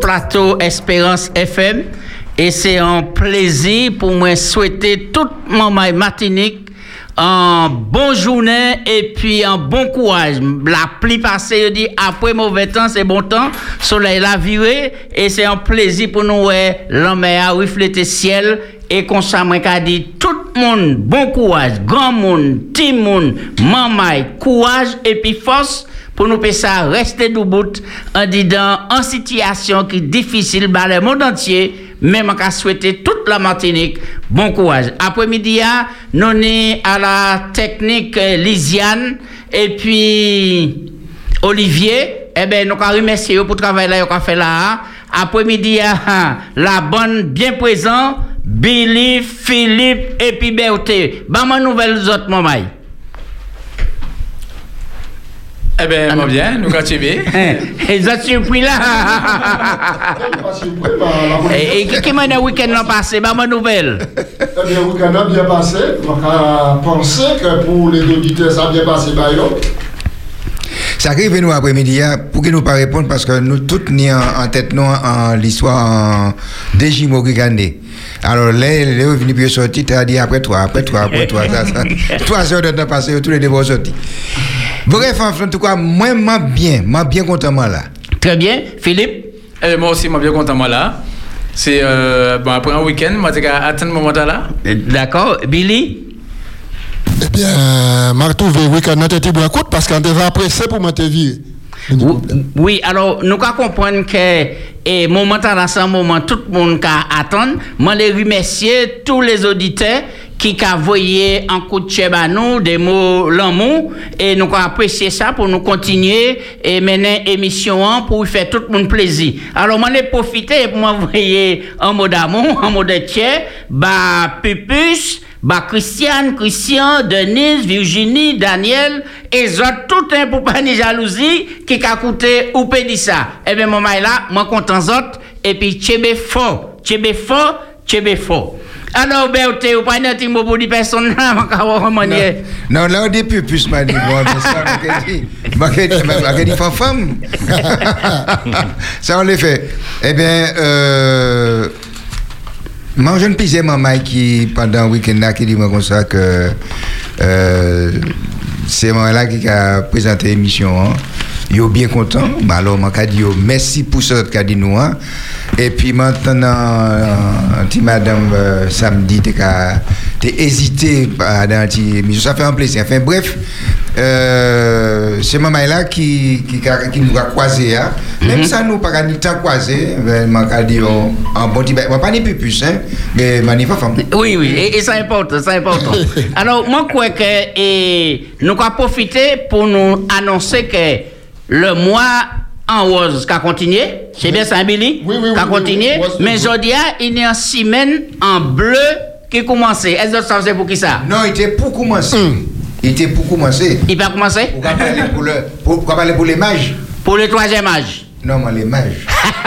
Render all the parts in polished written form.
plateau Espérance FM. Et c'est un plaisir pour moi souhaiter toute maman Martinique un bon journée et puis un bon courage. La pluie passée, je dis après mauvais temps, c'est bon temps. Soleil la viré et c'est un plaisir pour nous la mer refléter ciel et qu'on s'amène qu'à dire tout le monde bon courage, grand monde, petit monde, maman, courage et puis force. Pour nous faire ça, rester debout en disant en situation qui est difficile dans le monde entier, même qu'à souhaiter toute la Martinique bon courage. Après-midi, nous sommes à la technique Lisiane et puis Olivier. Eh bien, nous allons remercier pour le travail là, qu'on fait là. Après-midi, la bonne bien présente, Billy, Philippe et puis Berthe. Bah, ma nouvelle autres moments. Eh bien, moi bien, nous continuons. Et vous êtes surpris là. Et qui m'a dit le week-end passé, bah, ma nouvelle. Eh bien, le week-end a bien passé. On pense que pour les auditeurs, ça a bien passé. Ça arrive nous après-midi pour que nous pas répondre parce que nous tous ni en tête nous en l'histoire des Jimo Gigandé. Alors les revenus puis sorti tu as dit après toi ça 3 heures de temps passé tous les deux sortis. Bref en tout cas moi bien content moi là. Très bien Philippe. Moi aussi moi bien content moi là. C'est bon après un week-end moi j'ai atteindre moment là. D'accord Billy. Eh bien, je trouve le week-end n'a été bien court parce qu'on devait apprécier pour me vie. Oui, alors nous comprenons que moment là c'est un moment tout le monde attend. Moi les remercier tous les auditeurs qui ont envoyé un coup de chèvre à nous, des mots l'amour, et nous avons apprécié ça pour nous continuer et mener l'émission pour faire tout le monde plaisir. Alors, moi, j'ai profité pour m'envoyer un mot d'amour, un mot de tiers, Pupus, Christian, Denise, Virginie, Daniel, et les autres, tout un pour pas de jalousie, qui a coûté ou pédi ça. Eh bien, moi, là, moi, content autres, et puis, Tchébé fort. Alors, Berthe, vous pas un petit mot pour des personnes là, non, là, on dit plus, m'a dit, bon, ça, m'a dit, femme. Ça, on l'a fait. Eh bien, moi, je ne pisais maman qui, pendant le week-end là, qui dit moi comme ça que c'est moi là qui a présenté l'émission. Hein. Yo bien content. Alors, je dis merci pour ce qu'a dit nous. Hein. Et puis maintenant, madame, samedi, tu as hésité dans l'émission. Ça fait un plaisir. Enfin, bref, c'est maman là qui nous a croisés. Hein. Même ça, nous pas ni temps croisé. Je dis en bon type. Pas ni plus, hein, mais je pas femme. Oui, et c'est important, Alors, moi, je crois que nous avons profité pour nous annoncer que le mois en rose qui a continué, c'est bien ça, Billy? Oui. Qui a continué, mais aujourd'hui, il y a une semaine en bleu qui a commencé. Est-ce que ça faisait pour qui ça? Non, il était pour commencer. Il va commencer? Pourquoi parler pour les mages? Pour le 3e âge. Non, mais les mages.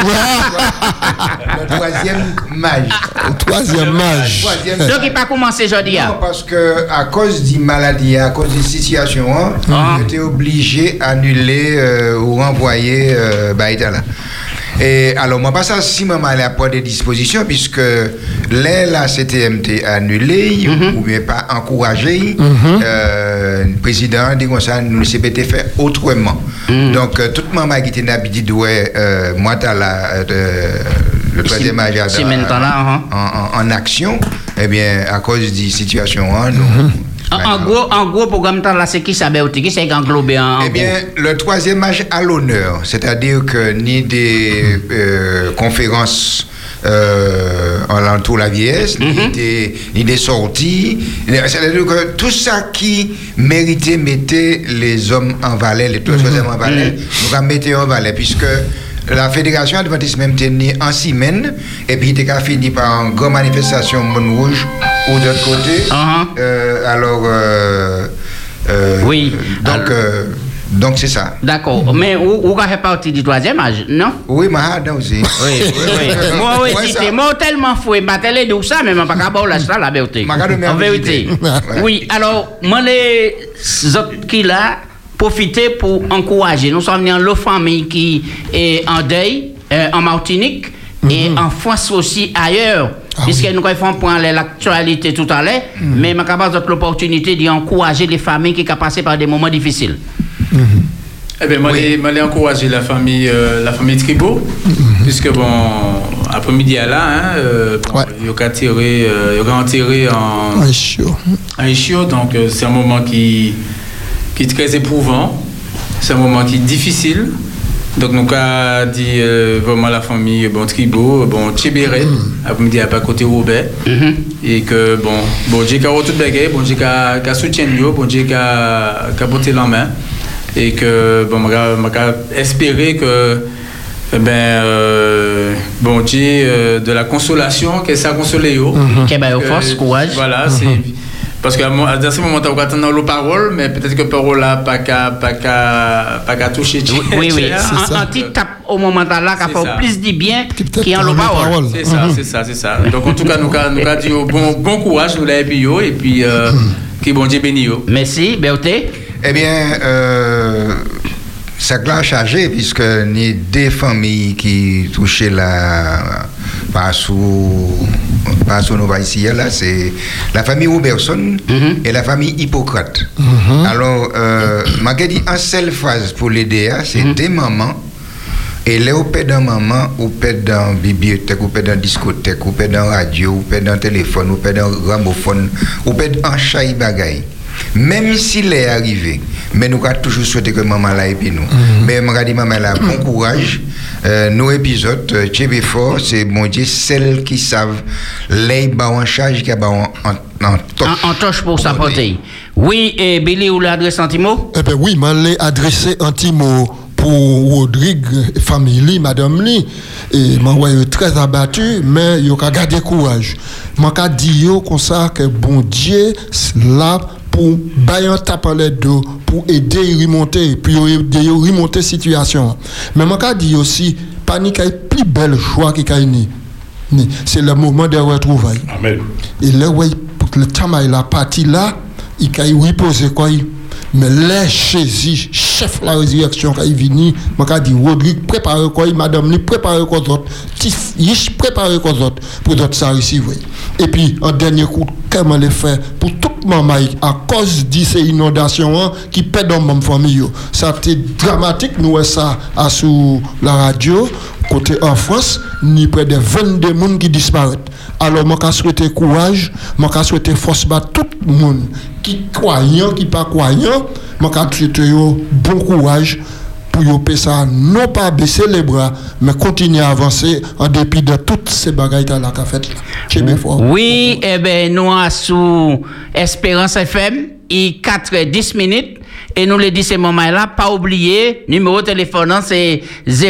Le 3e mage. Donc, il n'a pas commencé aujourd'hui. Non, parce que à cause d'une maladie, à cause d'une situation, il était obligé d'annuler ou renvoyer là. Et alors, moi, pas ça, si maman a pas de dispositions, puisque la CTMT annulé, ou bien pas encouragé, le président dit comme ça, nous, le CPT fait autrement. Donc, toute maman qui était d'habitude, moi, le 3e âge en action, eh bien, à cause de situation, nous. En gros, programme là, c'est qui ça, qui c'est englobé en Eh bien, le 3e âge à l'honneur, c'est-à-dire que ni des conférences en l'entour de la vieillesse, ni des sorties, c'est-à-dire que tout ça qui méritait mettait les hommes en valeur, les 3e en valeur, nous avons mis en valeur, puisque la fédération adventiste même tenue en semaine, et puis il a fini par une grande manifestation Monde Rouge ou d'autre côté. Oui. Donc c'est ça. D'accord. Mais vous avez fait partie du 3e âge, non? Oui, mais aussi. Oui. Moi aussi, moi tellement fouet, je ne sais pas ça, mais je ne sais pas ça, la vérité. En vérité. Oui, alors, moi, les autres qui là, profiter pour encourager. Nous sommes dans la famille qui est en deuil en Martinique et en France aussi ailleurs. Puisque nous avons prendre l'actualité tout à l'heure, mais je suis capable de l'opportunité d'encourager les familles qui ont passé par des moments difficiles. Eh bien, moi, j'ai encouragé la famille Tribo, puisque bon, après-midi là, il y a enterré en Ischio, donc c'est un moment qui est très éprouvant, c'est un moment qui est difficile. Donc nous avons dit vraiment la famille Tribo, Tchébéré, après-midi à côté Robert, et que bon Dieu qui a tout bagay, bon Dieu qui a soutien nous, bon Dieu qui a porté la main, et que bon m'a espérer que bon Dieu de la consolation, que ça console yo, que force, courage. Voilà, c'est parce que dans ce moment on attend la parole, mais peut-être que parole là pas qu'à toucher. Oui, un petit tape au moment là qui fait plus de bien qui en la parole. C'est ça. Donc en tout cas nous a dit bon courage nous et puis qui bon Dieu béni yo. Merci Berté. Eh bien ça a chargé puisque ni des familles qui touchaient pas sous nos ici là, c'est la famille Robertson et la famille Hippocrate. Alors m'a dit en seule phrase pour l'aider, c'est des mamans. Et là, ou peut dans maman, ou peut dans bibliothèque, ou peut dans discothèque, ou peut dans radio, ou peut dans téléphone, ou peut dans gramophone, ou peut en chai bagaille. Même s'il est arrivé, mais nous avons toujours souhaité que maman là et puis nous. Mais je me dis maman là, bon courage. Nos épisodes, Tchébé Fort, c'est bon Dieu, celles qui savent les en charge qui a en touche pour s'apporter. Oui, et Billy, ou l'adresse un petit mot? Eh bien oui, je l'ai adressé un petit mot pour Rodrigue, famille, madame Li. Et je suis très abattu, mais je vais garder courage. Je vais dire comme ça que bon Dieu, là, pour bailler taper les dos, pour aider à remonter, puis aider à remonter la situation. Mais je vais dire aussi, panique est le plus bel choix qui a eu. C'est le moment de retrouvailles. Amen. Et là, le temps il a parti là, il a reposé quoi. Mais les chaisis, chef de la résurrection qui est venu, je dit Rodrigue, préparez quoi, madame, préparez quoi d'autre, Tif, préparez quoi d'autre, pour d'autres ça ici, oui. Et puis, en dernier coup, comment les faire pour toute maman, à cause de ces inondations qui pètent dans ma famille. Ça a été dramatique, nous, ça, sur la radio, côté en France, ni près de 22 personnes qui disparaissent. Alors, je souhaite courage, je souhaite force à tout le monde qui croyant, qui pas croyant, je souhaite bon courage pour que ça non pas baisser les bras, mais continuer à avancer en dépit de toutes ces bagailles que la fait là. Oui, eh bien, nous sous Espérance FM, il 4h10 minutes. Et nous les dit ces moments-là, pas oublier, numéro de téléphone, c'est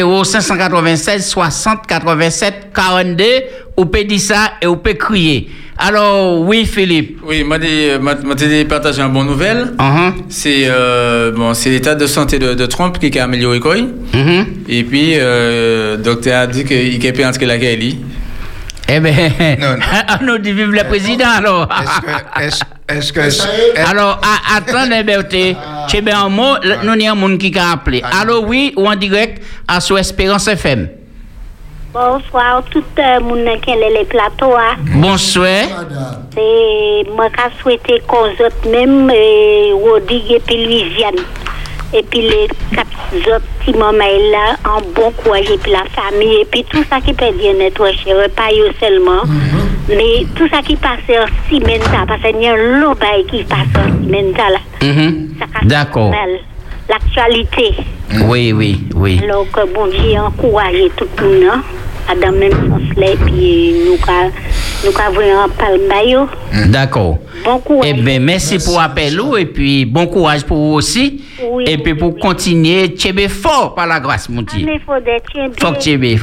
0596 60 87 42, ou peut dire ça et ou peut crier. Alors, oui, Philippe. Oui, m'a dit partager une bonne nouvelle. C'est l'état de santé de Trump qui a amélioré quoi. Et puis, le docteur a dit qu'il peut entrer la guerre. Eh bien, nous dit vive le président alors. Est-ce que alors, attendez, Berté. C'est bien un mot, nous avons un monde qui a appelé. Alors, oui, ou en direct à sous Espérance FM. Bonsoir, tout le monde qui est les plateaux. Bonsoir. C'est moi qui souhaite qu'on même Rodrigue et puis Louisiane. Et puis les 4 autres petits mamans là, en bon courage, et puis la famille, et puis tout ça qui peut bien être cher, pas eux seulement, mais tout ça qui passe en semaine, parce qu'il y a un lot qui passe en semaine là. D'accord. L'actualité. Oui. Alors que bon Dieu encourage tout le monde, dans le même sens là, et puis nous avons un palmaillot. D'accord. Bon courage. Eh bien, merci pour l'appel et puis bon courage pour vous aussi. Oui, et puis pour continuer, Tchébé fort par la grâce, mon Dieu. Faut que Tchébé.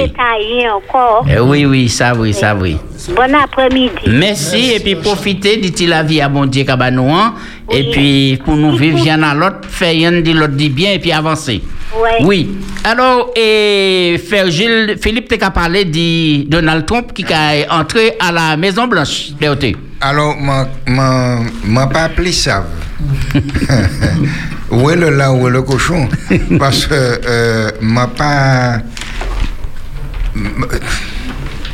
Oui, ça oui. Bon après-midi. Merci et puis profitez, dit-il la vie à bon Dieu Cabanouan. Et puis pour nous vivre, y'en a l'autre, faire y'en dit l'autre dit bien et puis avancer. Oui. Alors, Frère Gilles, Philippe t'a parlé de Donald Trump qui est entré à la Maison Blanche. Alors, m'a pas appelé ça. Où est le là, où est le cochon? Parce que m'a pas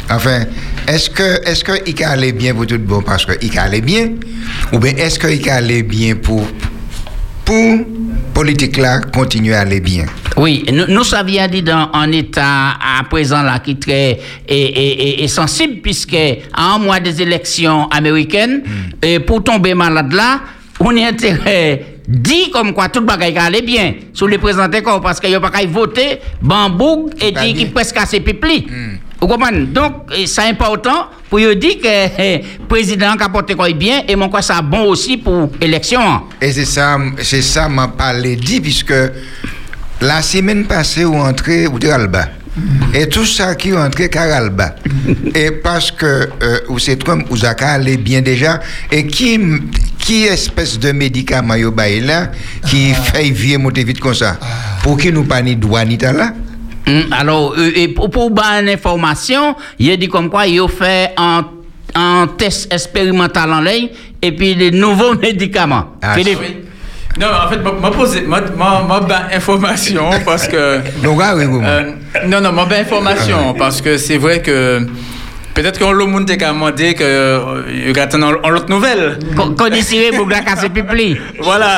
Enfin, est-ce que il allait bien pour tout bon parce que il allait bien, ou bien est-ce que il allait bien pour politique là continuer à aller bien? Oui, nous savions dit dans un état à présent là qui est très et sensible puisque à un mois des élections américaines et pour tomber malade là, on est intérêt dit comme quoi tout bagaille allait bien sur les présenter comme parce qu'il y a pas qu'à voter bambou et dit qui presque assez pipli. Vous comprenez? Donc c'est important pour dire que le président a porté quoi bien et mon quoi ça bon aussi pour l'élection. Et c'est ça m'a parlé dit puisque la semaine passée ou entré ou Alba. Et tout ça qui est entré Caralba. Et parce que c'est Trump ou Zaka allait bien déjà et qui espèce de médicament yo bail là qui fait vieux monter vite comme ça pour qui nous pas ni droit ni là. Alors pour bonne information, il a dit comme quoi il a fait un test expérimental en ligne et puis des nouveaux médicaments. Philippe. Oui. Non, en fait, ma information parce que. Non, ma information parce que c'est vrai que peut-être qu'on le monde a demandé que il attend l'autre nouvelle. Qu'on décide pour la casser pipli. Voilà,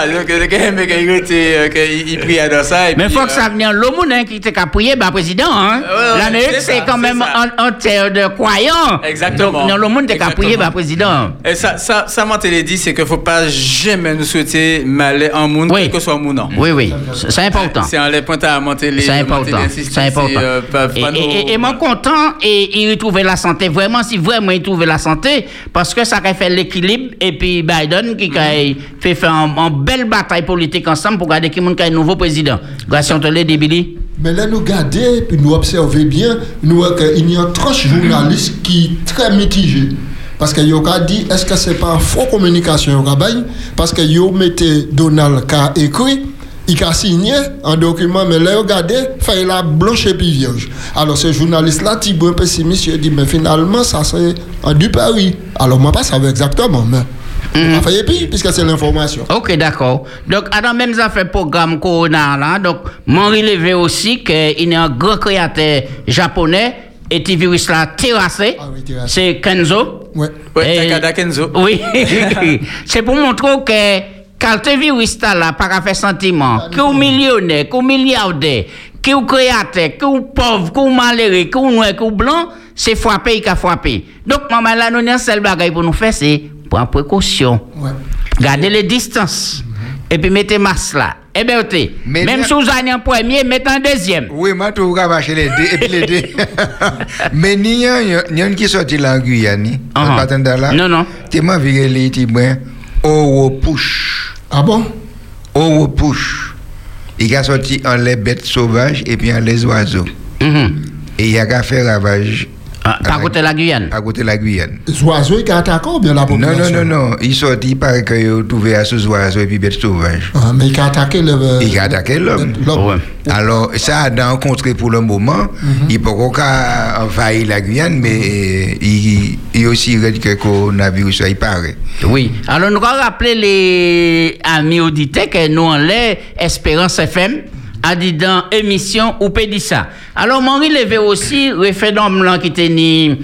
il prie dans ça. Mais faut que ça vienne le monde qui était prié le président. L'Amérique c'est quand même un terre de croyants. Exactement. Donc le monde qui a prié le président. Et ça m'a dit c'est qu'il faut pas jamais nous souhaiter mal en monde quel que soit le monde. Oui, c'est important. C'est un les points à monter les. C'est important. C'est important. Et moi content et il retrouve la santé. Vraiment, si vraiment il trouve la santé, parce que ça a fait l'équilibre, et puis Biden qui fait faire une belle bataille politique ensemble pour garder qui est un nouveau président. Grâce à les Billy. Mais là, nous regardons, puis nous observons bien, nous voyons qu'il y a une tranche journaliste qui est très mitigée. Parce que yo a dit, est-ce que c'est pas une fausse communication parce que yo mettez Donald qui a écrit. Il a signé un document, mais là, regardez, fait la blanche et puis vierge. Alors, ce journaliste-là, Thibaut pessimiste, il dit, mais finalement, ça c'est un du Paris. Alors, moi, pas savoir exactement, mais. On a fait puis, puisque c'est l'information. Ok, d'accord. Donc, à même ça fait programme Corona, là, donc, m'en relevé aussi qu'il y a un grand créateur japonais, et ce virus-là terrassé. C'est Kenzo. Oui. Takada Kenzo. Oui. C'est pour montrer que. Quand tu virus là, pas faire sentiment, que vous millionnaire, que vous milliardaire, que vous créateur, que vous pauvre, que vous malheureux, que vous noir, que vous blanc, c'est frapper qui a frappé. Donc, maman, là, nous avons seul bagage pour nous faire, c'est prendre précaution. Ouais. Gardez les distances. Et puis, mettez masque là. Eh bien, même si vous avez un premier, mettez un deuxième. Oui, moi, tout le monde les deux, et puis les deux. Mais il y a un qui sorti là en Guyane, là. Non. Tu m'as vu les petits brins, au push. Ah bon? Au push. Il a sorti en les bêtes sauvages et puis en les oiseaux. Et il a fait ravage. À côté de la Guyane. À côté de la Guyane. Les oiseaux, ils attaquent ou bien la population? Non. Il sortit par que il trouvé à ces oiseaux et puis bêtes sauvages. Mais il a attaqué l'homme. Il a attaqué l'homme. Alors, ça a rencontré pour le moment. Il peut pas envahir la Guyane, mais il aussi dit que le coronavirus, il paraît. Oui. Alors, nous allons rappeler les amis auditeurs que nous, en l'air, Espérance FM, a dit dans émission ou dit ça. Alors, Marie levé aussi référendum qui était ni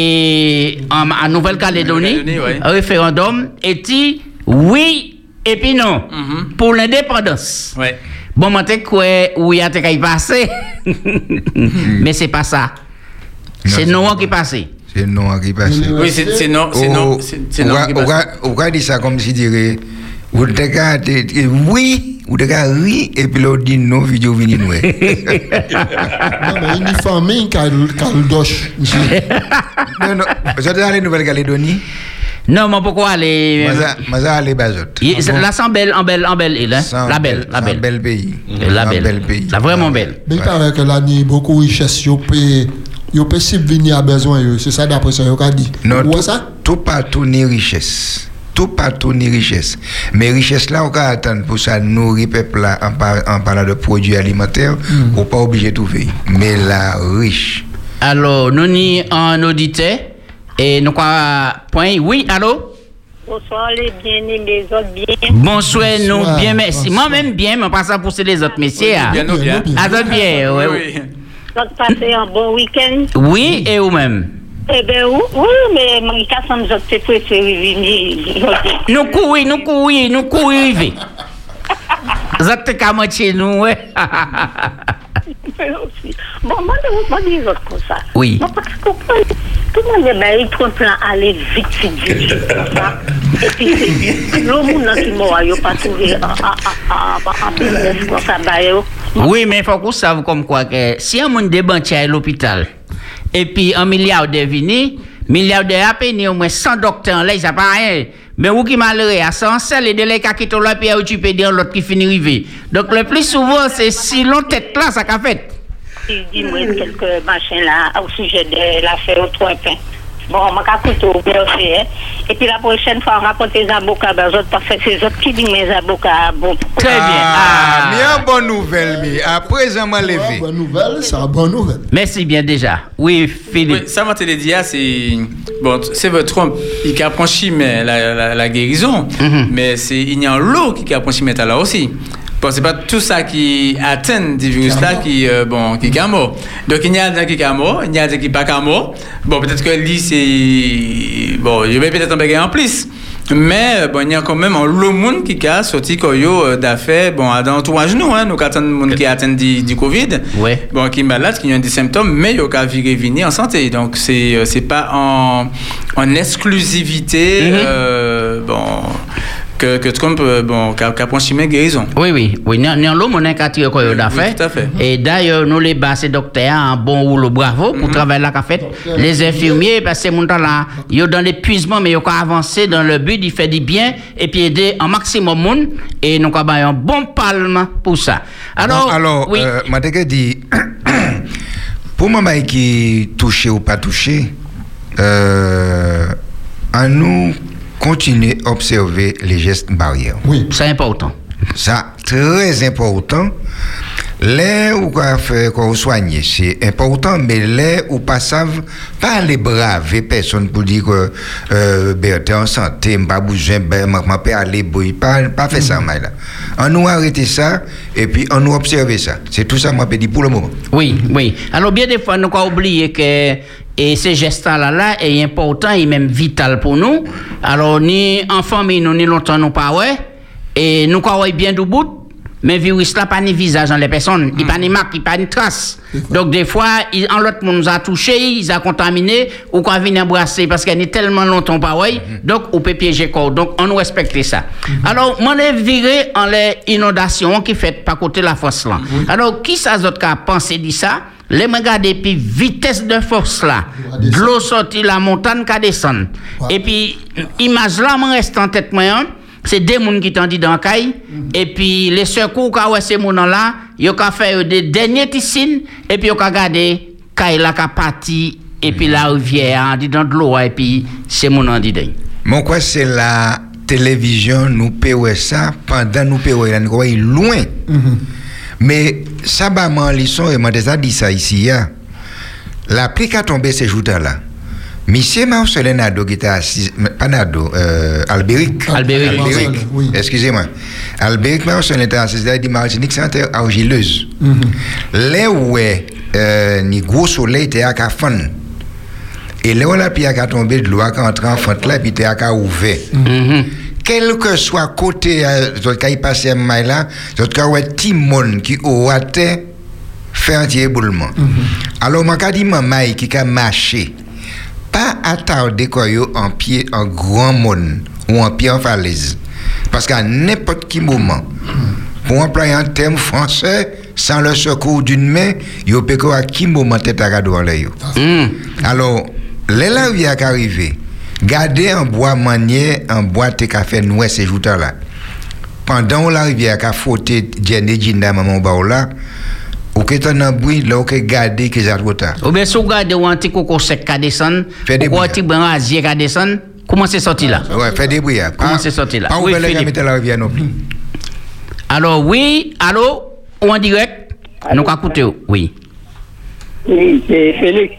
en Nouvelle-Calédonie, référendum, et dit oui et puis non pour l'indépendance. Ouais. Bon, moi, tu quoi où il y a des passé, mais c'est pas ça. C'est non qui passe. C'est non qui passe. Oui, c'est non qui passe. On va dire ça comme si dirait vous regardez oui, vous regardez oui, et puis l'autre dit non, vidéo vini nous. Non, mais il y a une famille qui a le doche. Non, vous êtes allé en Nouvelle-Calédonie? Non, mais pourquoi aller? Moi, aller Bazot. Là, c'est en belle île, hein? La belle. Bel pays. La belle. La vraiment belle. Mais il paraît que là, il y a beaucoup de richesses, il peut subvenir à besoin, c'est ça d'après ça, il a dit. Non, tout partout ni richesse. Tout partout ni richesse. Mais richesse là, on va attendre pour ça nourrir le peuple là en parlant de produits alimentaires, on pas obligé de trouver. Mais la riche. Alors, nous ni un auditeur et nous quoi point oui, allô? Bonsoir les bien-aimés, les autres bien. Bonsoir, nous bien, merci. Moi-même bien, mais pas ça pour les autres messieurs. Bien. Ah, bien, oui. Vous passez un bon week-end? Oui, et vous-même? Eh bien, oui, mais mon cas, ça nous a préféré venir. Nous courir. Vous êtes qu'à moitié, nous, ouais. Bon, moi, je dis comme ça. Oui. Moi, parce que tout le monde est trop plan aller vite, comme ça. Et puis, c'est le monde qui m'a pas trouvé en business comme ça. Oui, mais il faut que vous sachiez comme quoi que si un monde débanté à l'hôpital, et puis un milliardaire milliardaire a payé au moins 100 docteurs, là, il n'a pas rien. Mais vous qui malheureux, à 100 seul et de les cas qui sont là, puis tu peux dire l'autre qui finit arrivé. Donc, le plus souvent, c'est si l'on tête là, ça qu'a fait. Dis-moi quelques machins là, au sujet de l'affaire au 3 points. Bon, on m'a écouté au BOC, hein. Et puis la prochaine fois, on raconte les avocats, ben, autres, parce que c'est eux qui disent mes avocats, bon. Très bien. Mais une bonne nouvelle, mais à présent, m'a levé. Bonne nouvelle, c'est une bonne nouvelle. Merci bien déjà. Oui, Philippe. Oui, ça m'a dit, c'est. Bon, c'est votre Trump, il a franchi la guérison, mais il y a l'eau qui a franchi là aussi. Bon, c'est pas tout ça qui atteint du virus là qui est mort. Donc il y a des qui est mort, il y a des qui pas mort. Bon, peut-être que lui c'est bon, je vais peut-être en bagarre en plus. Mais bon, il y a quand même le monde qui a sorti koyo d'affaires bon dans l'entourage nous hein, nous attendons monde qui atteint du Covid. Ouais. Bon, qui est malade, qui a des symptômes, mais il a virer venir en santé. Donc c'est pas en exclusivité que Trump qu'a franchimé guérison. Oui. Nous l'homme a tiré quoi d'affaires. Tout à fait. Et d'ailleurs nous les bas ces docteurs un bon rouleau bravo pour travailler là qu'a fait. Les infirmiers parce que mon temps là, ils dans l'épuisement mais ils ont avancé dans le but de faire du bien et puis aider un maximum monde et nous avons un bon palme pour ça. Alors oui. M'a dit pour moi qui touché ou pas touché à nous continuer à observer les gestes barrières. Oui. C'est important. Ça, très important. Les ou quoi faire, quoi soigner, c'est important, mais les ou pas savent, pas les braver personne pour dire que, t'es en santé, pas besoin, ma père aller, pas faire ça, mal là. On nous arrêter ça, et puis on nous observer ça. C'est tout ça, moi, je dis pour le moment. Oui. Alors, bien des fois, nous avons oublié que et ces gestes-là est important et même vital pour nous. Alors, ni en famille, ni longtemps, nous pas ouais. Et nous avons bien du bout. Mais le virus là pas ni visage dans les personnes, il pas ni marque, il pas ni trace. Donc des fois, en l'autre monde nous a touché, ils a contaminé ou qu'on vient embrasser parce qu'il y a tellement longtemps pas ouais. Donc on peut piéger corps. Donc on respecte ça. Alors moi les viré en les inondations qui fait pas côté la force là. Alors qui ça autres qu'a pensé dit ça? Les regarder puis vitesse de force là, de l'eau sorti la montagne qu'a descendre. Et puis image là me reste en tête moi. C'est des gens qui t'ont dit dans le caille, et puis les secours qui ont ces gens là, ils ont fait des derniers tissines, et puis ils ont gardé caille là qui a parti, et puis la rivière, dit dans de l'eau, et puis ces gens là dit. Mon quoi, c'est la télévision, nous payons ça, pendant nous payons, nous voyons loin. Mais ça, bah, mon leçon, et moi, déjà dit ça ici, ya. La pluie qui a tombé ces jours-là. Monsieur Marcelin Nado qui était assis, pas Nado, Albéric. Oui. Excusez-moi. Albéric Marcelin était assis, il dit Martinique, c'est une terre argileuse. Là où ni gros soleil était à Cafan. Et là où la pluie a tombé de l'eau, a entré en fente là, puis était à ouvert. Quel que soit côté, quand il passait à Maïla, il y a petit monde qui a fait un petit éboulement. Alors, moi, quand je dis maman qui a marché, pas attarder en pied en grand monde ou en pied en falaise. Parce qu'à n'importe quel moment, pour employer un terme français, sans le secours d'une main, il peut à qui moment tête à devant les yeux. Alors, les laviers qui arrivent, gardez un bois manier, un bois de café noir ces jours-là. Pendant la rivière qui a frotté Jenny Jinda maman Baola, ou que tu as un bruit, là, que garder que ça trop tard. Ou bien, si vous regardez un petit coco sec qui descend, ou un petit brin asier qui descend, comment c'est sorti là? Ouais, fait des bruits. Comment c'est sorti là? Pas ouvert les mettre la rivière non plus. Alors, oui, allô, ou en direct? Nous avons écouté, oui. Oui, c'est Félix.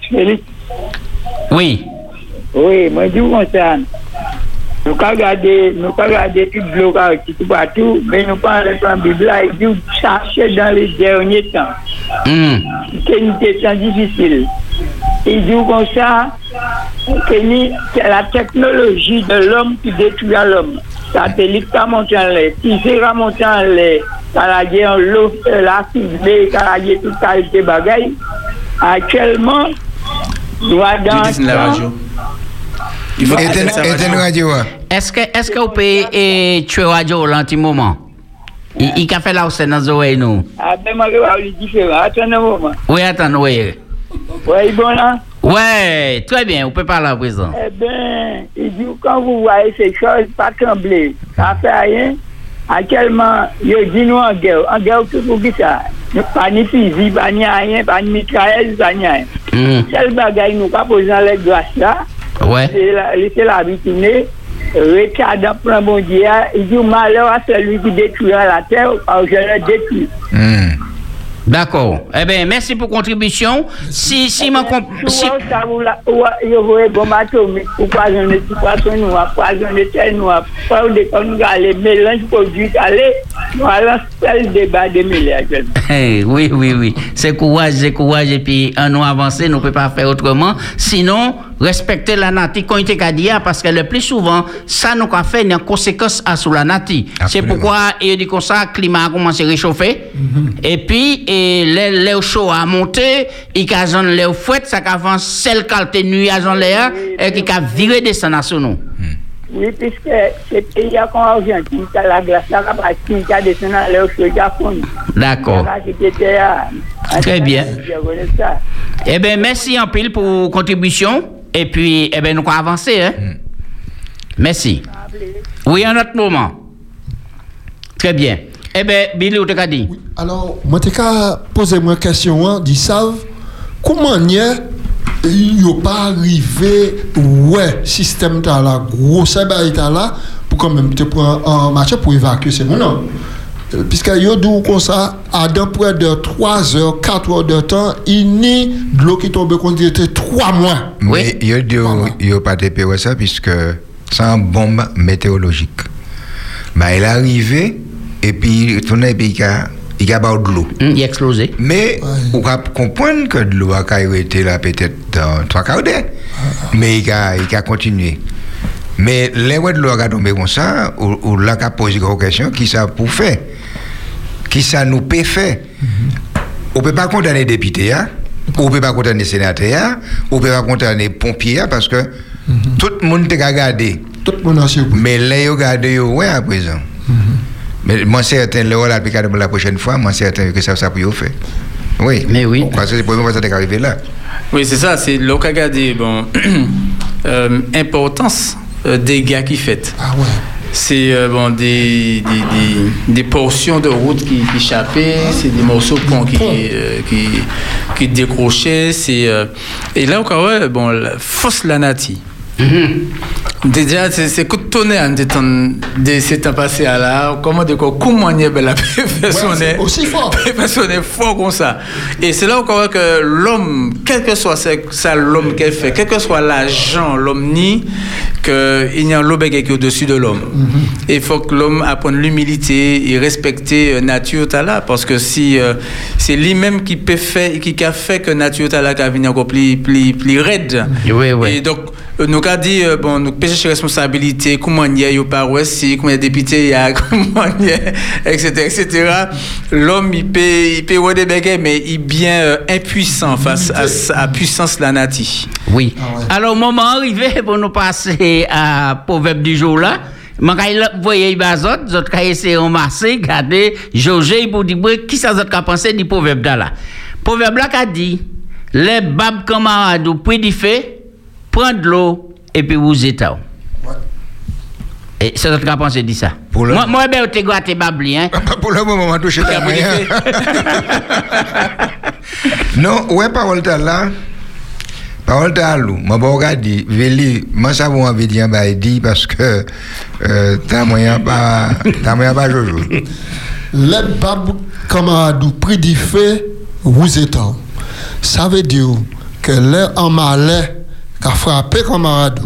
Oui. Oui, moi, je vous concerne. Nous avons regardé tout le blocage tout partout, mais nous parlons de la Bible, il dit chercher dans les derniers temps. C'est une question difficile. il dit comme ça, c'est la technologie de l'homme qui détruit l'homme. Satellite qui monte en l'air, tisser qui monte en l'air, caragé en l'eau, la ciblée, caragé toute qualité bagaille. Actuellement, nous avons la radio. Il faut éteindre la radio. Est-ce que vous pouvez tuer la radio à un petit moment? Il a fait là aussi dans oreilles nous. Ah ben moi je vais différent. Attends un moment. Oui, attends, oui. Oui, bon là. Ouais, très bien, vous pouvez parler à présent. Eh bien, il dit quand vous voyez ces choses, pas trembler. Ça fait rien. Actuellement, il dit nous en guerre tout pour qui ça. Pas ni fusil, pas ni rien, pas ni mitrailleuse, pas ni rien. Seul bagaille nous pas poser dans les glaces là. Ouais. Laissez la vitiner. Regarde pour bon Dieu, il dit malheur à celui qui détruira la terre, je le détruis. D'accord. Eh bien, merci pour contribution. Si mon ça vous voyez bon bateau, mais pour poisonner tout poisson noir, poisonner terre noire, pas de qu'on les mélange produits aller, voilà c'est le débat de milliards. Oui. C'est courage et puis nous avancer, nous ne pouvons pas faire autrement. Sinon, respecter la nature quand il est dit parce que le plus souvent, ça nous a fait une conséquence sur la nature. C'est pourquoi il dit comme ça, le climat a commencé à réchauffer. Et puis, l'air chaud a monté, il a zoné l'air fouette, ça a fait celle qualité nuage en l'air et qui a viré des nationaux. Oui, puisque ces pays comme l'Argentine, la glace, qui a descendu dans l'air chaud, il a fondu. D'accord. Très bien. Eh bien, merci en pile pour contribution. Et puis, eh bien, nous allons avancer. Hein? Merci. Oui, un autre moment. Très bien. Eh bien, Billy, vous t'as dit. Oui. Alors, moi, je poser une question. Ils savent comment il n'y a pas arrivé, système là, gros sabbat là, pour quand même te prendre en marché pour évacuer ces gens. Puisque il y a comme ça, à dans près de 3 heures, 4 heures de temps, il n'y a de l'eau qui tombe quand il était 3 mois. Oui, il n'y a pas de pire ça, puisque c'est une bombe météorologique. Mais il est arrivé, et puis il tourne, et puis il y a de l'eau. Il a explosé. Mais on va comprendre que de l'eau a été là peut-être dans 3 quarts d'heure, mais il a continué. Mais les de l'eau a tombé comme ça, ou là a posé une question, qui ça pour faire? Qui ça nous peut faire? On ne peut pas condamner les députés, on ne peut pas condamner les sénateurs, on ne peut pas condamner les pompiers, parce que tout le monde a regardé. Tout le monde a surpris. Mais là, il a regardé, à présent. Mais moi, certain, la prochaine fois, moi, certain que ça pour faire. Oui. Mais oui. Parce que c'est pour moi que ça arrivé là. Oui, c'est ça, c'est le cas de importance des gars qui fait. Ah ouais. C'est des portions de route qui échappaient, c'est des morceaux de pont qui décrochaient, et là encore la fausse la nati. Déjà c'est coup de tonnerre de ces temps passés à là, comment la personne est aussi fort. Personne est fort comme ça. Et c'est là encore que l'homme, quel que soit ça l'homme qu'elle fait, quel que soit l'argent l'homme nie, que il y a un lobby qui est au-dessus de l'homme. Et il faut que l'homme apprenne l'humilité et respecter nature là, parce que si c'est lui-même qui peut faire, qui a fait que nature là qui a venu encore plus raide. Oui. Et donc nous a dit nous pêcher responsabilité, comment il y a pas aussi, comment il y a député, il y a comment il y a etc. L'homme il peut ouais des bagages, mais il est bien impuissant face à puissance de la nature. Oui. Alors moment arrivé pour nous passer à proverbe du jour là. Vous voyez, les autres qui essaient de masser, garder, jauger, pour dire qui ça vous a pensé du proverbe là. Proverbe là qui a dit les babes camarades ou prix du fait, prendre de l'eau et puis vous étendez. Et c'est votre réponse dit ça. Moi, ben, tu gâté babli, hein. Pour le moment, on touche ta main. Non, ouais, parole là. Parole là, moi, bon, regarde, Veli, moi, ça vous envie de dire, bah, dit parce que t'as moyen pas jojo. Les babes camarades ou prix du fait, vous étendez. Ça veut dire que les en malais qui a frappé camarade.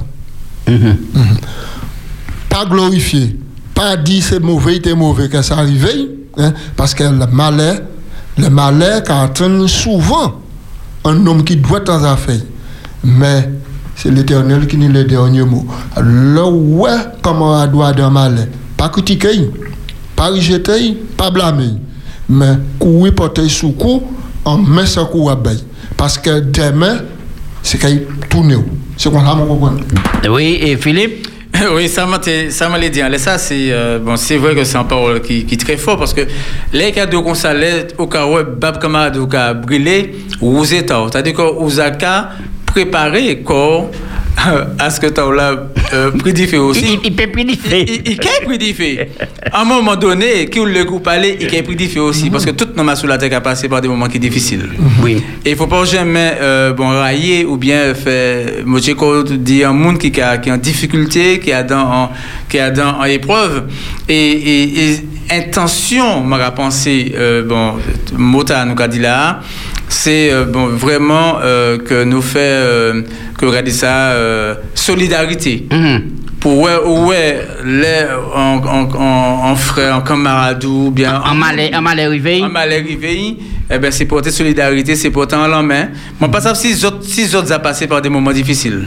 Pas glorifié, pas dit c'est mauvais, c'est mauvais que ça arrive, hein, parce que le malheur qui entraîne souvent un homme qui doit dans affaire. Mais c'est l'Éternel qui nous le dernier mot. Là où comment on doit dans mal, pas critiquer, pas rejeter, pas blâmer, mais courir porter sous coup, on met ça coup à bail. Parce que demain, c'est qu'il tourne. C'est quoi ça, mon comprendre? Oui, et Philippe? Oui, ça m'a dit. Ça, c'est bon, c'est vrai que c'est un parole qui est très fort parce que les cas de consalet au cas où bab camarade au cas brûlé ou zéta, c'est-à-dire que vous avez préparé corps à ce que tu as là prédifé aussi. Il peut prédifé. Il peut prédifé. À un moment donné, qui le groupe aller, il peut prédifé aussi parce que tout le monde sur la terre a passé par des moments qui sont difficiles. Oui. Et il faut pas jamais railler ou bien faire moitié dire un monde qui est en difficulté, qui est dans en épreuve et intention m'a pensé Mota nous a dit là, c'est vraiment que nous fait que regarder ça solidarité. Pour les en frère, en camarade ou bien en malheur réveil, eh ben c'est porter solidarité, c'est porter en la main. Moi pas ça si autres a passé par des moments difficiles.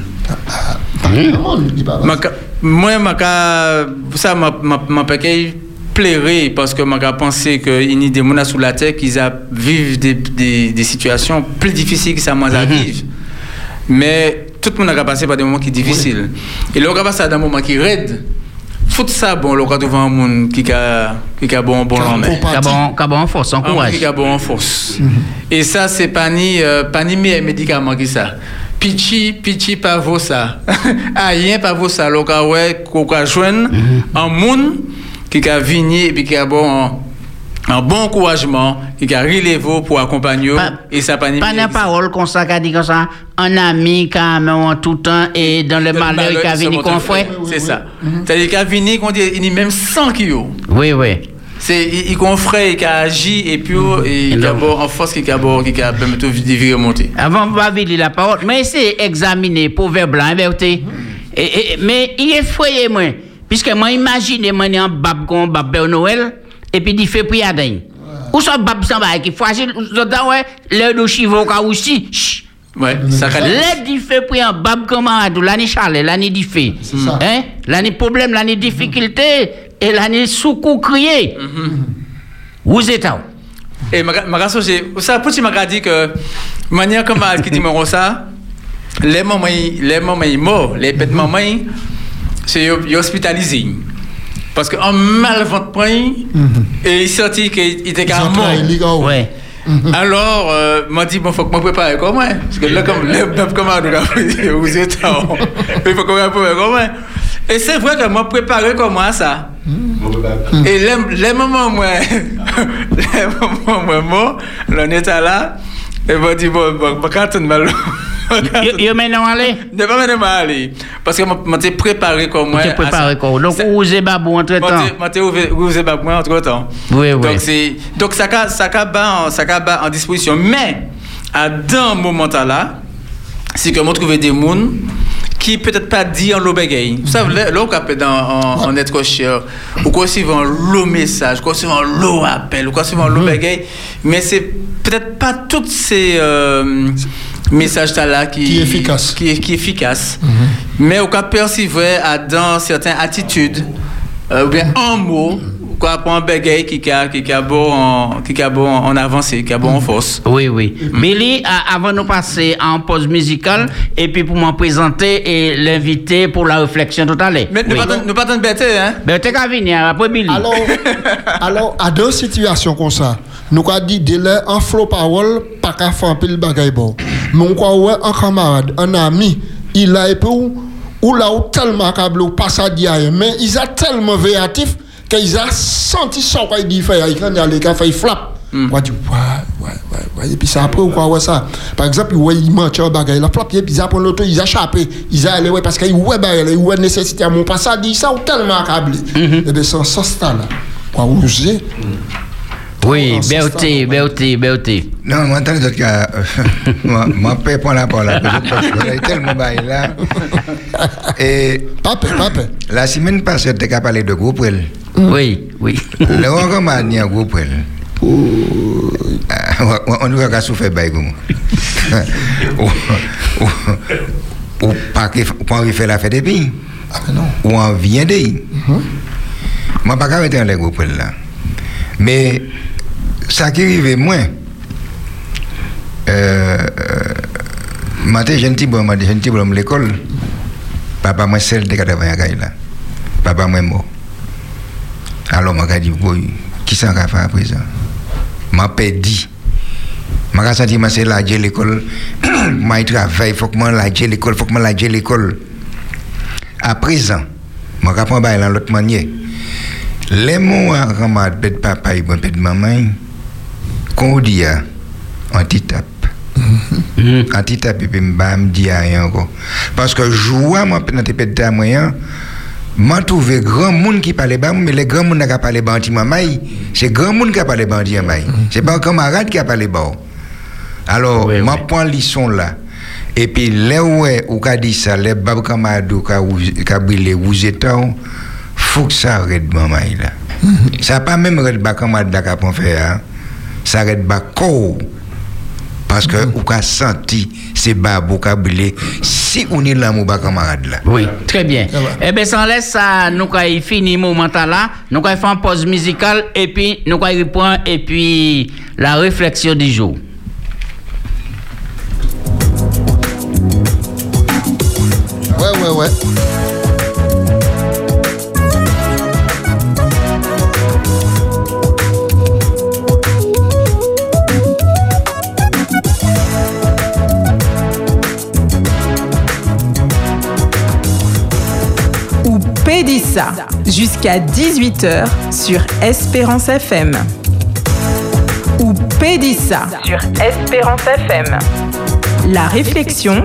Moi ça m'a plairait parce que m'a pensé que il y a des gens sous la terre qui vivent des situations plus difficiles que ça moi à vivre. Mais tout le monde a passé par des moments qui sont difficiles. Et là, on a passé dans des moments qui raident. Faut ça, bon, là, on a devant un monde qui a bon lendemain. Qui a bon en force, en courage. Qui a bon en force. Et ça, c'est pas ni mes médicaments qui ça. Pichi, pas vaut ça. Rien pas vaut ça. Là, on a joindre un monde qui a vigné et puis qui a un bon encouragement, qui a relevé pour accompagner et ça pas de parole comme ça, qui dit comme ça, un ami qui a en tout temps et dans le malheur qui a venu qu'on fait. C'est ça. C'est-à-dire qu'il a venu, qu'on dit, il est même 100 kilos. Oui. Il confrère, il a agi et puis il a en force, qui a permis de vivre remonter. Avant de lire la parole, mais c'est examiner pour vers blanc, mais il est effrayé, moi, puisque moi, imaginez, moi, un bab Père Noël. Et puis il fait prière d'un. Où sont bab sans bail qui fragile l'heure de chivo ka aussi. Ouais, ça l'aide il fait prière bab camarade l'année charle l'année dit fait. Hein? L'année problème, l'année difficulté et l'année sous-coup crier. Vous êtes là. Et ma ça petit m'a dit que manière comme qui dit moi ça les mamans morts, les pètes mamans c'est hospitalisé. Parce qu'en mal ventre point, et il sortit qu'il était carrément. Ouais. Alors, m'a dit, bon, faut que je me prépare comment? Parce que là, comme vous êtes il faut qu'on me prépare comment? Et c'est vrai que je me préparé comment ça? Et les moments, moi, l'on est là, et m'a dit, bon, quand on m'a il maintenant aller? Ne pas maintenant aller. Parce que je t'ai préparé comme moi. Tu préparé comme donc, vous avez babou entre temps. Vous avez babou entre temps. Oui. Donc, ça va en disposition. Mais, à dans ce moment-là, c'est que moi trouver des gens qui peut-être pas dit en l'obégaye. Vous savez, là, on peut en être cher, ou quoi suivant le message, quoi suivant le appel, ou quoi suivant l'obégaye. Mais c'est peut-être pas toutes ces messages là qui est efficace. Mais on peut percevoir dans certaines attitudes ou bien un mot quoi pour un bégay qui a bon en avancée, qui a bon en force. Oui. Billy, avant de passer en pause musicale et puis pour m'en présenter et l'inviter pour la réflexion tout à l'heure. Mais nous pas de bêter hein. Ben t'es qu'à venir après Billy. Alors à deux situations comme ça. Nous avons dit délai en flow parole pas qu'à faire un peu le bagay bon. Mais on croit ouais un camarade, un ami, il a épé ou là où tellement câble ou pas ça dit rien, mais il a tellement véatif qu'ils a senti ça qu'il dit faire, il a les café flap. On dit ouais et puis ça après ou quoi ouais ça. Par exemple, il mange un bagay la flap et puis après l'autre il a échappé, il a allé ouais parce qu'il ouais bagay, il ouais nécessité à mon pas ça dit ça ou tellement câble. Et bien sans ça là. Quoi oser. Oui, beauté. Non, moi, entendez d'autres cas. Moi, paix pour la parole. Il y a tellement de bail là. Et. Papa. La semaine passée, tu as parlé de groupe. Oui. Le on a dit un groupe. On nous a souffert bail. ou pas qu'on fait la fête des pays. Non. Ou on vient d'y. Moi, pas qu'à mettre en gros là. Mais, ça qui arrive moins, matin, j'ai un petit bonhomme l'école. Papa, moi, celle de 80 ans là. Papa, moi, mort. Alors, je dit, qui s'en va faire à présent? Je perdu. Je senti que c'est là, j'ai l'école. Je travaille, il faut que je l'aille l'école, il faut que je l'aille l'école. À présent, je reprends dans l'autre manière. Les mots à ramasser de papa et de maman, qu'on dit, anti-tape. Anti-tape, et puis je dis rien encore. Parce que je vois, moi, dans tes pédés à moyen, je trouve grand monde qui parle bas, mais les grands monde qui parlent bas anti-maman, c'est grand monde qui parle bas anti-maman. C'est pas un camarade qui parle bas. Alors, je prends leçon là. Et puis, là où on dit ça, les babes camarades qui ont brûlé, vous êtes faut que ça arrête maman là. Ça pas même arrête bas camarade qui a faire. Ça arrête bas corps. Parce que vous avez senti ces babes qui ont brûlé. Si on est là, mon bas camarade là. Oui, très bien. Eh bien, sans laisse ça, nous avons fini le moment là. Nous allons faire une pause musicale et puis nous allons reprendre et puis la réflexion du jour. Ouais. Ou Pédissa, jusqu'à 18h sur Espérance FM. Ou Pédissa sur Espérance FM. La réflexion.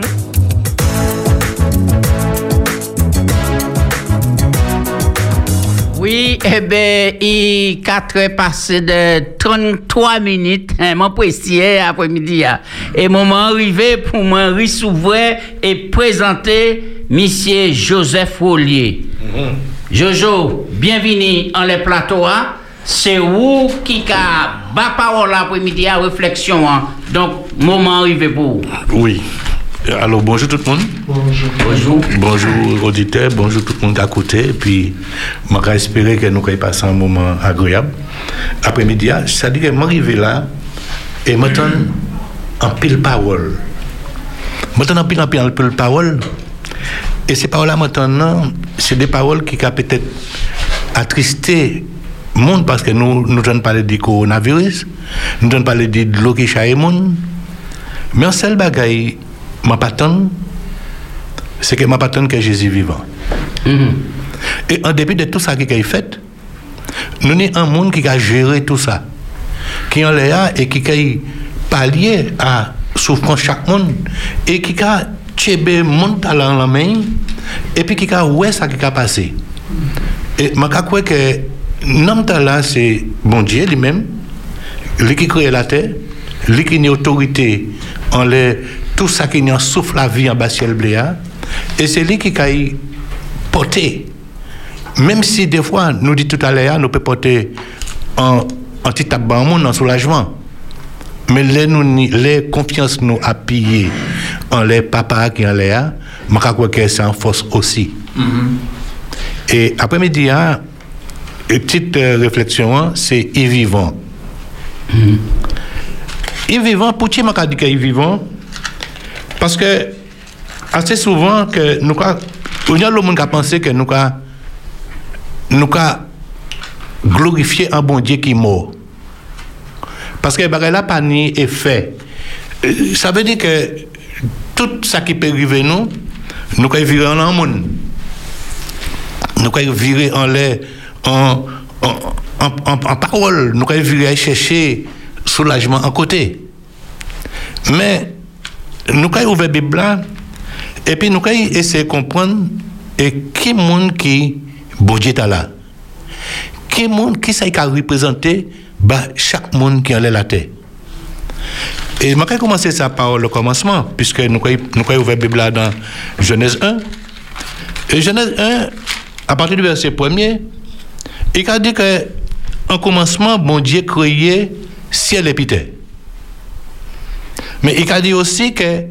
Oui, eh bien, il 4 heures passé de 33 minutes, mon précis après-midi. Et moment arrivé pour me ressouvrir et présenter Monsieur Joseph Rollier. Jojo, bienvenue en les plateaux. C'est vous qui a bas parole l'après-midi à réflexion. Donc, moment arrivé pour vous. Oui. Alors, bonjour tout le monde. Bonjour auditeurs, bonjour tout le monde à côté. Et puis, je espère que nous allons passer un moment agréable. Après-midi, c'est-à-dire que je suis arrivé là et je m'entends en pile parole. Je m'entends en pile parole. Et ces paroles-là, maintenant, c'est des paroles qui ont peut-être attristé le monde parce que nous allons parler du coronavirus, nous allons parler de l'eau qui chasse le monde. Mais un seul bagaille, ma patronne, c'est que ma patronne que Jésus vivant. Et en dépit de tout ça qui est fait, nous avons un monde qui a géré tout ça, qui en là et qui a pallié à souffrance chaque monde et qui a tchébé le monde talent la main et puis qui a ouais ça qui a passé. Et je crois que l'homme là c'est bon Dieu lui-même, lui qui crée la terre, lui qui a autorité en les tout ça qui nous souffle la vie en bas ciel bléa et c'est lui qui a porté même si des fois nous dit tout à l'heure nous peut porter en petit tabac en soulagement mais les confiance nous appuyer en les papas qui en l'air je crois que c'est en force aussi et après-midi une petite réflexion c'est y vivant y vivant pour qui m'a dit que y vivant parce que assez souvent que nous il y a le monde qui a pensé que nous glorifier un bon Dieu qui est mort parce que là pas ni effet ça veut dire que tout ça qui peut arriver nous pouvons virer en un monde nous pouvons virer en l'air en parole nous pouvons virer chercher soulagement en côté mais nous avons ouvert la Bible et puis nous avons essayé de comprendre et qui monde qui bon Dieu est là qui monde qui ça a représenté chaque monde qui en la terre et je vais commencer ça par le commencement puisque nous avons ouvert la Bible dans Genèse 1 et Genèse 1 à partir du verset 1er il a dit que en commencement bon Dieu créait ciel et terre. Mais il a dit aussi que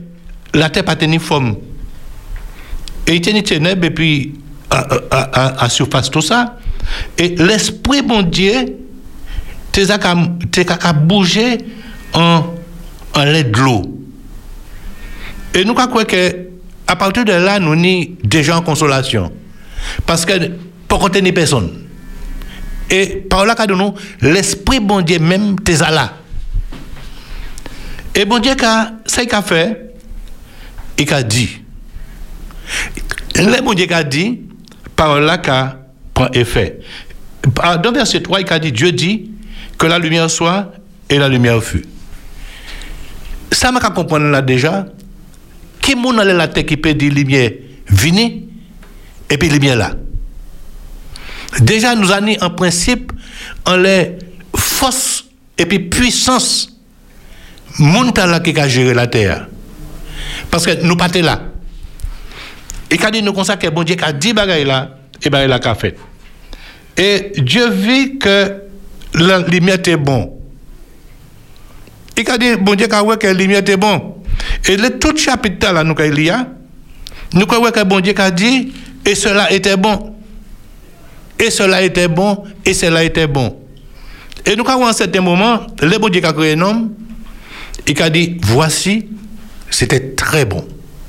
la terre pas tenir forme. Et il tenait ténèbres et puis à surface tout ça. Et l'esprit bon Dieu t'es qu'à bouger en l'aide de l'eau. Et nous croyons que à partir de là nous sommes déjà en consolation. Parce que pour contenir personne. Et par là, nous, l'esprit bon Dieu même t'es là. Et bon Dieu, ça qu'il a fait, il a dit. Le bon Dieu a dit, par là qu'a prend effet. Dans verset 3, il a dit, Dieu dit que la lumière soit et la lumière fut. Ça m'a qu'à comprendre là déjà, qui moun dans la terre qui peut dire lumière vini et puis lumière là. Déjà, nous avons en principe en les forces et puis puissance moun là qui a géré la terre. Parce que nous partons là. Et quand dit nous comme ça que bon Dieu a dit bagaille là et bagaille là qu'a fait. Et Dieu vit que la lumière était bon. Et quand dit bon Dieu a vu que la lumière était bon. Et le tout chapitre là nous qu'il y a, nous croyons que bon Dieu a dit et cela était bon. Et cela était bon, et cela était bon. Et nous avons en certain moment, le bon Dieu qui a créé un homme, il a dit, voici, c'était très bon.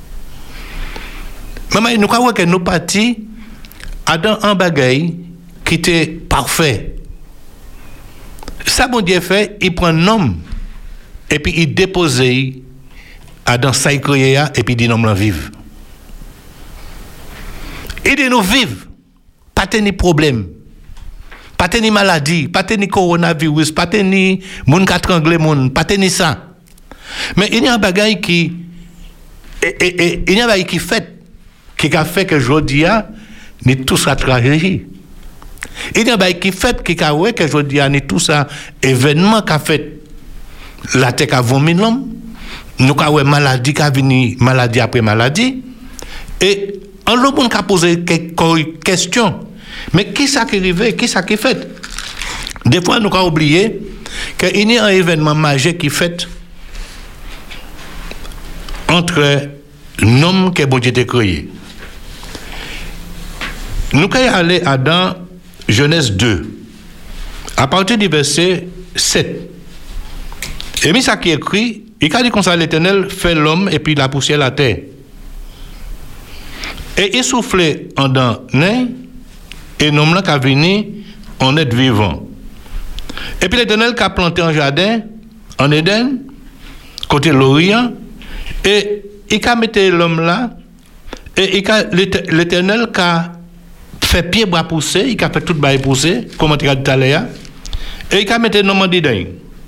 Maman, nous avons que nous partis Adam en bagaille qui était parfait. Ça, bon Dieu fait, il prend un homme, et puis il dépose Adam ça il créé, et puis il dit, l'homme là vive. Il dit, nous vivons. Pas de problème, pas de maladie, pas de coronavirus, pas de monde qui trangle monde, pas de ça. Mais il y a un bagage qui il y a un bagage qui a fait que aujourd'hui ni tout ça tragédie. Il y a un bagage qui fait que aujourd'hui ni tout ça événement qui a fait la terre a vomi l'homme, nous avons maladie qui a venu maladie après maladie et on le monde qui a posé quelques questions. Mais qui ça qui arrive, qui ça qui fait? Des fois, nous avons oublié qu'il y a un événement majeur qui fait entre l'homme que bon Dieu a créé. Nous allons aller dans Genèse 2, à partir du verset 7. Et ça qui est écrit, il a dit comme ça, l'Éternel fait l'homme et puis la poussière la terre. Et il soufflait en dedans, et l'homme là qui a venu en être vivant. Et puis l'Éternel qui a planté un jardin en Éden, côté l'Orient, et il a mis l'homme là, et l'Éternel qui a fait pied bois pousser, il a fait tout bail pousser, comme tu as dit tout à l'heure, et il a mis l'homme en dedans.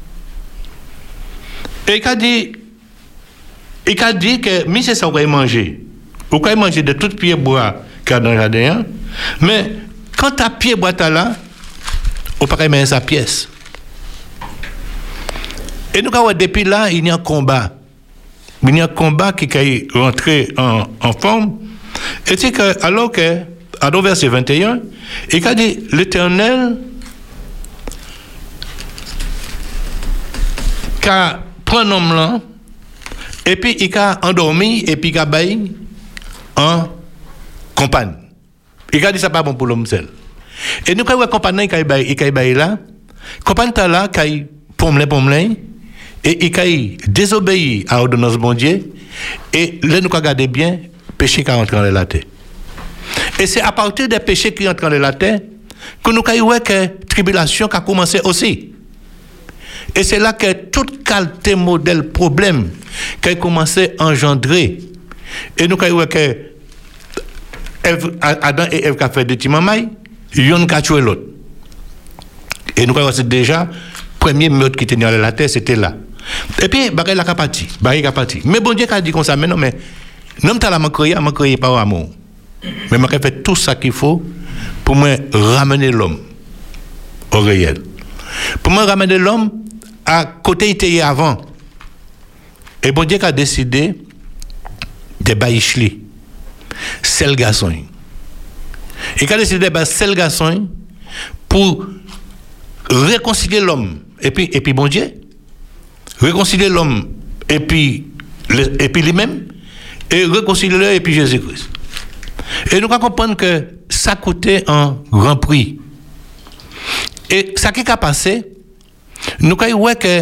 Et il a dit que, mais c'est ça qu'on va manger. Vous pouvez manger de tout pied bois qu'il y a dans le jardin, mais quand tu as pied bois là, on peut mettre sa pièce. Et nous avons depuis là, il y a un combat. Il y a un combat qui est rentré en forme. Et c'est que, alors que, dans verset 21, il a dit, l'Éternel qui a pris un homme là, et puis il a endormi, et puis il a baillé en compagne. Il a dit ça pas bon pour l'homme seul. Et nous quand on compagne qui est là, compagne là qui pommelin et il a désobéi à l'ordonnance bon Dieu et là nous regardez bien péché qui rentre dans la terre. Et c'est à partir des péchés qui rentrent dans la terre que nous voyons que tribulation a commencé aussi. Et c'est là que toute qualité modèle problème qui a commencé à engendrer. Et nous voyons que Adam et Ève qui ont fait des petits mamans, ils ont tué l'autre. Et nous voyons que déjà, le premier meurtre qui était dans la terre, c'était là. Et puis, Barry a parti. Mais bon Dieu a dit comme ça, mais non, mais non, tu as la créé par amour. Mais je fait tout ça qu'il faut pour me ramener l'homme au réel. Pour me ramener l'homme à côté il était avant. Et bon Dieu a décidé de baïchli. C'est le garçon. Il a décidé de baïchli c'est le garçon pour réconcilier l'homme. Et puis bon Dieu, réconcilier l'homme et puis lui-même et réconcilier et puis Jésus-Christ. Et nous comprenons que ça coûtait un grand prix. Et ça qui a passé, nous voyons que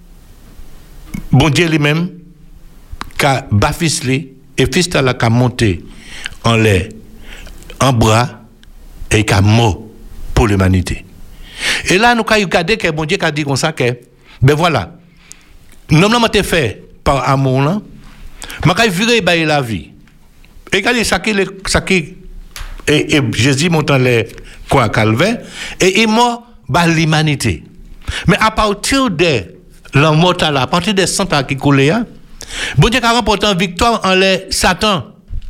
bon Dieu lui-même a baffislé et fils a monté en l'air, en bras et qui a mort pour l'humanité. Et là, nous avons regardé que bon Dieu a dit comme ça que, ben voilà, nous avons été fait par amour, là, mais quand il virait la vie. Et quand il dit et Jésus montant les quoi calvaire, et il mort par l'humanité. Mais à partir de la mort là, à partir des sang qui coulaient, bon Dieu a remporté une victoire en les Satan.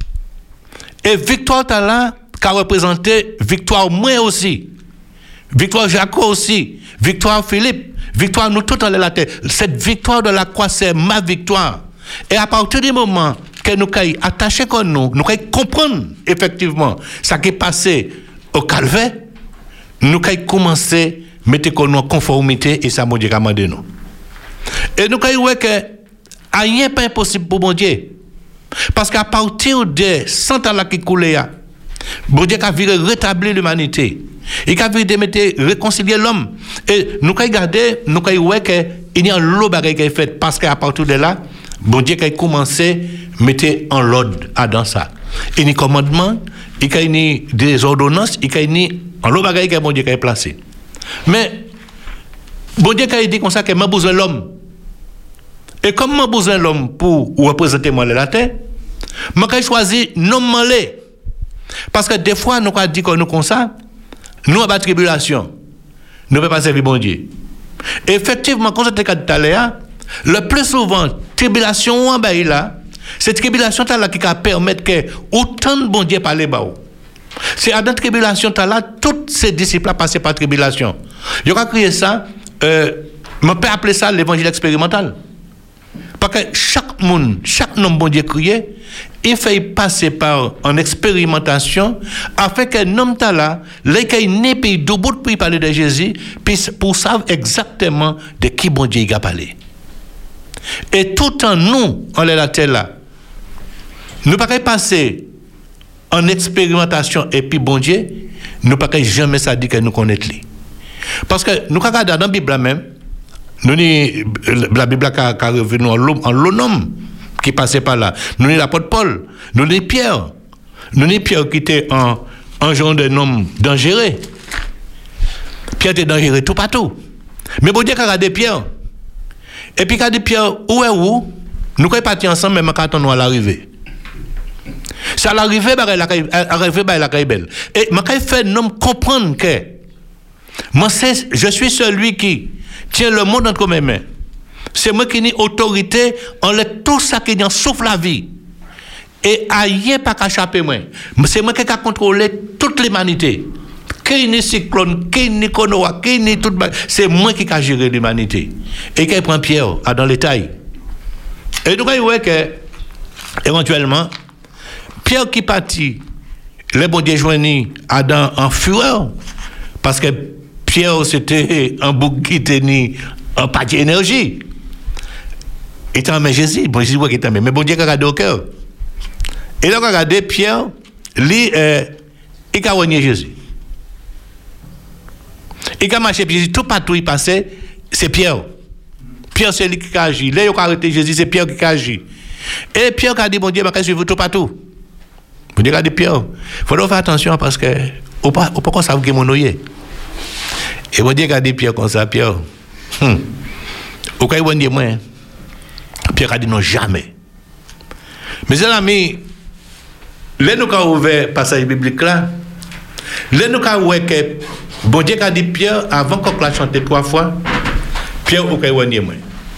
Et victoire là, qui a représenté victoire moi aussi. Victoire Jacob aussi, victoire Philippe, victoire nous tous en la terre. Cette victoire de la croix, c'est ma victoire. Et à partir du moment que nous sommes attachés comme nous comprendre effectivement ce qui est passé au calvaire, nous avons commencé à mettre en conformité et ça m'a dit de nous. Et nous avons vu que rien n'est pas impossible pour mon Dieu. Parce qu'à partir de 100 ans qui coulaient, bon Dieu a viré rétablir l'humanité. Il a viré réconcilier l'homme. Et nous avons regardé, nous avons vu qu'il y a un lot de qui est fait. Parce qu'à partir de là, bon Dieu a commencé à mettre en l'ordre dans ça. Il y a des commandements, il y a des ordonnances, il y a un lot de choses que bon Dieu a placé. Mais bon Dieu a dit comme ça que j'ai besoin de l'homme. Et comme j'ai besoin de l'homme pour représenter moi la terre, j'ai choisi non malé. Parce que des fois, nous avons dit que nous comme ça, nous avons tribulation. Nous ne pouvons pas servir bon Dieu. Et effectivement, quand c'était tout à l'heure, le plus souvent, tribulation en bas là, c'est tribulation là qui va permettre que autant de bon Dieu parler bas. C'est à la tribulation là, tous ces disciples passent par tribulation. Je vais crier ça, on peut appeler ça l'évangile expérimental. Parce que chaque homme bon Dieu crié, il fait passer par une expérimentation afin que l'homme là, les qui n'est pas debout pour parler de Jésus, puisse pour savoir exactement de qui bon Dieu a parlé. Et tout en nous, on est la terre là, nous ne pouvons pas passer en expérimentation et puis bon Dieu, nous ne pouvons pas jamais ça dire que nous connaissons. Parce que nous regardons dans la Bible même, nous la Bible a revenu en l'homme qui passait par là. Nous l'apôtre Paul, nous Pierre. Nous Pierre qui était un genre d'un homme dangereux. Pierre était dangereux tout partout. Mais bon Dieu a regardé Pierre. Et puis il a dit Pierre, où est où? Nous sommes partis ensemble, mais quand on à l'arrivée. C'est à l'arrivée, la belle. Et je fais l'homme comprendre que je suis celui qui tient le monde entre mes mains. C'est moi qui ai autorité, on laisse tout ça qui est sauf la vie. Et rien pas qu'à échapper moi. C'est moi qui ai contrôlé toute l'humanité. Qui n'est cyclone, qui n'est Konoa, qui n'est tout. C'est moi qui ai géré l'humanité. Et qui prend Pierre dans les tailles. Et donc, vous voyez que, éventuellement, Pierre qui partit, les bon Dieu joignit Adam en fureur. Parce que Pierre, c'était un bouc qui tenait un paquet d'énergie. Il était en main Jésus. Bon, Jésus qui était en main. Mais bon Dieu a regardé au cœur. Et là, on a regardé Pierre, lui, il a renié Jésus. Il a marché Jésus, tout partout il passait, c'est Pierre. Pierre, c'est lui qui a agi. Là, il a arrêté Jésus, c'est Pierre qui a agi. Et Pierre a dit, bon Dieu, je vais suivre tout partout. Bon Dieu a dit, Pierre, il faut faire attention parce que, on ne peut pas savoir qui est mon oeil. Et bon Dieu a dit, Pierre, comme ça, Pierre, au cas où bon Dieu, moi, Pierre a dit, non, jamais. Mes amis, là, nous avons ouvert le passage biblique là, là, nous avons ouvert que, bon Dieu a dit, Pierre, avant qu'on l'a chanté 3 fois, Pierre, au cas où bon Dieu, moi.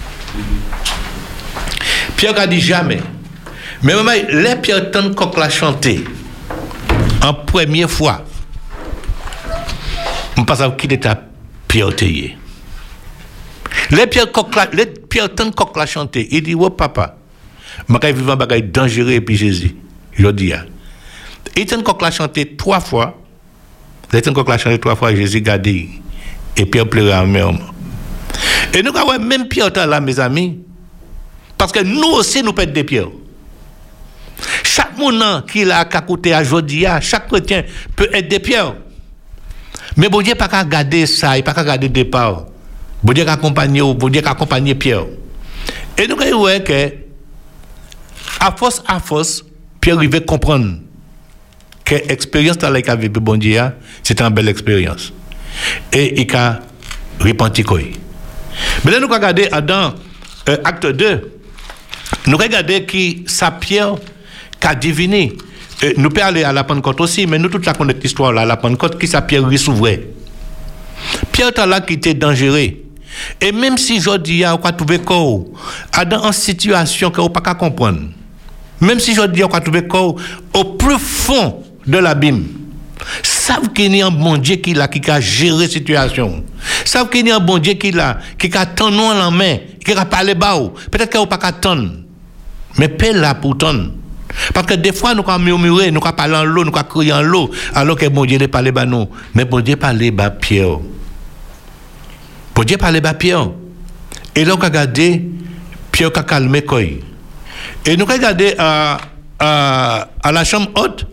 Pierre a dit, jamais. Mais maman, les Pierre tant qu'on l'a chanté, en première fois, je ne sais pas qui était Pierre Théier. Les Pierre tant qu'on l'a chanté, il dit, oh papa, je vais vivre un bagage dangereux et puis Jésus. Je dis, il tant qu'on l'a chanté 3 fois, il tant qu'on l'a chanté 3 fois, Jésus a dit, et Pierre pleurait en même. Et nous avons même Pierre là, mes amis, parce que nous aussi, nous pètons des pierres. Chaque monde qui l'a écouté à Jodia, chaque chrétien peut être des pierres. Mais bon Dieu pas qu'à garder ça, il pas qu'à garder départ. Bon Dieu accompagner Pierre. Et nous voyons que à force, Pierre arrive à comprendre que l'expérience dans laquelle il a vécu bon Dieu, c'était une belle expérience. Et il a repenti quoi. Mais là nous regardons dans acte 2, nous regardons qui sa Pierre qu'a diviné. Nous pouvons aller à la Pentecôte aussi, mais nous toute la connaissons l'histoire là, la Pentecôte qui sa Pierre ressouvrait. Pierre était là qui était dangereux. Et même si aujourd'hui on a trouvé corps dans une situation que on pas qu'à comprendre. Même si aujourd'hui on a trouvé corps au plus fond de l'abîme. Savent qu'il y a un bon Dieu qui a géré la situation. Savent qu'il y a un bon Dieu qui a ton nom en main, qui a parlé bas. Peut-être qu'on pas qu'à attendre. Mais pas là pour attendre. Parce que des fois, nous avons murmuré, nous avons parlé en l'eau, nous avons crié en l'eau, alors que bon Dieu ne parlait pas nous. Mais bon Dieu parlait bas Pierre. Bon Dieu parlait bas Pierre. Et là, on a regardé, Pierre a calmé quoi. Et nous avons regardé à la chambre haute.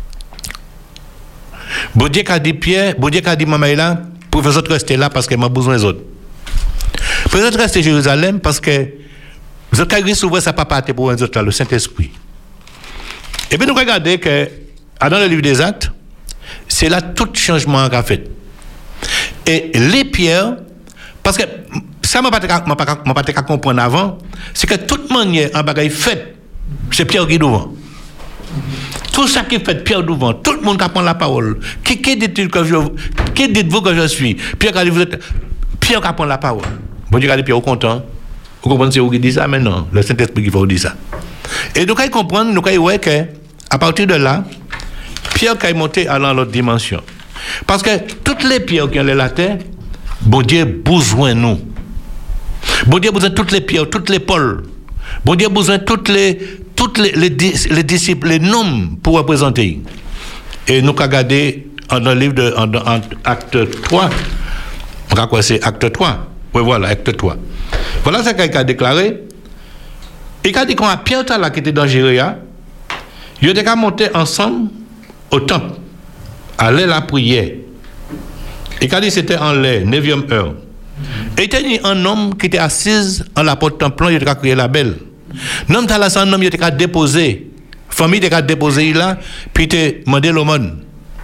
Bon Dieu a dit Pierre, bon Dieu a dit maman là, pour vous autres rester là parce que m'a besoin des autres. Pour vous autres rester à Jérusalem parce que vous autres qui souvent ça pas partir pour les autres là, le Saint-Esprit. Et puis nous regardons que dans le livre des Actes, c'est là tout changement qu'a fait. Et les pierres, parce que ça m'a pas comprendre avant, c'est que toute manière en bagaille faite, c'est Pierre qui est devant. Tout ça qui est fait Pierre devant, tout le monde qui prend la parole. Qui dites-vous que je suis? Pierre qui prend la parole. Bon Dieu, Pierre content. Vous comprenez c'est vous qui dit ça maintenant, le Saint-Esprit qui faut dire ça. Et nous quand comprendre, nous quand ouais que à partir de là, Pierre qui est monté à l'autre dimension. Parce que toutes les pierres qui ont la terre, bon Dieu besoin nous. Bon Dieu besoin toutes les pierres, toutes les pôles. Bon Dieu besoin toutes les disciples, les noms pour représenter. Et nous regardé dans le livre de Acte 3. On va quoi c'est Acte 3. Oui voilà, Acte 3. Voilà ce qu'il a déclaré. Il a dit qu'on a Pierre là qui était dangereux, il était monter ensemble au temple, aller la prière. Il a dit c'était en l'air, 9e heure. Et il était un homme qui était assis en la porte temple, il était crié la belle. L'homme là, c'est un homme qui était déposé, famille était déposé là, puis il était demandé l'aumône.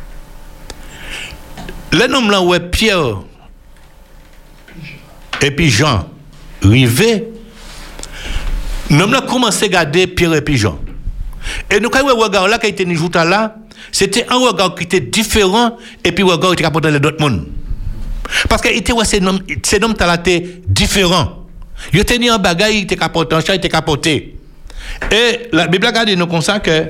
L'homme là où est Pierre et puis Jean rivé, nous avons commencé à regarder Pierre et puis Jean. Et nous, quand nous regardons là, qui était là, c'était un regard qui était différent et puis un regard qui était capable de d'autres mondes. Parce que ces noms étaient différents. Ils étaient ni en bagaille, ils étaient capotés, en chat, ils étaient capotés. Et la Bible a dit nous comme ça que.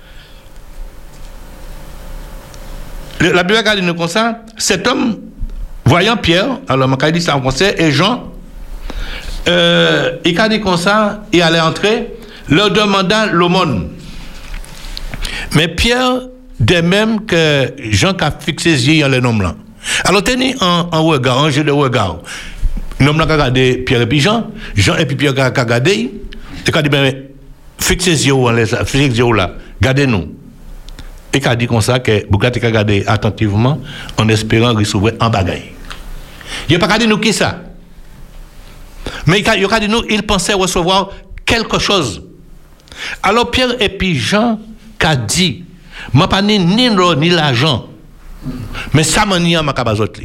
La Bible a dit nous comme ça, cet homme, voyant Pierre, alors on a dit ça en français, et Jean, il a dit comme ça, il allait entrer, leur demandant l'aumône. Mais Pierre, de même que Jean qui a fixé ses yeux dans le nom là. Alors, tenez un regard, un jeu de regard. L'homme là a regardé Pierre et puis Jean et puis Pierre a regardé, il a dit, ben, fixez ses yeux là, gardez-nous. Et il a dit comme ça que vous avez regardé attentivement en espérant recevoir un bagaille. Il n'a pas regardé nous qui ça. Mais il a dit nous, il pensait recevoir quelque chose. Alors Pierre et puis Jean a dit, je n'ai pas ni l'or ni l'argent, mais ça m'a ni à ma cabazotli.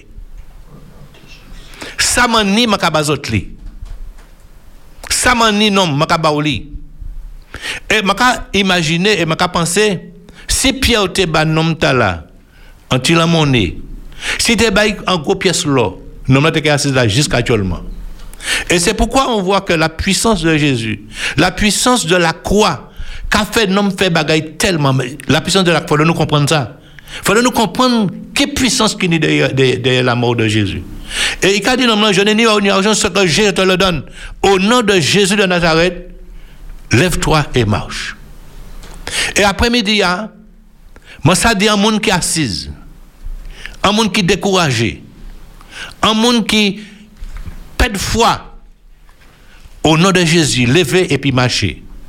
Ça m'a ni ma cabazotli. Ça m'a ni non ma cabaoli. Et je imaginer et je penser, si Pierre te bat nom là, en tilant monnaie, si te bat en gros pièce l'or, nous n'avons pas assis là jusqu'à actuellement. Et c'est pourquoi on voit que la puissance de Jésus, la puissance de la croix, qu'a fait l'homme fait bagaille tellement, la puissance de la croix, il faut nous comprendre ça. Il faut nous comprendre quelle puissance qui est derrière la mort de Jésus. Et il a dit, non, je n'ai ni or ni argent, ce que j'ai, je te le donne. Au nom de Jésus de Nazareth, lève-toi et marche. Et après-midi, moi, ça dit un monde qui est assis, un monde qui est découragé, un monde qui perd foi. Au nom de Jésus, levez et puis marchez.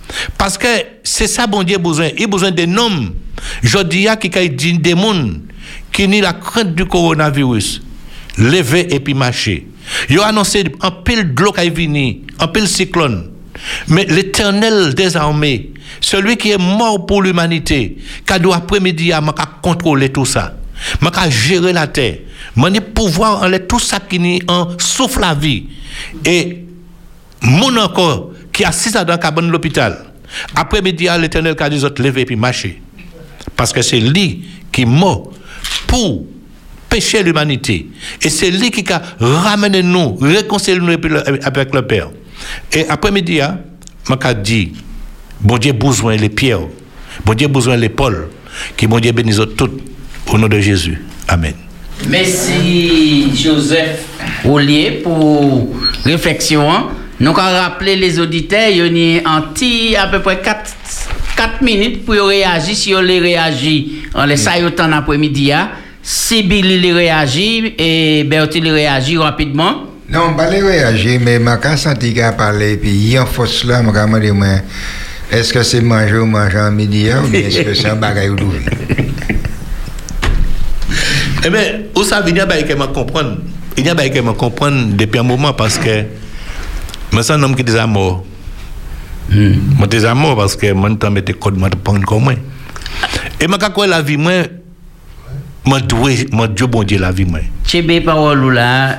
Parce que c'est ça, bon Dieu, besoin. Il a besoin des noms. Je dis à qui dit des mondes qui ni la crainte du coronavirus. Lever et puis marcher. Il a annoncé un pile de l'eau qui est venu, un pile cyclone. Mais l'Éternel des armées, celui qui est mort pour l'humanité, qui doit après-midi à contrôler tout ça, à gérer la terre, à pouvoir enlever tout ça qui est en souffle la vie. Et mon encore qui assis dans le cabane de l'hôpital, après-midi l'Éternel qui a dit lever et puis marcher. Parce que c'est lui qui est mort pour pécher l'humanité. Et c'est lui qui a ramené nous, réconcilié nous avec le Père. Et après-midi, je dit, bon Dieu besoin les pierres, bon Dieu besoin les Paul, qui bon Dieu bénisse toutes au nom de Jésus. Amen. Merci Joseph Ollier pour réflexion. Nous allons rappeler les auditeurs, il y a à peu près 4 minutes pour réagir. Si on les réagit, on les saille autant l'après-midi. Si Billy réagit et Bertie réagit rapidement. Non, pas les réagir, mais je sens qu'il a parlé, puis il y a un fausse là, je me demande, est-ce que c'est manger ou manger en midi, ou bien est-ce que c'est un bagage ou d'ouvrir? Eh bien, où ça vient, il y a comprendre. Il y a que me comprendre depuis un moment parce que je suis un homme qui est déjà mort. Je suis déjà mort parce que je suis mettre code de prendre comme moi. Et je la vie, moi, je dois bon Dieu la vie, moi. Tchébé parole là,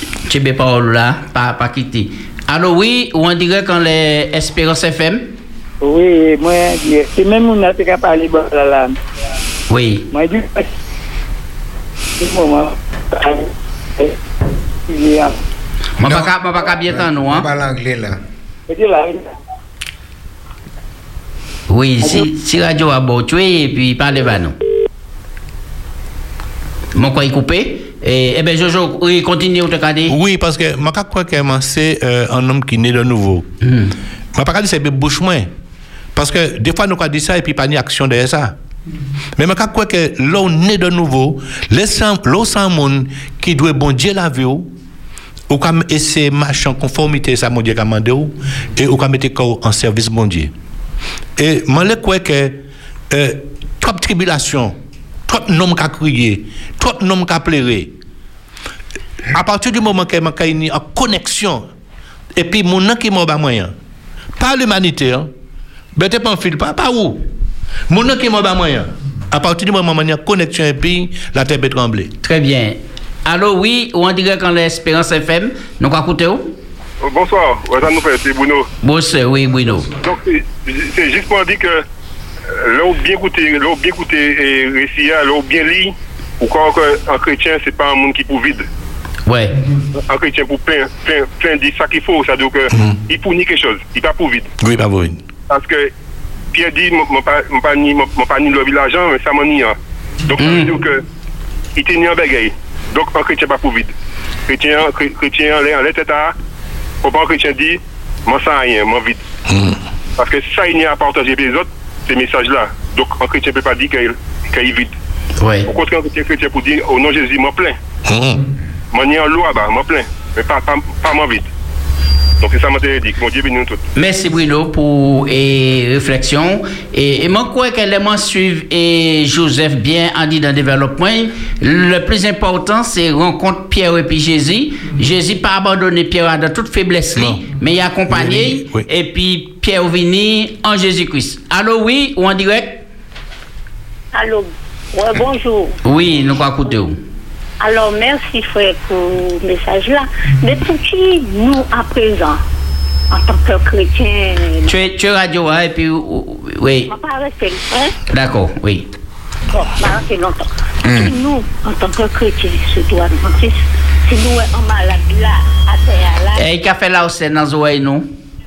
pas quitter. Alors oui, on dirait quand les Espérance FM. Oui, moi, c'est même on a pas parlé de la. Oui. Moi, du moment. Moi pas bien tant nous hein. Pas l'anglais là. Oui, si radio a beau tuer et puis parlez pas nous. Mon quoi est coupé et ben Jojo oui continue te garder. Oui parce que moi crois que c'est un homme qui naît de nouveau. Moi pas dire c'est bouche moins parce que des fois nous dit ça et puis pas ni action derrière ça. Mais je crois que l'on naît de nouveau, l'eau sans monde qui doit bon Dieu la vie ou comme essayer marcher en conformité ça mon Dieu a demandé et ou comme mettre en service bon Dieu. Et moi je crois que trop de tribulation, trop de noms qui crier, trop de noms qui pleurer. À partir du moment que je suis en connexion et puis mon nom qui m'a pas moyen. Pas l'humanité hein. Ben t'es pas en fil pas où. Mon nom qui m'a pas moyen. À partir du moment où il y a connexion et puis la terre peut trembler. Très bien. Allô, oui, on dirait quand l'Espérance FM, nous allons écouter où? Bonsoir, ça nous fait, c'est Bruno. Bonsoir, oui, Bruno. Donc, c'est juste pour dire que l'eau bien écouté et récit, l'eau bien lit, ou quand un chrétien, c'est pas un monde qui pour vide. Ouais. Un chrétien pour plein dit ça qu'il faut, ça veut dire qu'il fournit quelque chose, il pas pour vide. Oui, pas pour vide. Parce que Pierre dit, mon pas ni le village, mais ça m'en y a. Donc, ça veut dire que il tenait un bagaille. Donc, un chrétien pas pour vide. Chrétien, en l'état, faut pas un chrétien dit, moi ça rien, moi vide. Parce que ça, il n'y a à partager les autres, ces messages-là. Donc, un chrétien ne peut pas dire qu'il est vide. Ouais. Au contraire, un chrétien pour dire, au nom de Jésus, moi plein. Moi, ni en l'eau, moi plein. Mais pas moi vide. Donc, c'est ça que je dit. Mon Dieu bénisse nous tous. Merci Bruno pour réflexion. Et moi, je crois qu'elle m'a suivi et Joseph bien en dit dans le développement. Le plus important, c'est rencontre Pierre et puis Jésus. Jésus pas abandonné Pierre dans toute faiblesse, mais il a accompagné. Oui. Et puis Pierre venu en Jésus-Christ. Allô, oui, ou en direct? Allô, ouais, bonjour. Oui, nous allons écouter. Alors, merci frère pour le message là. Mais pour qui nous, à présent, en tant que chrétiens... Tu es radio, hein, et puis... Oui. On va pas rester, hein? D'accord, oui. Bon, on va rester longtemps. Si nous, en tant que chrétiens, surtout adventistes, si nous sommes malades là, à terre là... Et il a fait là aussi dans les oreilles, non?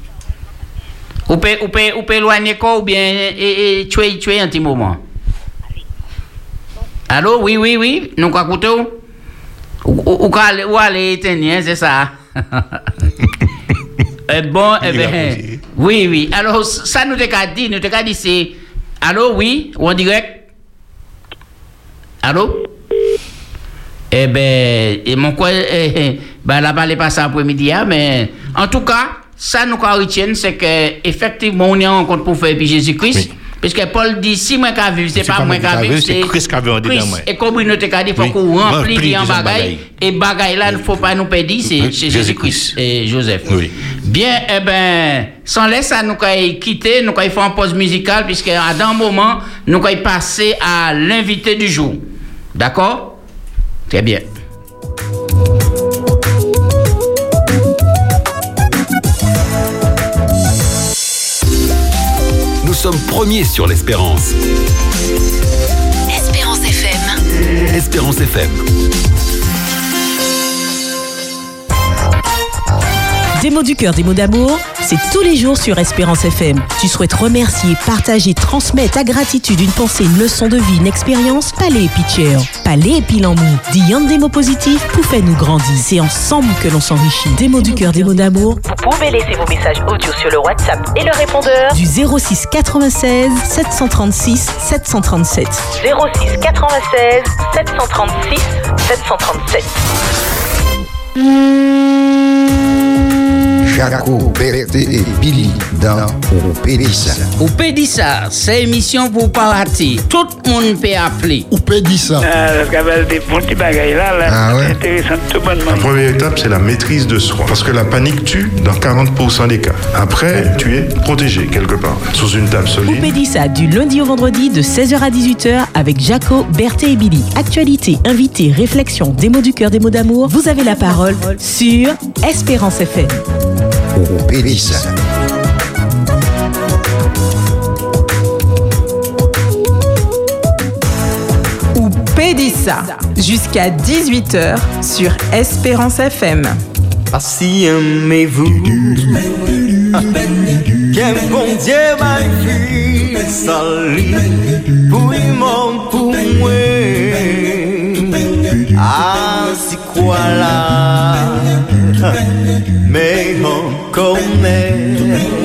Ou peut éloigner quoi, ou bien tu es un petit moment? Allô, oui, nous allons écouter. Ou aller éteindre, c'est ça. Bon, eh bien, oui. Alors, ça nous t'a dit, c'est... Allô, oui, ou en direct? Allô? Eh bien, mon quoi, là, pas ça après-midi, mais en tout cas, ça nous retient, c'est qu'effectivement, on est en rencontre pour faire puis Jésus-Christ. Oui. Parce que Paul dit, si moi qui vivre, c'est pas moi qui vivre, c'est Christ qui vivre dedans moi. Et communauté qui dit, il faut qu'on remplit en bagaille. Et bagaille là, il ne faut pas nous perdre, c'est Jésus-Christ et Joseph. Oui. Bien, eh ben, sans laisser ça, nous allons quitter, nous allons faire une pause musicale, puisque dans un moment, nous allons passer à l'invité du jour. D'accord? Très bien. Nous sommes premiers sur l'Espérance. Espérance FM. Espérance FM. Des mots du cœur, des mots d'amour, c'est tous les jours sur Espérance FM. Tu souhaites remercier, partager, transmettre ta gratitude, une pensée, une leçon de vie, une expérience, palais et pitcher. Palais et pile en mou. Dis des mots positifs pour faire nous grandir. C'est ensemble que l'on s'enrichit. Des mots du cœur, des mots d'amour. Vous pouvez laisser vos messages audio sur le WhatsApp et le répondeur du 06 96 736 737. 06 96 736 737. Jaco, Berté et Billy dans Oupédissa. Oupédissa, c'est émission pour pas rater. Tout le monde peut appeler. Oupédissa. Parce qu'avec des bons petits bagailles là, c'est intéressant tout bonnement. La première étape, c'est la maîtrise de soi. Parce que la panique tue dans 40% des cas. Après, tu es protégé quelque part, sous une table solide. Oupédissa, du lundi au vendredi de 16h à 18h avec Jaco, Berté et Billy. Actualité, invité, réflexion, des mots du cœur, des mots d'amour. Vous avez la parole sur Espérance FM. Oupédissa. Oupédissa, jusqu'à 18h sur Espérance FM. Assis aimez-vous, qu'un bon Dieu m'a vu, salut, pour moi, pour moi. Ah, c'est quoi là? Mais on connaît.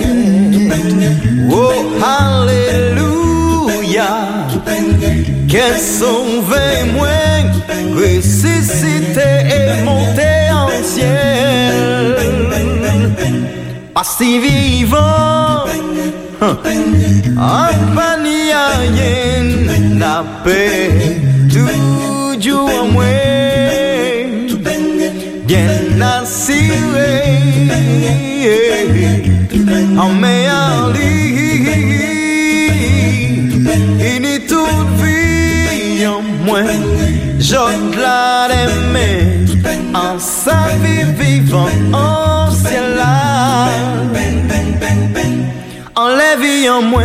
Oh, alléluia. Qu'elle sauve moi, ressuscité et monté en ciel. Pas si vivant, en panier, la paix, tout jour en moi. Bien assuré, en meilleur lit, il est toute vie en moi, j'ose la aimer, en sa vie vivant en ciel là, en la vie en moi,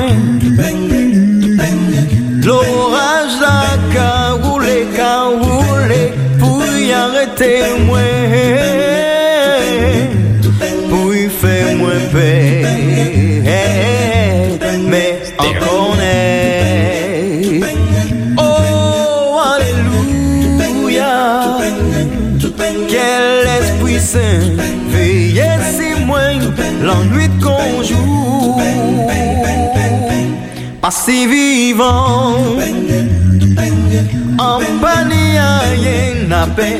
l'orage la caroulé, pour y arrêter moi, pour y faire moins paix, mais encore n'est. Oh, alléluia, quel esprit saint, veillez si moi, l'ennui de conjour, pas si vivant. En panier, aïe, n'a paix,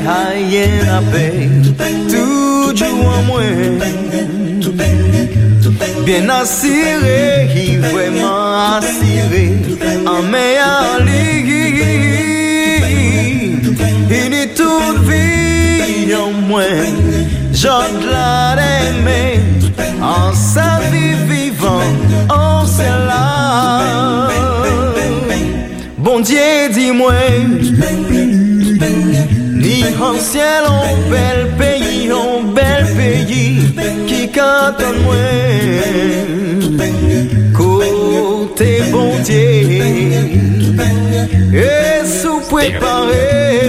toujours en moi. Bien assuré, vraiment assuré, en meilleur lit. Il est toute vie en moi, j'ose la aimer, en sa vie vivant, en celle-là. Bon Dieu, dis-moi, ni en ciel, en bel pays, qui cante moi, côté bon Dieu, et sous préparé,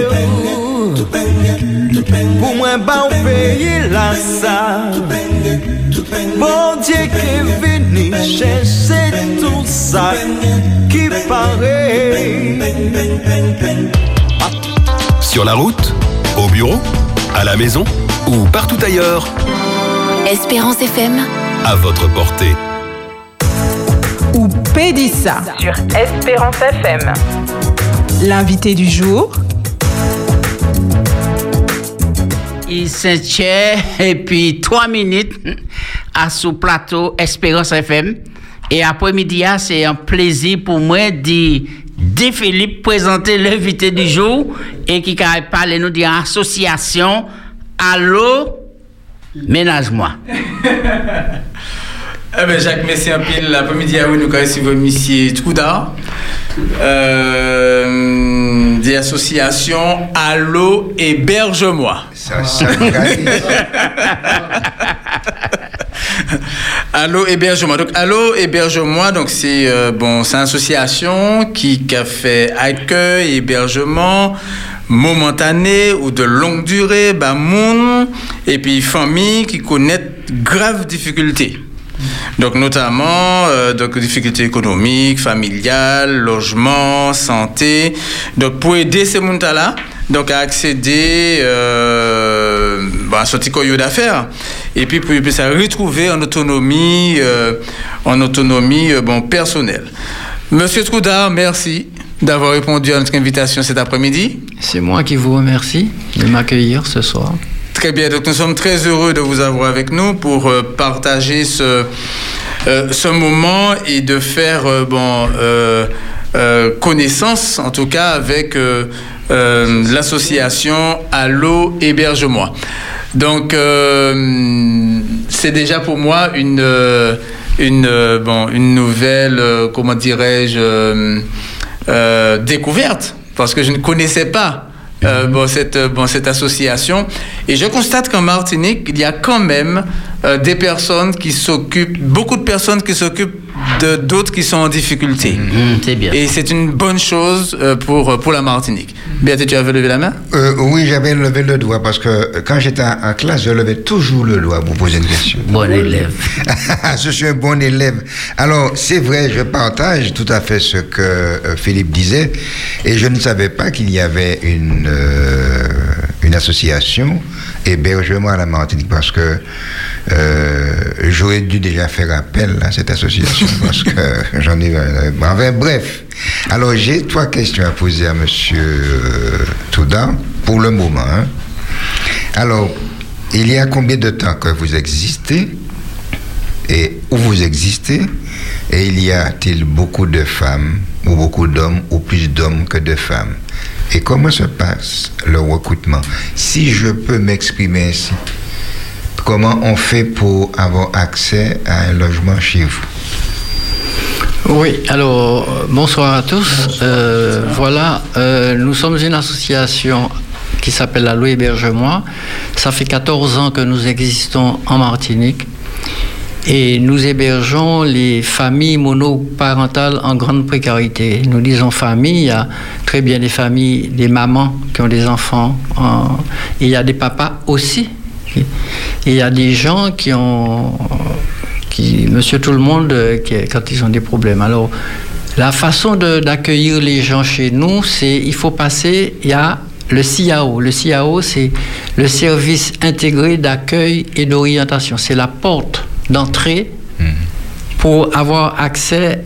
pour moi, bon pays, là, ça, bon Dieu qui est venu chercher tout ça, qui paraît. Sur la route, au bureau, à la maison ou partout ailleurs. Espérance FM. À votre portée. Oupédissa sur Espérance FM. L'invité du jour. Il s'est et puis 3 minutes à ce plateau Espérance FM. Et après-midi, c'est un plaisir pour moi de Philippe présenter l'invité du jour et qui va parler nous d'une association Allô Ménage-moi. Eh ben Jacques, merci un peu. L'après-midi, nous avons reçu monsieur Trouda, des associations Allô Héberge-moi. Allô Héberge-moi. Donc Allô Héberge-moi, donc c'est c'est une association qui a fait accueil, hébergement momentané ou de longue durée, moun et puis famille qui connaissent graves difficultés. Donc notamment donc difficultés économiques, familiales, logement, santé. Donc pour aider ces gens-là, donc à accéder à ce petit coyote d'affaires et puis pour se retrouver en autonomie personnelle. Monsieur Troudard, merci d'avoir répondu à notre invitation cet après-midi. C'est moi qui vous remercie de m'accueillir ce soir. Très bien, donc nous sommes très heureux de vous avoir avec nous pour partager ce moment et de faire connaissance, en tout cas, avec l'association Allô Héberge-moi. Donc, c'est déjà pour moi une nouvelle, comment dirais-je, découverte, parce que je ne connaissais pas cette association, et je constate qu'en Martinique il y a quand même beaucoup de personnes qui s'occupent d'autres qui sont en difficulté. C'est bien. Et c'est une bonne chose pour la Martinique. Béatrice, tu avais levé la main? Oui, j'avais levé le doigt parce que quand j'étais en classe, je levais toujours le doigt pour poser une question. Bon élève. Je suis un bon élève. Alors, c'est vrai, je partage tout à fait ce que Philippe disait, et je ne savais pas qu'il y avait une association hébergement à la Martinique, parce que j'aurais dû déjà faire appel à cette association parce que j'en ai... bref. Alors, j'ai 3 questions à poser à monsieur Touda pour le moment. Alors, il y a combien de temps que vous existez et où vous existez, et il y a-t-il beaucoup de femmes ou beaucoup d'hommes ou plus d'hommes que de femmes? Et comment se passe le recrutement? Si je peux m'exprimer ainsi, comment on fait pour avoir accès à un logement chez vous? Oui, alors, bonsoir à tous. Voilà, nous sommes une association qui s'appelle Allô Héberge-moi. Ça fait 14 ans que nous existons en Martinique. Et nous hébergeons les familles monoparentales en grande précarité. Nous disons famille, il y a très bien des familles, des mamans qui ont des enfants, et il y a des papas aussi. Et il y a des gens monsieur tout le monde, quand ils ont des problèmes. Alors, la façon d'accueillir les gens chez nous, il faut passer, il y a le CIAO. Le CIAO, c'est le service intégré d'accueil et d'orientation. C'est la porte d'entrée pour avoir accès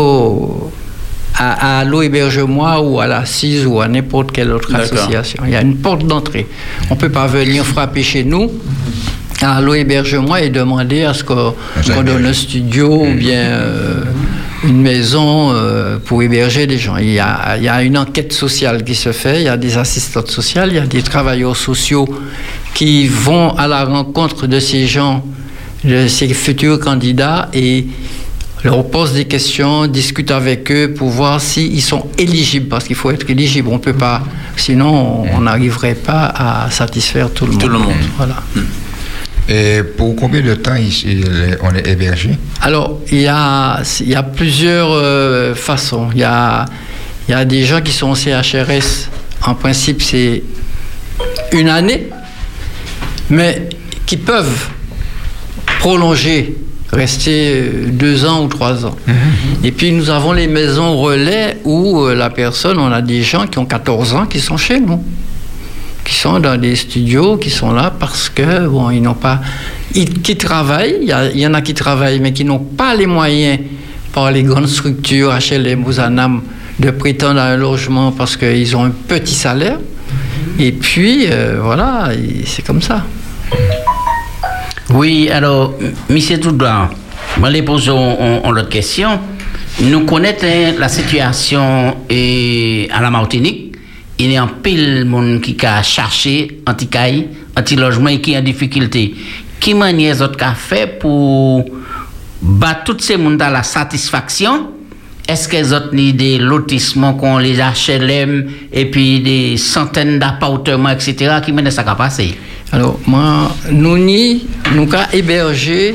à Allô Héberge-moi ou à la CIS ou à n'importe quelle autre association. Il y a une porte d'entrée. On ne peut pas venir frapper chez nous à Allô Héberge-moi et demander à ce qu'on donne un studio ou bien une maison pour héberger des gens. Il y a une enquête sociale qui se fait, il y a des assistantes sociales, il y a des travailleurs sociaux qui vont à la rencontre de ces gens, de ces futurs candidats, et leur pose des questions, discute avec eux pour voir s'ils sont éligibles, parce qu'il faut être éligible. On ne peut pas, sinon on n'arriverait pas à satisfaire tout le monde. Tout le monde. Voilà. Et pour combien de temps on est hébergé? Alors, il y a plusieurs façons. Il y a des gens qui sont au CHRS. En principe, c'est 1 année, mais qui peuvent prolonger, rester 2 ans ou 3 ans. Et puis, nous avons les maisons relais où on a des gens qui ont 14 ans qui sont chez nous, qui sont dans des studios, qui sont là parce que, ils n'ont pas... qui travaillent, il y en a qui travaillent, mais qui n'ont pas les moyens, par les grandes structures, HLM ou Zanam, de prétendre à un logement parce qu'ils ont un petit salaire. Et puis, voilà, c'est comme ça. Oui, alors, monsieur Toudan, je vais poser une autre question. Nous connaissons la situation à la Martinique. Il y a un pile de monde qui a cherché anti-caille, anti-logement et qui est en difficulté. Qui manière les autres fait pour battre tous ces gens à la satisfaction? Est-ce que les autres ont des lotissements qu'on les HLM et puis des centaines d'appartements, etc., qui mènent ça à passer? Alors, moi, nous avons hébergé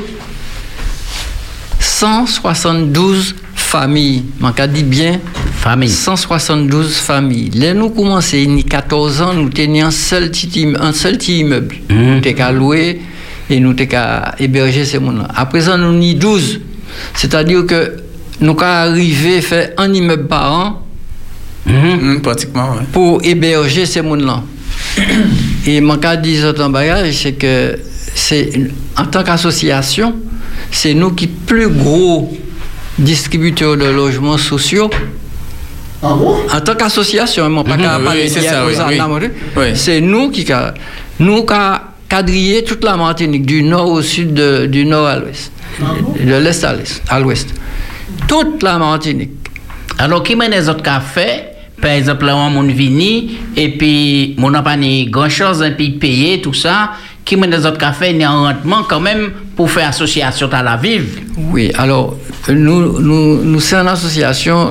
172 familles. Je dis bien famille. 172 familles. Là, nous commençons, il y a 14 ans, nous tenions un seul petit immeuble. Nous avons loué et nous avons hébergé ces gens-là. À présent, nous avons 12. C'est-à-dire que nous avons arrivé à faire un immeuble par an. Pratiquement, oui. Pour héberger ces gens-là. Et mon cas en bagage, c'est que en tant qu'association, c'est nous qui plus gros distributeurs de logements sociaux. Ah bon? En tant qu'association, pas parler c'est nous qui quadrillé toute la Martinique, du nord au sud, du nord à l'ouest, de l'est à l'ouest. Toute la Martinique. Alors, qui mène les autres cafés? Par exemple, là, on vini et puis on n'a pas grand chose et puis payer tout ça. Qui mène les autres cafés, il y a un rendement quand même pour faire association à la vivre. Oui, alors nous c'est une association,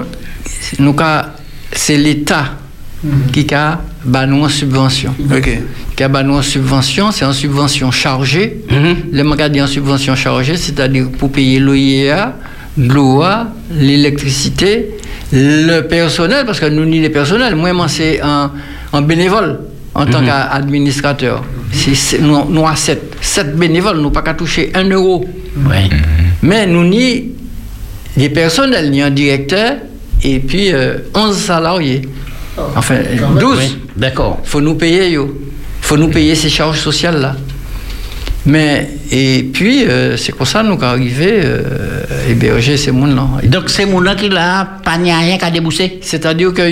c'est l'État qui a nous en subvention. OK. Qui a nous en subvention, c'est en subvention chargée. Le magasin dit en subvention chargée, c'est-à-dire pour payer l'OIA, l'eau, l'électricité, le personnel, parce que nous ni les personnels, moi c'est un bénévole en tant qu'administrateur. Nous avons 7 bénévoles, nous n'avons pas qu'à toucher 1 euro. Ouais. Mais nous ni des personnels, ni un directeur, et puis 11 salariés. Enfin, 12. Oui, d'accord. Il faut nous payer, il faut nous payer ces charges sociales-là. Mais, et puis, c'est pour ça que nous sommes arrivés à héberger ces gens-là. Donc, ces gens-là qui n'ont pas rien qu'à débousser? C'est-à-dire que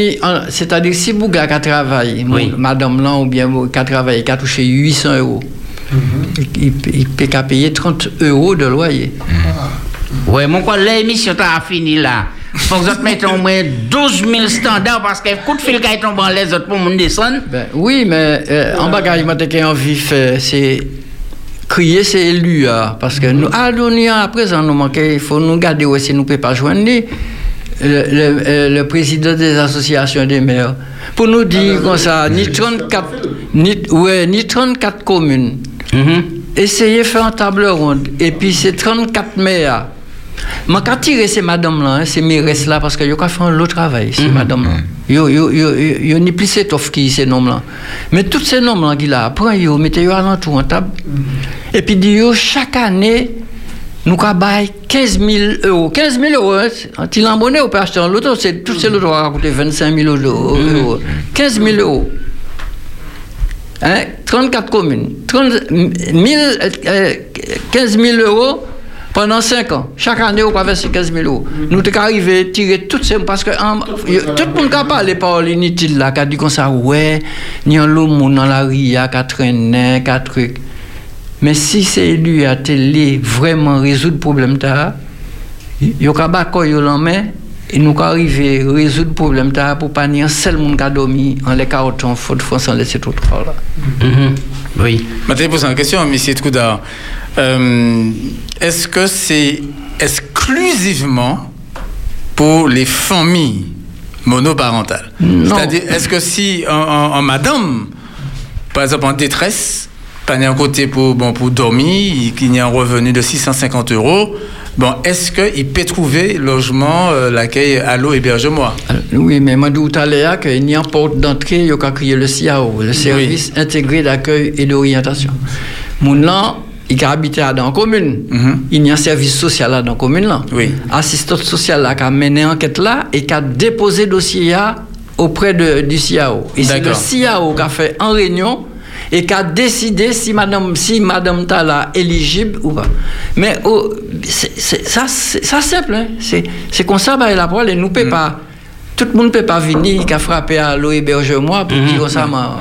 si vous avez travaillé, madame là, ou bien qui a travaillé, qui a touché 800 euros, il peut payer 30 euros de loyer. Oui, mon quoi, l'émission a fini là. Il faut que vous mettez au moins 12 000 standards parce que coup de fil qui est tombé en les autres pour nous descendre. Oui, mais en bagage, j'ai envie de faire, c'est crier, c'est élu. Parce que nous, à présent, nous manquons, il faut nous garder aussi, nous ne pouvons pas joindre le président des associations des maires. Pour nous dire comme ça, ni 34 communes. Essayez de faire une table ronde. Et puis, c'est 34 maires. Je vais tirer ces madames-là, ces mairesses là, parce qu'ils ont fait un autre travail, ces madames-là. Ils n'ont plus cette offre qui ces noms-là. Mais tous ces noms-là qu'ils ont, ils mettent à l'entour en table. Et puis, chaque année, nous avons 15 000 euros. 15 000 euros, hein, tu l'as monnaie, on peut acheter un loto, tous ces lotos vont coûter 25 000 euros. 15 000 euros. Hein? 34 communes. 15 000 euros. Pendant 5 ans, chaque année, on va verser 15 000 euros. Nous sommes arrivés à tirer toutes ces... Parce que tout le monde a parlé par l'inutile là, qui a dit comme ça, ouais, il y a un monde dans la ria, qui a traîné, qui a truc. Mais si c'est lui à télé vraiment résoudre le problème, il y a un bac qui en main, et nous arrivés à résoudre le problème pour pas ni un seul monde qui a dormi en les cartons, faute de France, en laisser tout là. Oui. Je vais poser une question, M. Troudard. Est-ce que c'est exclusivement pour les familles monoparentales? C'est-à-dire, est-ce que si en madame, par exemple en détresse, pas un côté pour dormir, qu'il y a un revenu de 650 euros, est-ce qu'il peut trouver logement, l'accueil à l'eau héberge-moi? Oui, mais je dis tout à l'heure qu'il y a une porte d'entrée, il y a créé le CIAO, le service intégré d'accueil et d'orientation. Mon là, il a habité dans la commune. Il y a un service social dans la commune. Assistante sociale qui a mené l'enquête là et qui a déposé le dossier auprès du CIAO. Et c'est le CIAO qui a fait en réunion et qui a décidé si madame Tala est éligible ou pas. Mais c'est simple. Hein? C'est comme ça, la parole, nous ne peut pas. Tout le monde ne peut pas venir qui a frappé à l'eau héberge-moi pour dire ça,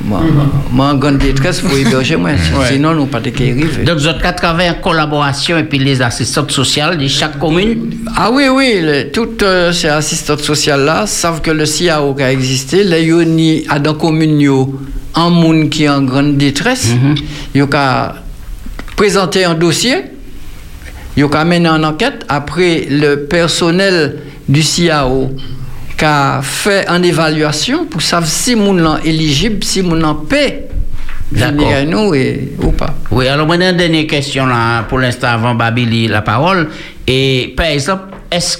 Moi, en grande détresse, il faut héberger moi. Sinon, nous pas de qui arriver. Donc, vous avez travaillé en collaboration et puis les assistantes sociales de chaque commune? Ah oui, toutes ces assistantes sociales-là savent que le CIAO a existé. Les yoni à dans commune en monde qui est en grande détresse, ils ont présenté un dossier, ils ont mené une enquête. Après, le personnel du CIAO qui a fait une évaluation pour savoir si moun est éligible, si moun paie venir à nous ou pas. Oui, alors moi, une dernière question là, pour l'instant, avant Babili la parole. Et par exemple, est-ce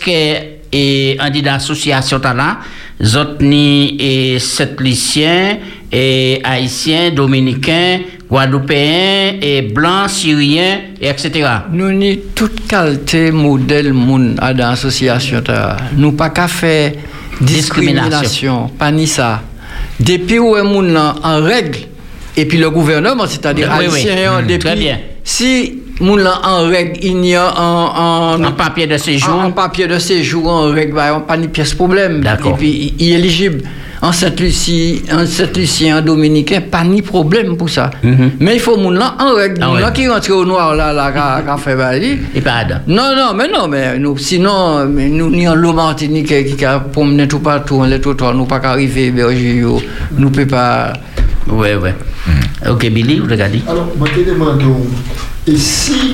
que un dit d'association là, Zotni et sept lycéens et haïtiens, dominicains, guadeloupéens et blancs, syriens, etc. Nous ni toute qualité modèle moun à dans l'association. Nous pas qu'à faire discrimination, pas ni ça. Depuis où est moun en règle et puis le gouvernement, c'est-à-dire haïtien, depuis si moun en règle, il y a un papier de séjour, en papier de séjour en règle, pas ni pièce problème. D'accord. Et puis il est éligible. En Sainte-Lucie, en dominicain, pas ni problème pour ça. Mais il faut moun là en règle. Moun là qui rentre au noir là, qu'a fait bali. Et pas adam. Mais nous, sinon, nous ni en l'eau Martinique qui a promené tout partout, les trottoirs, nous pas qu'arriver héberger, nous peut pas. Ouais. Ok, Billy, vous regardez. Alors, je te demande, et si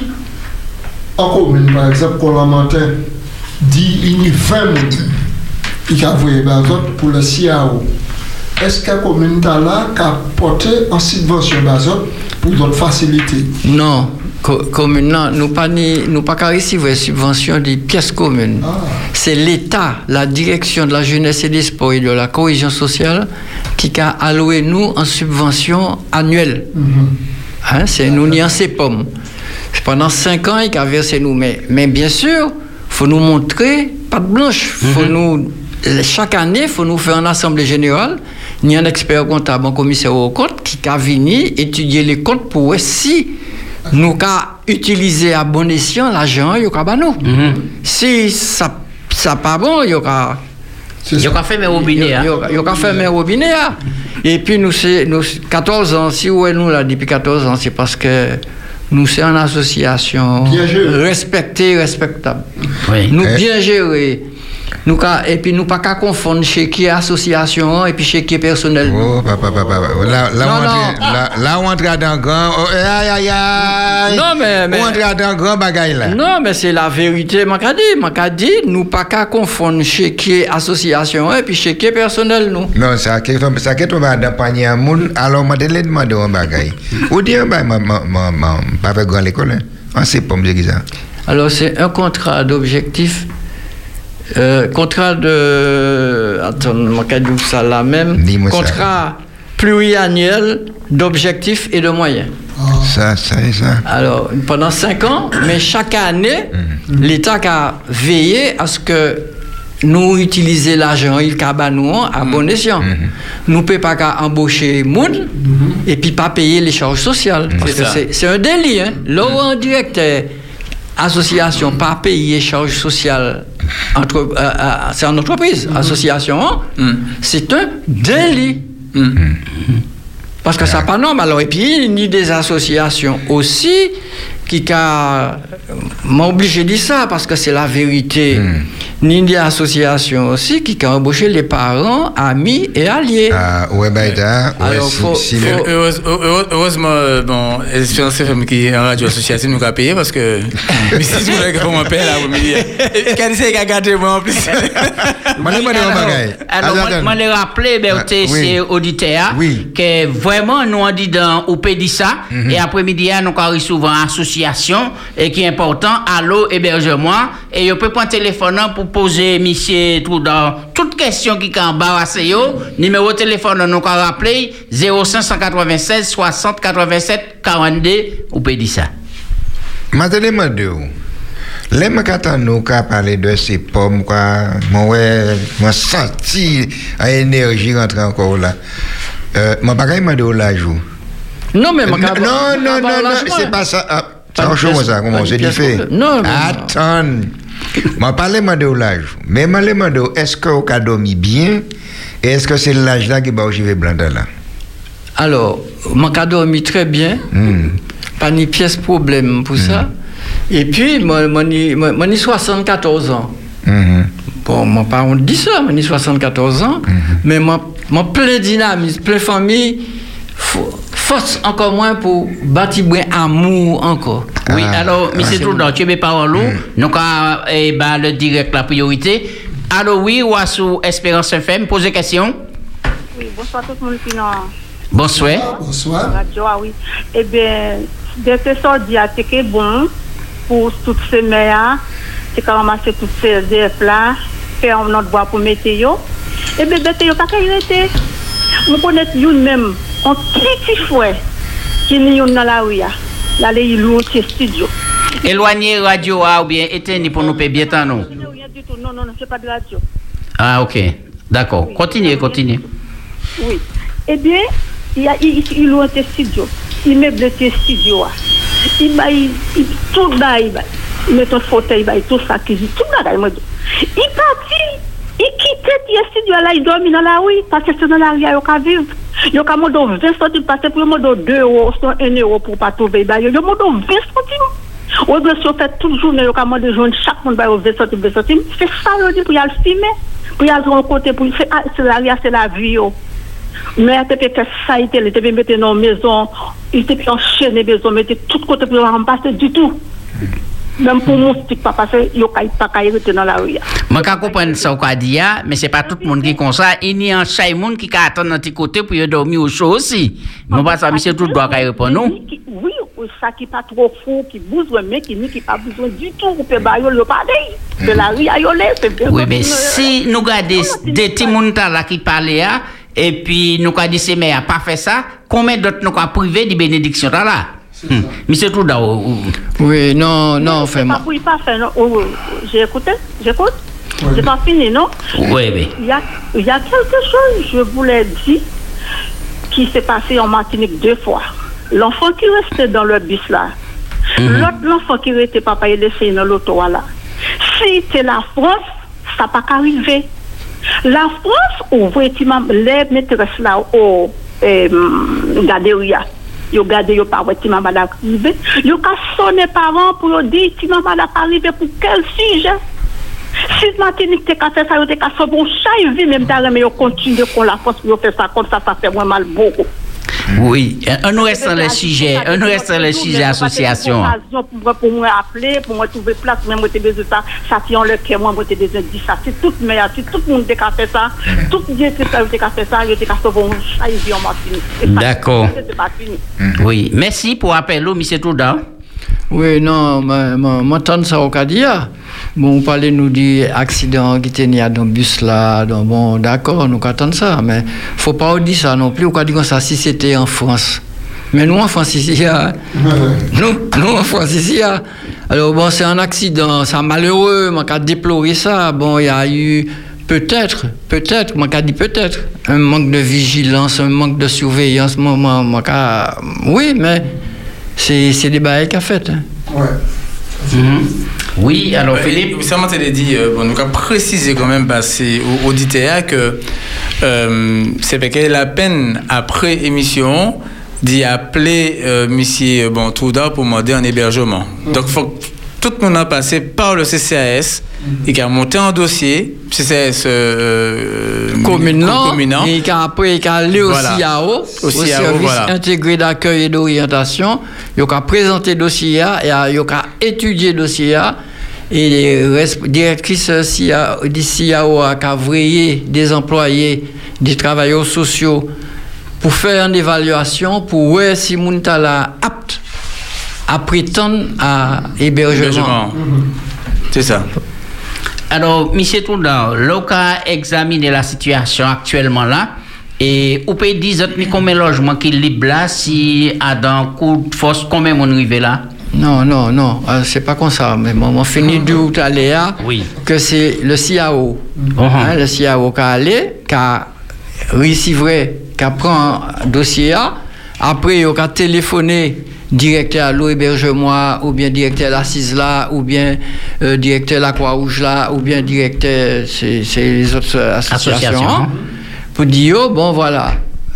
en commune, par exemple, parlementaire dit il y a 20 000 qui a envoyé pour le CIAO, est-ce que la commune là a porté en subvention pour d'autres facilités? Non, commune, non, nous pas qu'à recevoir une subvention des pièces communes. C'est l'État, la direction de la jeunesse et des sports et de la cohésion sociale qui a alloué nous en subvention annuelle. C'est nous ni en CEPOM. Pendant 5 ans, il a versé nous. Mais bien sûr, il faut nous montrer patte blanche. Chaque année, il faut nous faire une assemblée générale. Il y a un expert comptable, un commissaire au compte qui a venu étudier les comptes pour voir si nous avons utilisé à bon escient l'argent, il y a nous. Si ça n'est pas bon, il y aura. Il y a fait mes robinets. Il y a fait mes robinets. Et puis, nous, 14 ans, si vous êtes nous là depuis 14 ans, c'est parce que nous sommes une association respectée, respectable. Oui. Nous bien gérés. Et puis nous pas qu'à confondre chez qui est association et puis chez qui est personnel. Oh, papa. Là, on entre dans grand. Non, mais. On entre dans grand bagaille là. Non, mais c'est la vérité. M'a dit, nous pas qu'à confondre chez qui est association et puis chez qui est personnel, nous. Non, ça qui est dans panier à moun. Alors, je te demande un bagaille. Ou dire, pas avec grand l'école. On sait pas me dire ça. Alors, c'est un contrat d'objectif. Contrat de. Attends, je vais ça là même. Contrat pluriannuel d'objectifs et de moyens. Ça. Alors, pendant 5 ans, mais chaque année, l'État a veillé à ce que nous utilisions l'argent, il a nous à bon escient. Nous ne pouvons pas embaucher monde et puis pas payer les charges sociales. C'est un délit. Là où un directeur association pas payer charges sociales c'est en entreprise, association, c'est un délit. Parce que ça pas normal. Alors, et puis, ni des associations aussi qui m'ont obligé de dire ça parce que c'est la vérité. Ni des associations aussi qui ont embauché les parents, amis et alliés. Heureusement, bon, Espérance FM qui est en radio associative nous a payé parce que si tu voulais que mon père là, quand c'est qu'il a gâté moi en plus. Alors, moi, je rappelé, c'est auditeur, que vraiment, nous on dit dans Opédissa, et après-midi, nous avons souvent association, et qui est important, Allo Hébergement, et je peux prendre téléphone pour poser, monsieur, tout dans toute question qui est embarrassée, numéro de téléphone, nous avons rappelé 0596 60 87 42, Opédissa. Je te demande, les gens nous parlé de ces pommes, moi senti l'énergie rentrer encore là. Mon bagage m'a dit la joue. Non, mais non, c'est pas ça. C'est autre chose, ça, comment c'est fait. Non, attends. M'a parlé de l'âge. Mais m'a demandé est-ce que vous avez dormi bien et est-ce que c'est l'âge là qui va au chiffre blanc là? Alors, mon cas dormi très bien. Pas ni pièce problème pour ça. Et puis, moi, 74 ans. Bon, mon parent dit ça, moi, 74 ans. Mais mon plein dynamisme, plein famille, force encore moins pour bâtir amour encore. Oui, alors, M. Trudeau, tu es parole, nous avons le direct la priorité. Alors, oui, ou à sous Espérance FM, posez question. Oui, bonsoir tout le monde qui n'a. Bonsoir. Bonsoir. Radio, oui. Eh bien, dès que ça dit, c'est bon pour toutes ces mères, c'est quand ramasser toutes ces DF là, faire notre bois pour météo. Eh bien, météo, pas qu'elle était. Nous connaissons nous-mêmes, un petit fouet qui est dans la rue, là, il loue au studio. Éloigner radio ou bien éteindre pour nous payer bien temps, non? Non, c'est pas de radio. Ah, ok. D'accord. Oui. Continuez. Oui. Eh bien, il loue un studio. Il meuble le studio. Il tout là, il met un fauteuil, tout ça, tout là, il partit. Il quitte le studio là, il dormit dans la rue, parce que c'est dans la rue, il y a vivre. Il y a 20 centimes, parce que pour le monde 2 euros, 1 euro pour pas trouver, il y a 20 centimes. Ou bien si on fait toute journée, il y a de joindre chaque monde 20 centimes. C'est ça, on dit, pour y aller filmer, pour y aller rencontrer, pour faire, c'est la vie. Mais il était ça, il était mis dans la maison, il était enchaîné dans la maison, il était tout côté pour ne pas passer du tout. Même pour mon stick, pas passer, il n'y a pas rester dans la rue. Je comprends ça, mais ce n'est pas tout le monde qui est comme ça. Il y a un chaque monde qui attend dans tes côtés pour dormir au chaud aussi. Mais pas ça, monsieur, tout doit répondre, non? Oui, ça qui n'est pas trop fou, qui besoin, mais qui n'a pas besoin du tout, pour faire le pareil. De la rue à yoler, c'est oui, mais si nous regardons des petits monde là qui parlent, et puis nous avons dit que mais pas fait ça, combien d'autres nous avons privé de bénédiction là? Monsieur Trudeau. Oui, non, enfin. Oui, pas fait, non. J'écoute. J'ai pas fini, non? Oui. Il y a quelque chose, je vous l'ai dit, qui s'est passé en Martinique 2 fois. L'enfant qui restait dans le bus là, l'enfant qui restait papa, il laissé dans l'auto là. Si c'était la France, ça n'a pas qu'arriver. La France, où vous êtes les maîtresses là au Gaderia. Yo gade yo pas ouais ti maman la arrivé yo ka sonner parents pour dire ti maman la arrivé pour quel sujet si Martinique te ka fait ça yo te ka son bon chat vie même ta mais yo continue qu'on la force pour faire ça comme ça fait moins mal beaucoup. Oui, on reste dans le sujet, association. Pour moi appeler, pour moi trouver place, même moi besoin ça, ça tient le cœur, moi moi besoin de ça, c'est tout meilleur, si tout le monde a fait ça, tout Dieu c'est ça, il a fait ça, il a fait bon, ça il vient en Martinique. D'accord. Oui, merci pour l'appel, monsieur Trudeau. Oui, non, m'entends ça au Cadia. Bon, on parlait nous dit accident qui tenait dans le bus là, bon, d'accord, nous attendons ça, mais faut pas dire ça non plus, on dit comme ça si c'était en France. Mais nous en France ici, nous en France ici, alors bon, c'est un accident, c'est malheureux, on a déploré ça, bon, il y a eu peut-être, on a dit peut-être, un manque de vigilance, un manque de surveillance, oui, mais c'est des bails qu'a fait. Ouais. Oui, alors Philippe. Ça m'a dit, bon, nous avons précisé quand même passer aux auditeurs que c'est parce que la peine après émission d'y appeler monsieur Trudeau pour demander un hébergement. Donc, faut tout le monde a passé par le CCAS et qui a monté un dossier, CCAS communal, et qui a après allé au CIAO, au service intégré d'accueil et d'orientation, il a présenté le dossier et il a étudié le dossier et la directrice du CIAO a vrillé des employés, des travailleurs sociaux pour faire une évaluation pour voir si moun ta la apte à prétendre à hébergement. C'est ça. Alors, M. Trudeau, l'OCA examine la situation actuellement là, et vous pouvez dire combien de logements qui libre là, si à dans coup de force, combien on arrive là? Non, c'est pas comme ça, mais on finit d'où tu allais là, que c'est le CIAO. Le CIAO qui a allé, qui a recevé, qui a pris un dossier, après il a téléphoné directeur à l'hébergement, ou bien directeur à l'assise là, ou bien directeur à la Croix-Rouge là, ou bien directeur, c'est les autres associations, pour dire, bon voilà,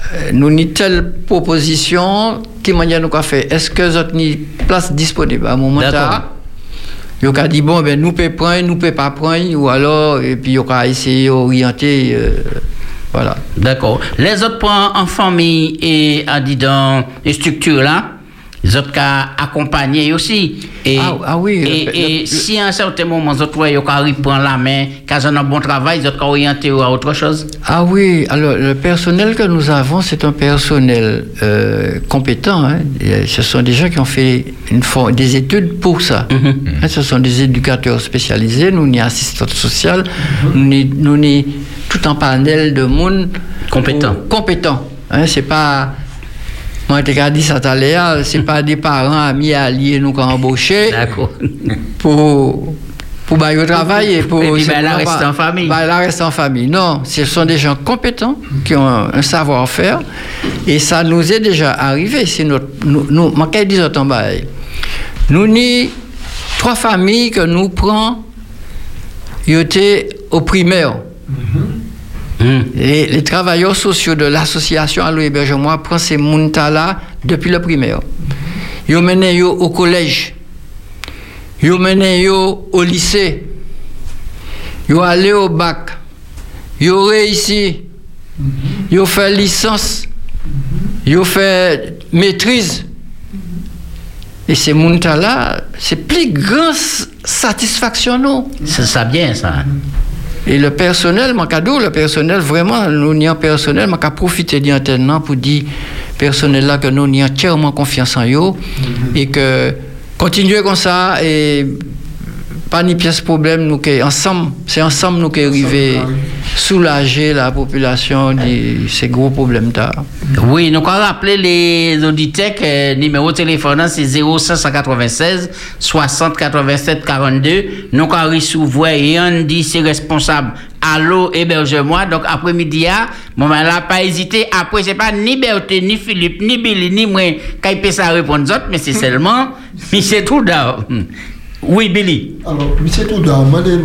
nous avons telle proposition, qui m'a nous fait. Est-ce que vous avez une place disponible à un moment là? Vous avez dit, bon, ben, nous pouvons prendre, nous ne pouvons pas prendre, ou alors, et puis vous avez essayé d'orienter. Voilà. D'accord. Les autres points en famille et dans les structures là, les autres cas accompagnés aussi. Et, oui. Et si à un certain moment, les autres prennent la main, quand ils ont un bon travail, ils ont orienté à autre chose. Ah oui. Alors le personnel que nous avons, c'est un personnel compétent. Hein. Ce sont des gens qui ont fait des études pour ça. Ce sont des éducateurs spécialisés. Nous n'y assistantes sociales. Nous n'y tout un panel de monde compétent. Hein, c'est pas moi t'ai dit ça t'allait, c'est pas des parents amis alliés nous qui embauchés pour bailler au travail et pour la rester en famille. La rester en famille. Non, ce sont des gens compétents qui ont un savoir-faire et ça nous est déjà arrivé. C'est notre nous ni 3 familles que nous prenons au primaire. Les travailleurs sociaux de l'association Allo Hébergement prennent ces gens-là depuis le primaire. Ils mènent au collège, ils mènent au lycée, ils allent au bac, ils réussissent, ils font licence, ils font maîtrise. Et ces gens-là, c'est plus grande satisfaction, non? C'est ça bien, ça. Et le personnel, vraiment, nous n'y avons personnel, je vais profiter de l'antenne pour dire personnel là que nous n'y avons entièrement confiance en eux et que continuer comme ça et pas ni pièce problème, nous ensemble, c'est ensemble nous qui arrivons soulager la population de ces gros problèmes là. Oui, nous allons rappeler les auditeurs que le numéro de téléphone c'est 0596 60 87 42. Nous allons recevoir Yann dit c'est responsable Allo Hébergement. Donc après-midi bon ben là pas hésiter, après c'est pas ni Berthe ni Philippe ni Billy ni moi qui peut ça répondre autres, mais c'est seulement c'est tout d'abord. Oui, Billy. Alors, M. Touda,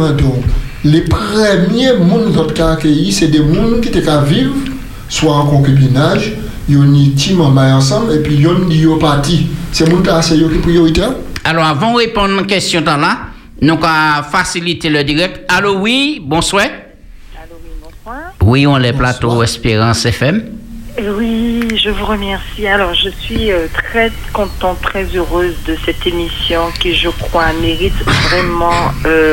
les premiers gens qui ont accueilli, c'est des gens qui étaient vivre, soit en concubinage, ils ont une team ensemble, et puis ils ont parti. C'est les gens qui ont priorité. Alors, avant de répondre à la question là, nous allons faciliter le direct. Allô, oui, bonsoir. Allô, oui, bonsoir. Oui, on est plateau Espérance FM. Oui, je vous remercie. Alors, je suis très contente, très heureuse de cette émission qui, je crois, mérite vraiment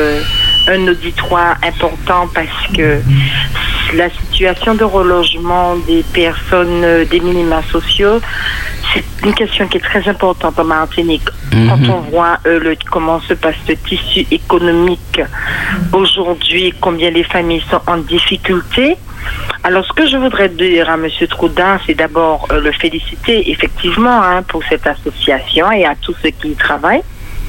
un auditoire important parce que la situation de relogement des personnes des minima sociaux, c'est une question qui est très importante en Martinique. Quand on voit comment se passe le tissu économique aujourd'hui, combien les familles sont en difficulté. Alors, ce que je voudrais dire à M. Troudin, c'est d'abord le féliciter effectivement pour cette association et à tous ceux qui y travaillent.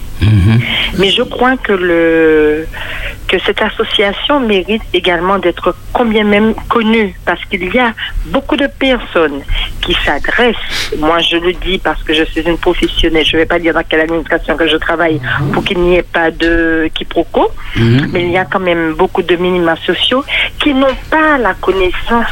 Mais je crois que cette association mérite également d'être combien même connue parce qu'il y a beaucoup de personnes qui s'adressent. Moi, je le dis parce que je suis une professionnelle. Je ne vais pas dire dans quelle administration que je travaille pour qu'il n'y ait pas de quiproquo. Mais il y a quand même beaucoup de minima sociaux qui n'ont pas la connaissance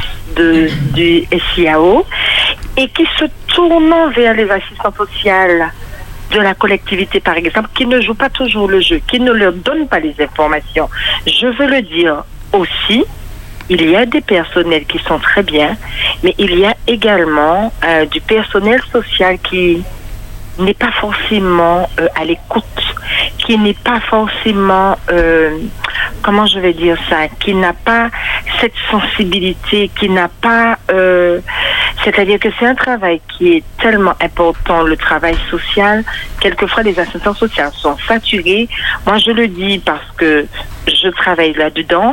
du SIAO et qui se tournent vers les assistants sociaux de la collectivité, par exemple, qui ne jouent pas toujours le jeu, qui ne leur donnent pas les informations. Je veux le dire aussi, il y a des personnels qui sont très bien, mais il y a également du personnel social qui n'est pas forcément à l'écoute, qui n'est pas forcément, comment je vais dire ça, qui n'a pas cette sensibilité, qui n'a pas... c'est-à-dire que c'est un travail qui est tellement important, le travail social. Quelquefois, les assistants sociaux sont saturés. Moi, je le dis parce que je travaille là-dedans.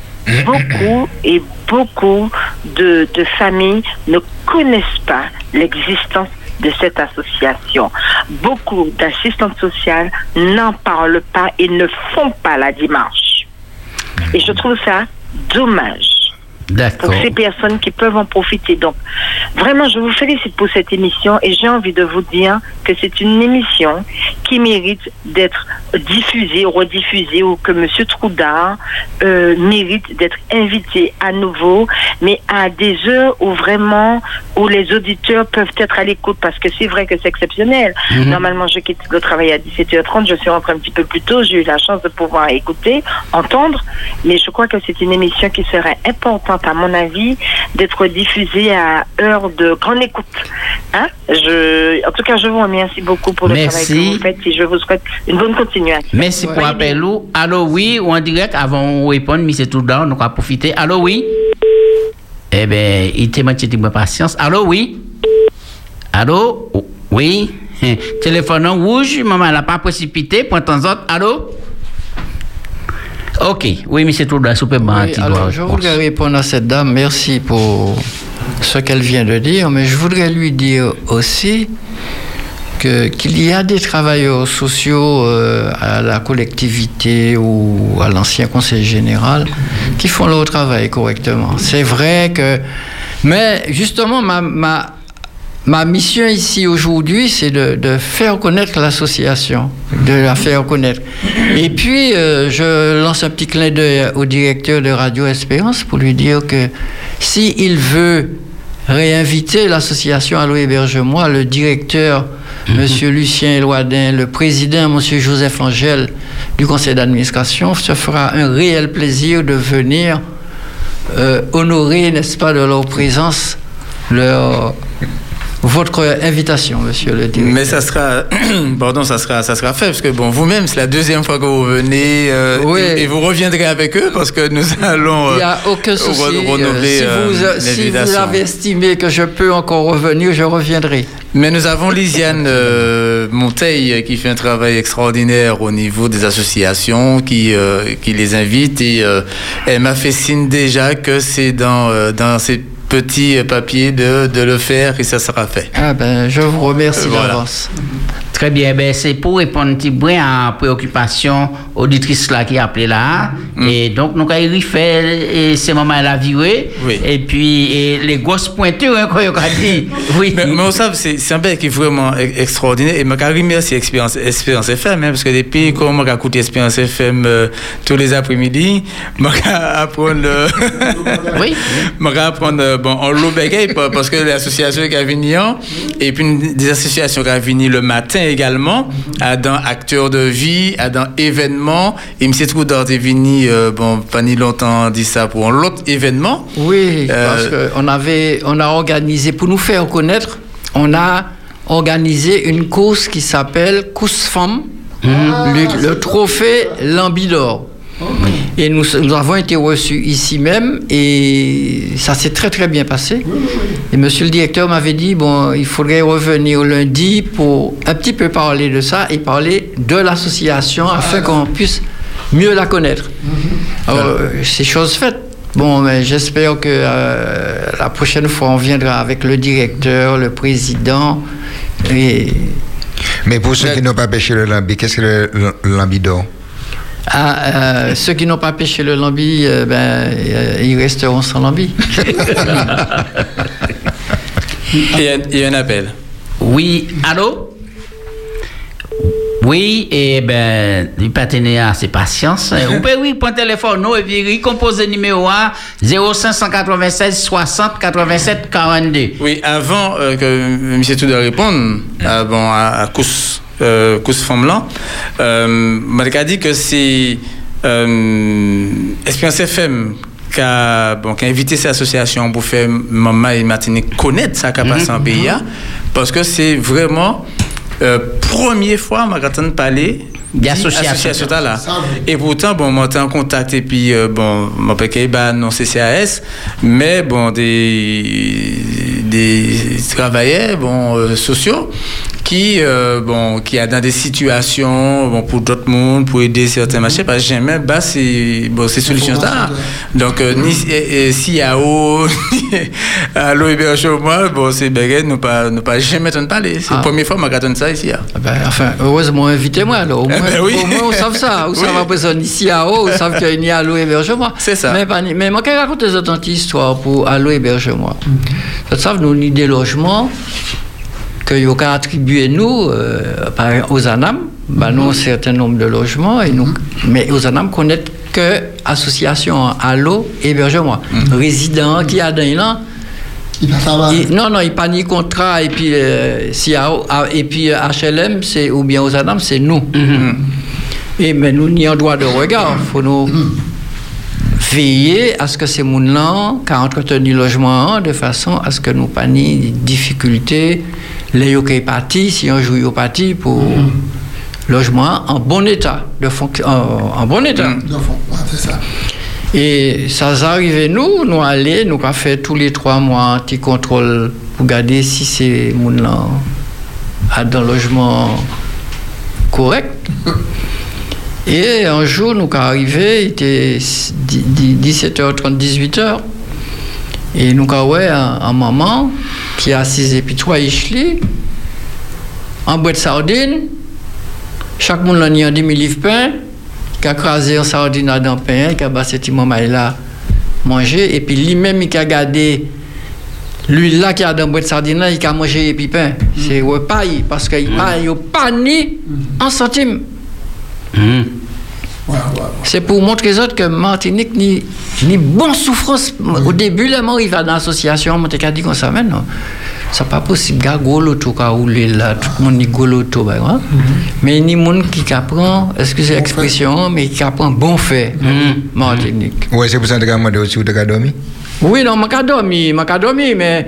Beaucoup de familles ne connaissent pas l'existence de cette association. Beaucoup d'assistantes sociales n'en parlent pas et ne font pas la démarche. Et je trouve ça dommage. Pour ces personnes qui peuvent en profiter. Donc, vraiment, je vous félicite pour cette émission et j'ai envie de vous dire que c'est une émission qui mérite d'être diffusé, rediffusé, ou que M. Troudard mérite d'être invité à nouveau, mais à des heures où vraiment, où les auditeurs peuvent être à l'écoute, parce que c'est vrai que c'est exceptionnel. Normalement, je quitte le travail à 17h30, je suis rentrée un petit peu plus tôt, j'ai eu la chance de pouvoir écouter, entendre, mais je crois que c'est une émission qui serait importante, à mon avis, d'être diffusée à heure de grande écoute. Hein? En tout cas, je vous remercie beaucoup pour le travail que vous faites et je vous souhaite une bonne continuation. Merci pour l'appel. Allô, oui, ou en direct, avant de répondre, M. Troudard, on va profiter. Allô, oui. Eh bien, il te manque de patience. Allô, oui. Allô, oui. Téléphone en rouge, maman, elle n'a pas précipité, point de temps en temps. Allô? Ok, oui, M. Troudard, super bon. Oui, alors, je voudrais répondre à cette dame. Merci pour ce qu'elle vient de dire, mais je voudrais lui dire aussi qu'il y a des travailleurs sociaux à la collectivité ou à l'ancien conseil général qui font leur travail correctement. C'est vrai que... Mais justement, ma mission ici aujourd'hui, c'est de faire connaître l'association, de la faire connaître. Et puis, je lance un petit clin d'œil au directeur de Radio Espérance pour lui dire que s'il veut réinviter l'association Allô Héberge-moi, le directeur, M. Lucien Eloidin, le président, M. Joseph Angèle du conseil d'administration, se fera un réel plaisir de venir honorer, n'est-ce pas, de leur présence, votre invitation, monsieur le directeur. Mais ça sera, ça sera fait, parce que bon, vous-même, c'est la deuxième fois que vous venez, et vous reviendrez avec eux, parce que nous allons il n'y a aucun souci. Renouveler si vous avez estimé que je peux encore revenir, je reviendrai. Mais nous avons Lisiane Monteil qui fait un travail extraordinaire au niveau des associations, qui les invite, et elle m'a fait signe déjà que c'est dans ces petits papiers de le faire, et ça sera fait. Ah ben, je vous remercie d'avance. Très bien, ben c'est pour répondre un petit peu à préoccupation auditrice là qui a appelé là, et donc nous avons refait et ces moments elle a viré, et puis les grosses pointures hein, qu'on a dit. Oui. Mais on sait c'est un bec qui est vraiment extraordinaire, et je remercie Espérance FM, hein, parce que depuis qu'on m'a écouté Espérance FM tous les après-midi, je apprendre en l'eau parce que l'association qui a venu, et puis des associations qui a venu le matin également, dans Acteurs de vie, dans événements, et M. Troudard est venu, pas ni longtemps dit ça pour l'autre événement. Oui, parce qu'on a organisé, pour nous faire connaître, on a organisé une course qui s'appelle Course Femmes, le trophée Lambidor. Et nous avons été reçus ici même et ça s'est très très bien passé. Et monsieur le directeur m'avait dit il faudrait revenir lundi pour un petit peu parler de ça et parler de l'association afin qu'on puisse mieux la connaître. Alors c'est chose faite. Bon, mais j'espère que la prochaine fois on viendra avec le directeur, le président. Mais pour ceux qui n'ont pas pêché le lambi, qu'est-ce que le lambidor? Ceux qui n'ont pas pêché le lambi, ils resteront sans lambi. Il y a un appel. Oui, allô? Oui, et il partenaire, c'est patience. Vous pouvez prendre le téléphone, et puis composer le numéro 0596 60 87 42. Oui, avant que M. Troudard réponde à Cous Femme là, m'a dit que c'est Espérance FM qui a invité cette association pour faire Maman et Martinique connaître sa capacité en pays, parce que c'est vraiment première fois que j'entends parler d'association là. Et pourtant on était en contact, et puis mon père non CCAS, mais des travailleurs sociaux qui a dans des situations pour d'autres mondes, pour aider certains machins, parce que jamais ces solutions là. Donc ni CIAO Allô Héberge-moi, c'est baguette nous pas jamais entendu parler. C'est la première fois que j'entends ça ici. Enfin, heureusement invitez-moi alors. Au moins on savent ça, ou ça va présenter CIAO, ou savent qu'il y a Allô Héberge-moi. C'est ça. Mais moi, quand je raconte des autres histoires pour Allô Héberge-moi, ça savent nous des logements que nous avons attribué nous aux ANAM, bah, nous, un certain nombre de logements, et nous, mais aux Anam connaître que association Allo hébergement. Résident qui a dans là. Non, il pas ni contrat et puis et puis HLM c'est ou bien aux Adam c'est nous. Et mais nous ni en droit de regard, faut nous veiller à ce que ces gens-là qu'à entretenir le logement de façon à ce que nous pas ni difficultés les yokai partis si on joue au parti pour logement en bon état en bon état. C'est ça. Et ça arrive nous aller, nous avons fait tous les 3 mois un petit contrôle pour regarder si ces gens-là ont un logement correct. Et un jour, nous sommes arrivés, il était 17h30, 18h. Et nous avons un maman qui est assise et puis 3 ichli, en boîte de sardines. Chaque monde a 10 000 livres de pain. Qui a crasé un sardine dans le pain, qui a passé ce moment là manger, et puis lui-même il a gardé lui là qui a dans le boîte de sardine il a mangé et puis pain. C'est repas parce qu'il n'a pas ni un centime. C'est pour montrer aux autres que Martinique ni bonne souffrance. Au début, là, il va dans l'association, on m'a dit comme ça, mais non. C'est pas possible, gars, goloto, qui a roulé là, tout le monde dit goloto, mais il y a des gens qui apprennent, excusez l'expression, mais qui apprennent bon fait, Martinique. Oui, c'est pour ça que tu as demandé aussi où tu as dormi? Oui, non, je dormi, mais.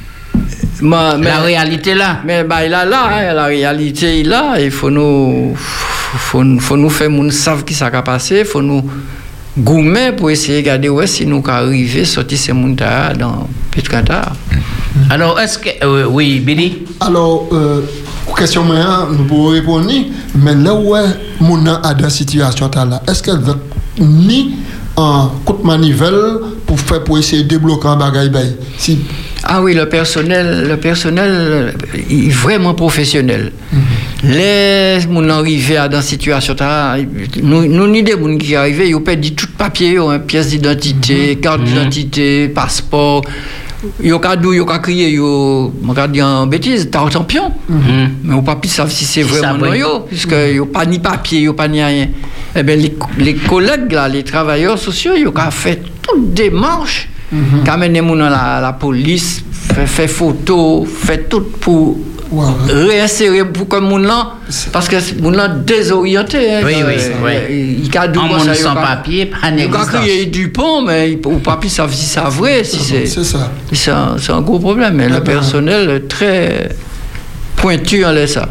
La réalité là. Mais la réalité là, il faut nous faire moun savent qui ça va passer, faut nous goumer pour essayer de regarder où si nous arriver sortir ces moun dans Petcata. Alors est-ce que oui Billy? Alors question moi nous pouvons répondre mais là où moun a dans situation là, est-ce qu'elle veut ni un coup de manivelle pour essayer de débloquer un bagaille si. Ah oui, le personnel est vraiment professionnel. Les gens arrivés dans cette situation, nous ni des gens qui arrivent, ils ont perdu tout papier, pièce d'identité, carte d'identité, passeport. Ils ont crié, ils ont dit en bêtise, t'as un champion. Mais on ne peut pas savoir si c'est vraiment yo, puisqu'ils n'ont pas ni papier, ils n'ont pas ni rien. Eh bien, les collègues, là, les travailleurs sociaux, ils ont fait toutes des démarches. Quand même, les gens la police, fait photo, fait tout pour réinsérer pour que les gens parce que les gens sont désorientés. Oui. Ils ont sans papier, pas d'existence. Ils ont crié Dupont, mais ils ne savent pas si c'est vrai. C'est ça. C'est un gros problème. Mais le personnel est très pointu en ça.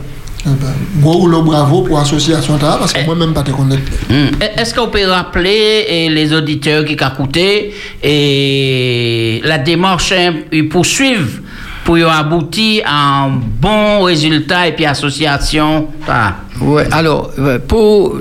Bravo pour l'association parce que moi-même pas te connaître. Est-ce qu'on peut rappeler les auditeurs qui ont écouté et la démarche ils poursuivent pour aboutir à un bon résultat et puis association. Oui, alors pour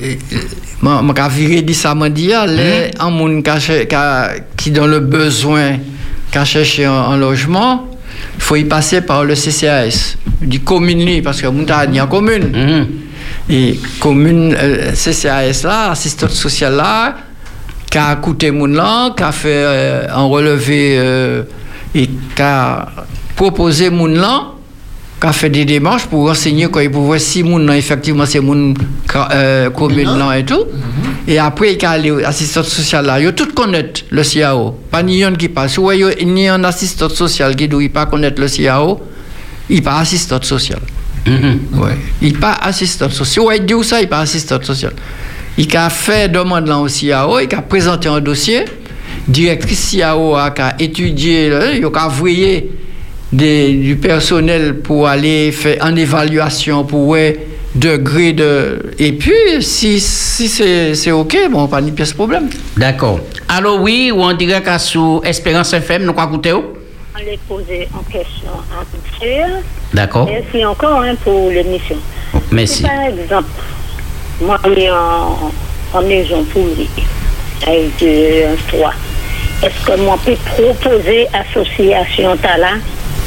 moi viré dit ça m'a dit les en monde qui dans le besoin qui cherche un logement. Il faut y passer par le CCAS, du commune, parce que Montagny est en commune. Et commune, CCAS là, assistante sociale là, qui a écouté mon là, qui a fait un relevé et qui a proposé mon là, qui a fait des démarches pour renseigner quoi il pouvait si mon là effectivement c'est mon commune là et tout. Et après il a allé assistante sociale là, ils tout connaissent le CAO. Pas ni un qui passe, ou ni un assistant social qui doit pas connaître le CAO, il pas assistant social. Ouais, il pas assistant social. Ouais, il dit ça, il pas assistant social. Il a fait demande là au CAO, il a présenté un dossier, directrice CAO a étudié, il a envoyé du personnel pour aller faire une évaluation pour degré de et puis si c'est ok bon pas de pièce problème. D'accord. Alors oui ou on dirait qu'à sous Espérance FM nous quoi écouter où on les poser en question à culture. D'accord. Merci encore pour l'émission. Merci. Par exemple moi je suis en maison pour lui avec un toit. Est-ce que moi peux proposer association talent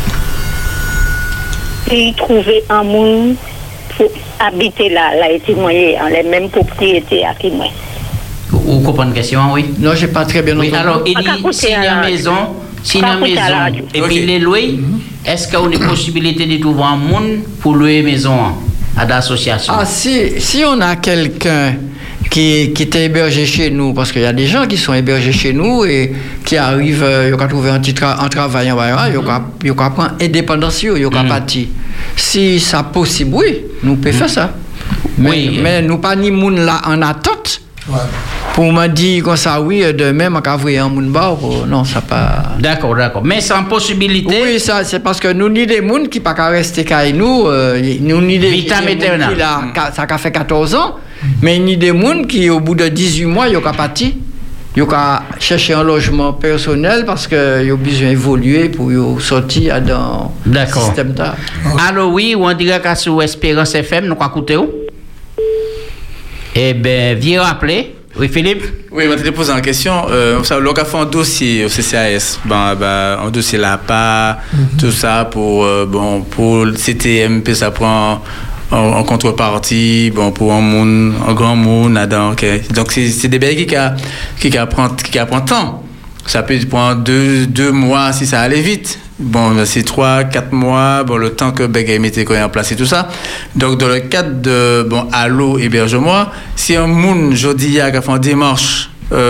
et trouver un monde pour habiter là, et témoigner en les mêmes propriétés à qui moi. Vous comprenez la question, oui? Non, j'ai pas très bien entendu. Oui, alors, il dit, si une maison, et puis les louer, est-ce qu'on a une possibilité de trouver un monde pour louer maison? à l'association. Ah, si on a quelqu'un qui est hébergé chez nous, parce qu'il y a des gens qui sont hébergés chez nous et qui arrivent, ils ont trouvé un travail en bas, ils ont prendre indépendance, ils ont parti. Si ça possible, oui, nous pouvons faire ça. Mais nous pas ni moun là en attente. Ouais. Pour me dire comme ça, oui, demain, je vais avoir un moun bar, non, ça pas. D'accord. Mais sans possibilité. Oui, ça, c'est parce que nous ni des moun qui pas rester avec nous, nous ni des vitam éternel. Ça a fait 14 ans, mais ni des moun qui au bout de 18 mois, ils ont parti. Ils ont cherché un logement personnel parce qu'ils ont besoin d'évoluer pour sortir dans le système là. Alors oui, on dirait qu'à sur Espérance FM, nous avons écouté où? Eh bien, viens rappeler. Oui, Philippe? Oui, je vais te poser une question. On a fait un dossier au CCAS, un dossier là-bas, tout ça pour le CTMP, ça prend en contrepartie, pour un grand monde là-dedans. Okay. Donc, c'est des bagages qui prend temps. Ça peut prendre 2 mois si ça allait vite. C'est 3-4 mois, le temps que Begay mettait en place et tout ça. Donc, dans le cadre de Allo héberge-moi, si un monde jodi a fait une démarche,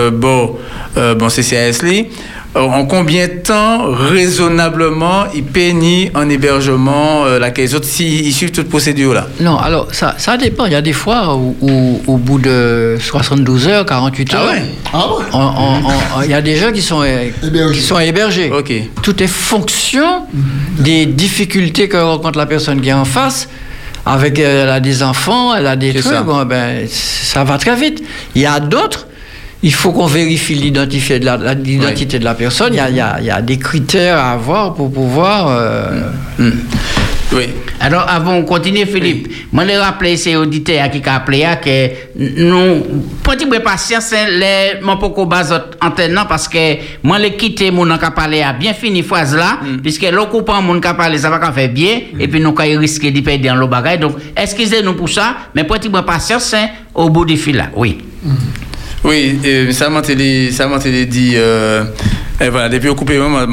CCAS li, en combien de temps raisonnablement il paye en hébergement les autres s'ils suivent toute procédure là? Non, alors ça dépend. Il y a des fois où au bout de 72 heures, 48 heures, il y a des gens qui sont hébergés. Okay. Tout est fonction des difficultés que rencontre la personne qui est en face. Avec elle a des enfants, elle a des trucs. Ça va très vite. Il y a d'autres. Il faut qu'on vérifie l'identité de la personne. Il y a des critères à avoir pour pouvoir... Oui. Alors, avant de continuer, Philippe, moi, je rappelle ces auditeurs qui ont appelé que nous, petit peu patience, mon poko base antenne parce que moi, je quitte mon qui a parlé à bien fini phrase là, puisque le coupant mon qui a parlé, ça va faire bien, et puis nous, il risque de perdre dans le bagage. Donc, excusez-nous pour ça, mais petit peu patience, au bout du fil là. Oui. Oui, ça m'a dit, voilà, depuis au coupé, moi,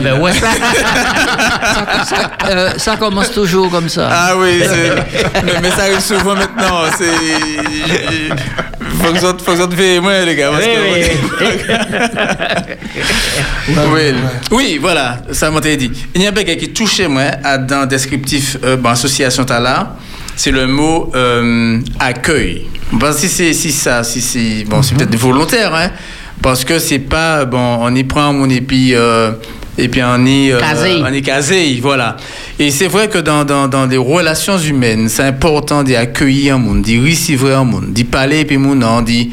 ça commence toujours comme ça. Ah oui, mais ça arrive souvent maintenant. Faut que ça te fait moins, les gars. Oui, voilà, ça m'a dit. Il y a un truc qui touchait moi dans le descriptif association Tala, c'est le mot accueil. Si c'est peut-être volontaire, hein, parce que c'est pas on y prend mon épi et puis on est casé, voilà. Et c'est vrai que dans les relations humaines, c'est important d'accueillir un monde, d'y recevoir un monde, d'y parler puis mon d'y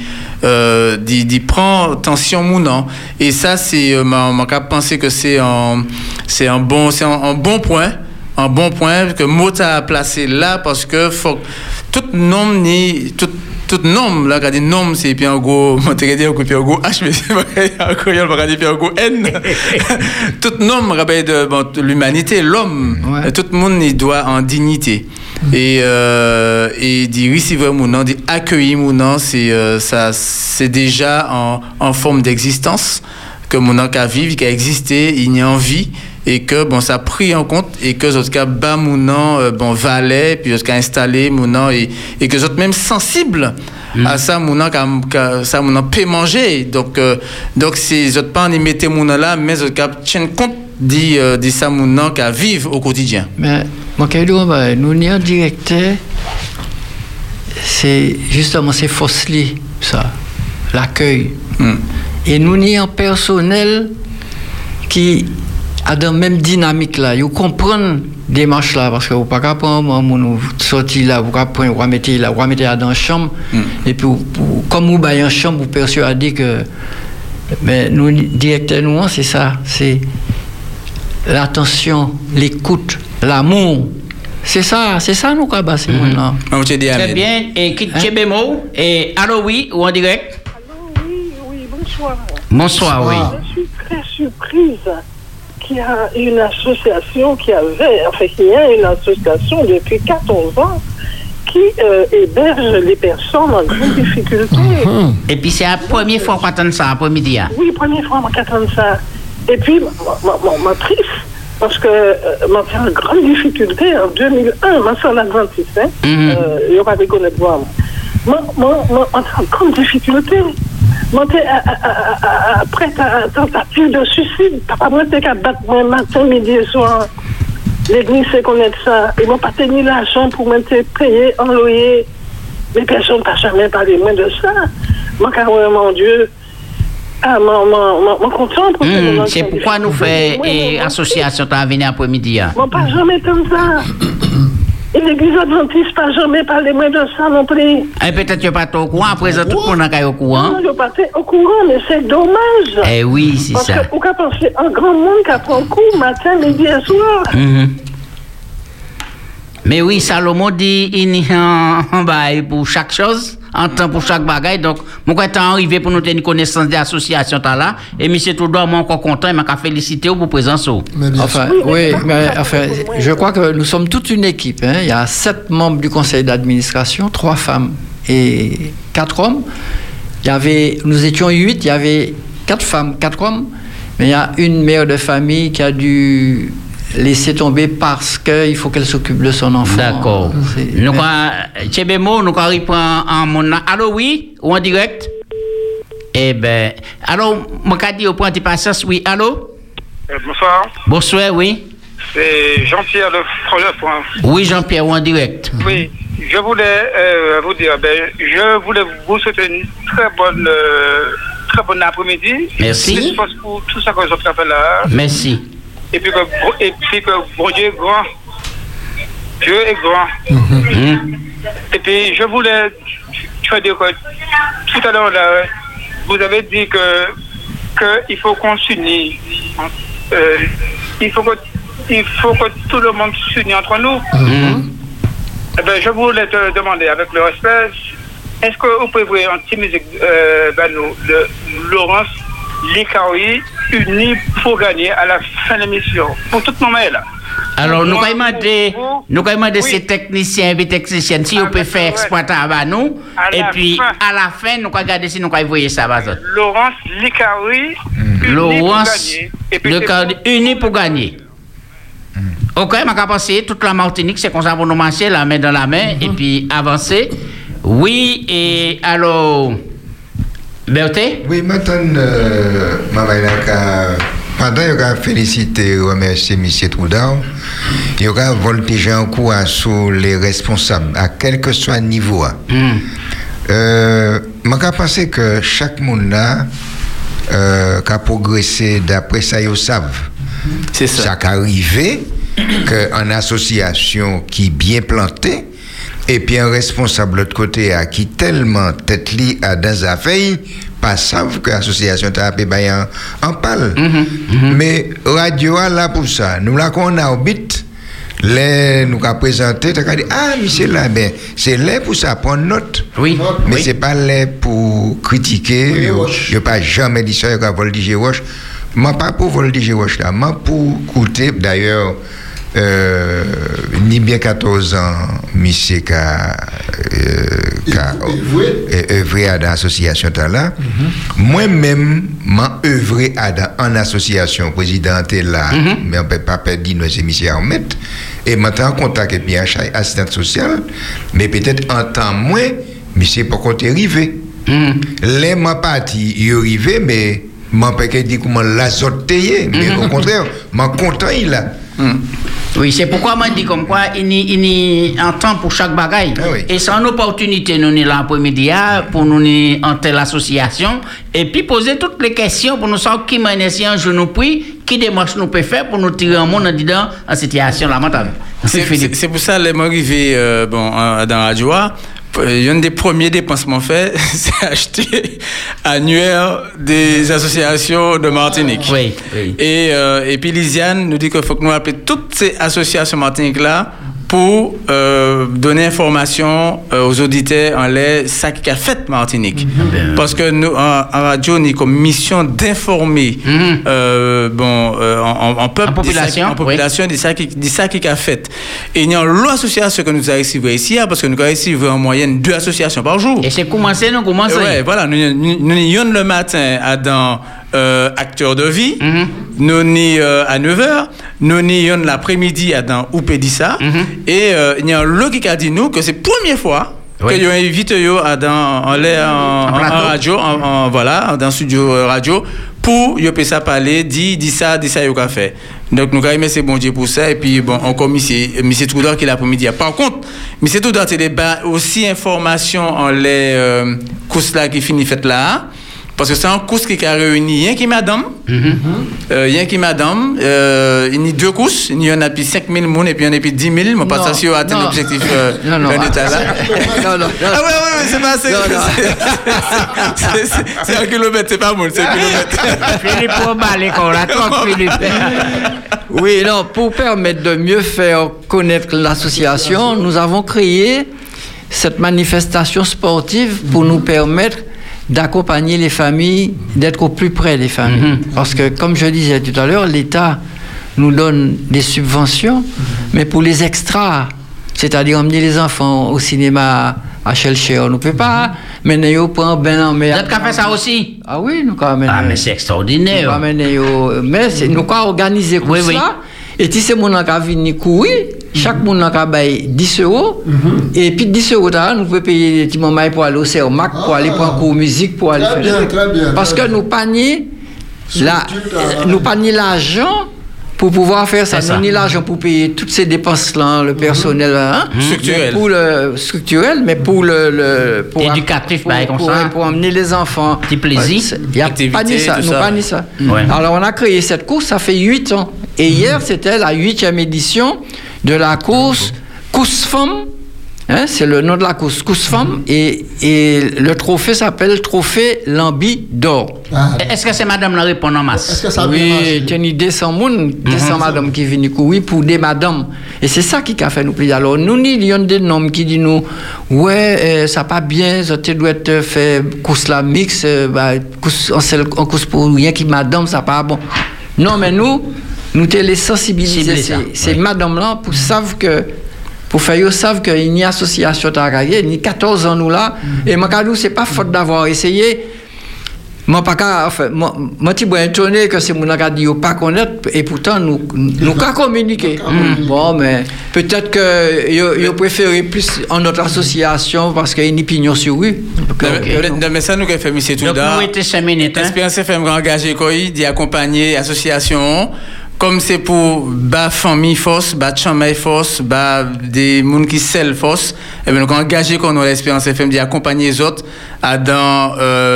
prendre attention mon. Et ça c'est mon cap penser que c'est un bon point. Un bon point que Mota a placé là parce que faut tout nom là quand dit nom c'est puis en gros monter dire que puis en gros H mais c'est pas encore pas dire puis en gros N tout nom rappelle de l'humanité l'homme tout le monde il doit en dignité et dire recevoir mon nom dire accueillir mon nom c'est déjà en forme d'existence que mon nom qu'a vivre qu'a existé il y a envie et que ça pris en compte et que autres cas bas mon nom valet puis autres cas installé mon nom et que autres même sensible à ça mon nom ça mon nom peut manger donc c'est autres pas en mettez mon nom là mais autres cas tiennent compte dit ça mon nom qu'à vivre au quotidien. Mais moi nous n'y en directeur c'est justement c'est Fosli ça l'accueil et nous n'y en personnel qui à dans même dynamique là, vous comprenez démarche là parce que vous pas prendre mon sortir là, vous prendre vous mettre là, vous mettre dans chambre et puis comme vous baillez en chambre vous persuader que mais nous directeur nous c'est ça, c'est l'attention, l'écoute, l'amour. C'est ça nous quoi bah c'est là. Très bien et qui Tchébemo et allô oui ou en direct? Allô oui, bonsoir. Bonsoir oui. Je suis très surprise qu'il y a une association qui a une association depuis 14 ans qui héberge les personnes en grande difficulté. Et puis c'est la première fois qu'on entend ça après-midi. Oui, première fois qu'on entend ça. Et puis, ma triste, Parce que m'a fait une grande difficulté en 2001, ma soeur l'Adventiste, il n'y a pas de connaître moi. Moi, en grande difficulté. Moi, après ta tentative de suicide, papa, moi, t'es qu'à battre moi matin, midi et soir. L'église sait connaître ça. Ils m'ont pas tenu l'argent pour me payer en loyer. Mais personne n'a jamais parlé moins de ça. Moi, car mon Dieu. Mon content pour c'est pourquoi nous faisons association à venir après-midi. Moi, pas jamais comme ça. Et l'église adventiste pas jamais parlé moins de ça non plus. Et peut-être que pas au courant, à présent tout le monde est au courant. Non, je pas au courant, mais c'est dommage. Eh oui, c'est ça. Parce qu'on peut penser un grand monde qui prend cours matin, midi et soir. Mais oui, Salomon dit il y a un bail pour chaque chose, un temps pour chaque bagaille. Donc, mon quand temps arrivé pour nous tenir connaissance des associations là, et monsieur Trudeau moi encore content, il m'a félicité pour présence. Enfin, oui, mais enfin, je crois que nous sommes toute une équipe. Hein. Il y a 7 membres du conseil d'administration, 3 femmes et 4 hommes. Nous étions 8, il y avait 4 femmes, 4 hommes, mais il y a une mère de famille qui a dû laisser tomber parce qu'il faut qu'elle s'occupe de son enfant. D'accord. Nous Tchébémo, nous arrivons en mon. Allô, oui? Ou en direct? Eh bien, alors, mon cas dit au point de patience, oui, allô? Bonsoir. Bonsoir, oui. C'est Jean-Pierre de Froleur. Oui, Jean-Pierre, ou en direct? Oui, je voulais vous dire, je voulais vous souhaiter une très bonne après-midi. Merci. Merci pour tout ça que vous avez fait là. Merci. Et puis que bon Dieu est grand. Dieu est grand. Et puis je voulais dire que tout à l'heure là, vous avez dit que il faut qu'on s'unisse. Il faut que tout le monde s'unisse entre nous. Eh ben, je voulais te demander avec le respect, est-ce que vous pouvez voir un petit musique de Laurence Likaoui unis pour gagner à la fin de l'émission. Pour tout le monde là. Alors, nous allons demander ces techniciens et techniciennes si vous pouvez faire exploiter à nous. Et puis, à la fin, nous allons regarder si nous allons voir ça. Laurence Likaoui, Laurence Likaoui, unis pour gagner. Ok, je vais passer toute la Martinique, c'est comme ça pour nous marcher la main dans la main et puis avancer. Oui, et alors. Berthe? Oui, maintenant, pendant que je félicite et remercier M. Trudeau, il y aura voltigé un coup sur les responsables, à quel que soit le niveau. Je pense que chaque monde là, qui a progressé d'après ça, ils savent. C'est ça. Ça qui arrivé qu'en association qui est bien plantée, et puis un responsable de l'autre côté qui tellement tête li à dans affaires pas savent que l'association t'a appelé en parle. Mais radio là pour ça nous là qu'on a au bit les nous a présenté t'as dit monsieur là ben c'est là pour ça prendre note. Oui. Mais c'est pas là pour critiquer, je pas jamais dit ça que Voldige Roche. Moi pas pour Voldige Roche là, moi pour écouter d'ailleurs ni bien 14 ans, monsieur qui a œuvré à l'association là. Moi-même, j'ai œuvré en association présidente là, mais on ne peut pas perdre nos émissions en mettre. Et maintenant, en contact avec bien assistante sociale, mais peut-être en temps moins, monsieur pour qu'on est arrivé. Les ma parti, il est arrivé, mais je ne peux pas dire comment l'azoter, mais au contraire, je suis content il a. Oui, c'est pourquoi je dis comme quoi il y a un temps pour chaque bagaille. Et c'est une opportunité, nous sommes là après-midi pour nous entrer l'association et puis poser toutes les questions pour nous savoir qui mène un jour nous prie, qui démarche nous peut faire pour nous tirer un monde dedans en situation lamentable. C'est pour ça que les arrivé dans la radio. Un des premiers dépensements faits, c'est acheter annuaire des associations de Martinique. Oui. Et puis Lisiane nous dit qu'il faut que nous appelions toutes ces associations Martinique-là pour donner information aux auditeurs en l'air ça qui a fait Martinique. Parce que nous, en radio, on a comme mission d'informer en peuple, en population de ça qui a fait. Et il y a l'autre association que nous avons reçu ici, parce que nous avons reçu en moyenne 2 associations par jour. Et c'est commencé, nous commençons. Ouais, voilà, nous y le matin dans acteurs de vie. nous ni à 9h, nous ni l'après-midi dans Oupédissa, et il y a un lot qui a dit nous que c'est la première fois que ils invitent en radio, voilà, dans studio radio, pour y ça parler, dit ça, y a fait. Donc nous avons c'est bon Dieu pour ça, et puis bon, encore monsieur Trudor qui l'après-midi. Par contre, monsieur Trudor, c'est aussi information en les courses là qui finit fait là. Parce que c'est un course qui a réuni rien qui madame, il y a 2 courses, il y en a plus 5 000 personnes et puis il y en a plus 10 000. Mon pas sûr atteindre l'objectif d'un état là. Non. Ah ouais, c'est pas assez. C'est 1 kilomètre, c'est pas mal, c'est 1 kilomètre. Philippe, pour baler qu'on la troque, Philippe. Oui, non, pour permettre de mieux faire connaître l'association, nous avons créé cette manifestation sportive pour nous permettre d'accompagner les familles, d'être au plus près des familles. Parce que, comme je disais tout à l'heure, l'État nous donne des subventions, mais pour les extras, c'est-à-dire emmener les enfants au cinéma à Chelcher, on ne peut pas, mais nous prenons bien en mer. Vous avez fait ça aussi? Ah oui, nous avons. Ah, mais c'est extraordinaire. Mais nous avons organisé comme ça. Et si c'est mon qui vient courir, chaque monde a 10 €. Et puis 10 €, nous pouvons payer des petits moments pour aller au CERMAC, pour aller prendre cours musique, pour aller faire. Parce que nous panions l'argent pour pouvoir faire ça. Nous avons l'argent pour payer toutes ces dépenses-là, le personnel structurel. Pour le structurel, mais pour le éducatif, pour emmener les enfants. Petit plaisir. Il n'y a pas ni ça. Nous pas ni ça. Alors on a créé cette course, ça fait 8 ans. Et hier, c'était la 8e édition de la course Femmes. C'est le nom de la course, Femmes. Et le trophée s'appelle Trophée Lambi d'or. Est-ce que c'est madame la répond en masse? Est-ce que ça oui, il y a 200 madame qui viennent courir pour des madames. Et c'est ça qui a fait nous plaisir. Alors, nous, il y a des noms qui disent nous, ça pas bien, ça doit être fait course la mix, en course pour rien qui madame, ça pas bon. Non, mais nous te les sensibiliser ces madames-là pour savoir que pour faire savent qu'il y a une association à gagner, il y a 14 ans nous là, et moi c'est pas faute d'avoir essayé. Moi pas moi tu suis étonné que c'est mon qui dit pas connaître et pourtant nous pas communiquer. Bon mais peut-être que yo préféré plus en notre association parce qu'il y a une opinion sur lui. Mais ça nous fait monsieur Touda. Donc nous était 5 minutes. Espérance FM engagé quoi d'y accompagner association. Comme c'est pour famille force, chamay force, des gens qui sell force, et bien nous engagé qu'on a l'Espérance FM d'accompagner les autres dans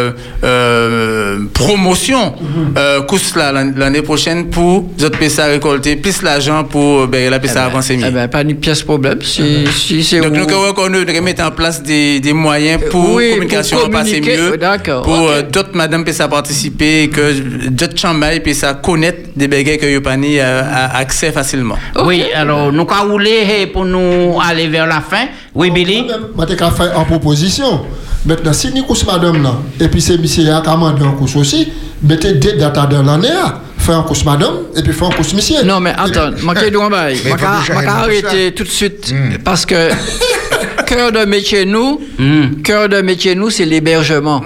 promotion course l'année prochaine pour les autres PSA récolter plus l'argent pour la PSA avancer mieux. Pas une pièce problème si c'est donc nous devons mettre en place des moyens pour communication passer mieux, pour d'autres madame PSA participer, que d'autres chamay PSA connaître des bagages que yo accès facilement. Oui, alors nous allons rouler pour nous aller vers la fin. Oui, Billy. Je vais faire en proposition. Maintenant, si nous course madame là, et puis c'est monsieur qui a commandé en course aussi, mettez 2 dates dans l'année, faire en course madame, et puis faire en course monsieur. Non, mais attends, je vais arrêter tout de suite, parce que cœur de métier nous, c'est l'hébergement.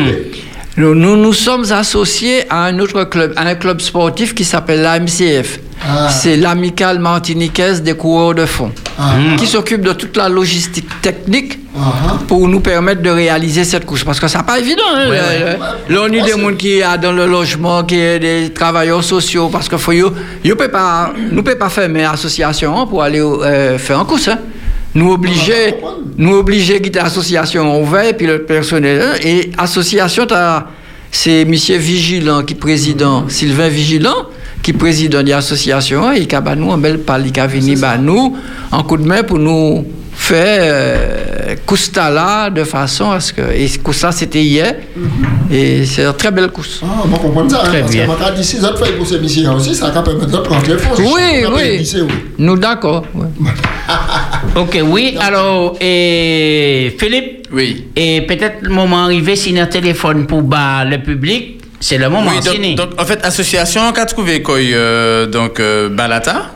Nous sommes associés à un autre club, à un club sportif qui s'appelle l'AMCF. C'est l'Amicale Martiniquaise des coureurs de fond, qui s'occupe de toute la logistique technique pour nous permettre de réaliser cette course. Parce que ça n'est pas évident. Là, on a des gens qui sont dans le logement, qui sont des travailleurs sociaux, parce que nous ne pouvons pas fermer l'association pour aller faire une course. Nous obliger quitter l'association ouverte, puis le personnel. Et l'association, c'est M. Vigilant qui président, Sylvain Vigilant, qui président de l'association, et qui a nous un bel pali qui a venu nous en coup de main pour nous faire Cousta là de façon à ce que. Et Cousta c'était hier, et c'est une très belle course. Ah, on comprend ça, très bien. Parce que quand si autres fait pour ces missions aussi, ça va permettre de prendre les forces. Oui. Nous d'accord. Ok, oui. Alors, Philippe. Oui. Et peut-être le moment arrivé, si un téléphone pour le public, c'est le moment. Oui, donc en fait, association qu'a trouvé quoi Balata.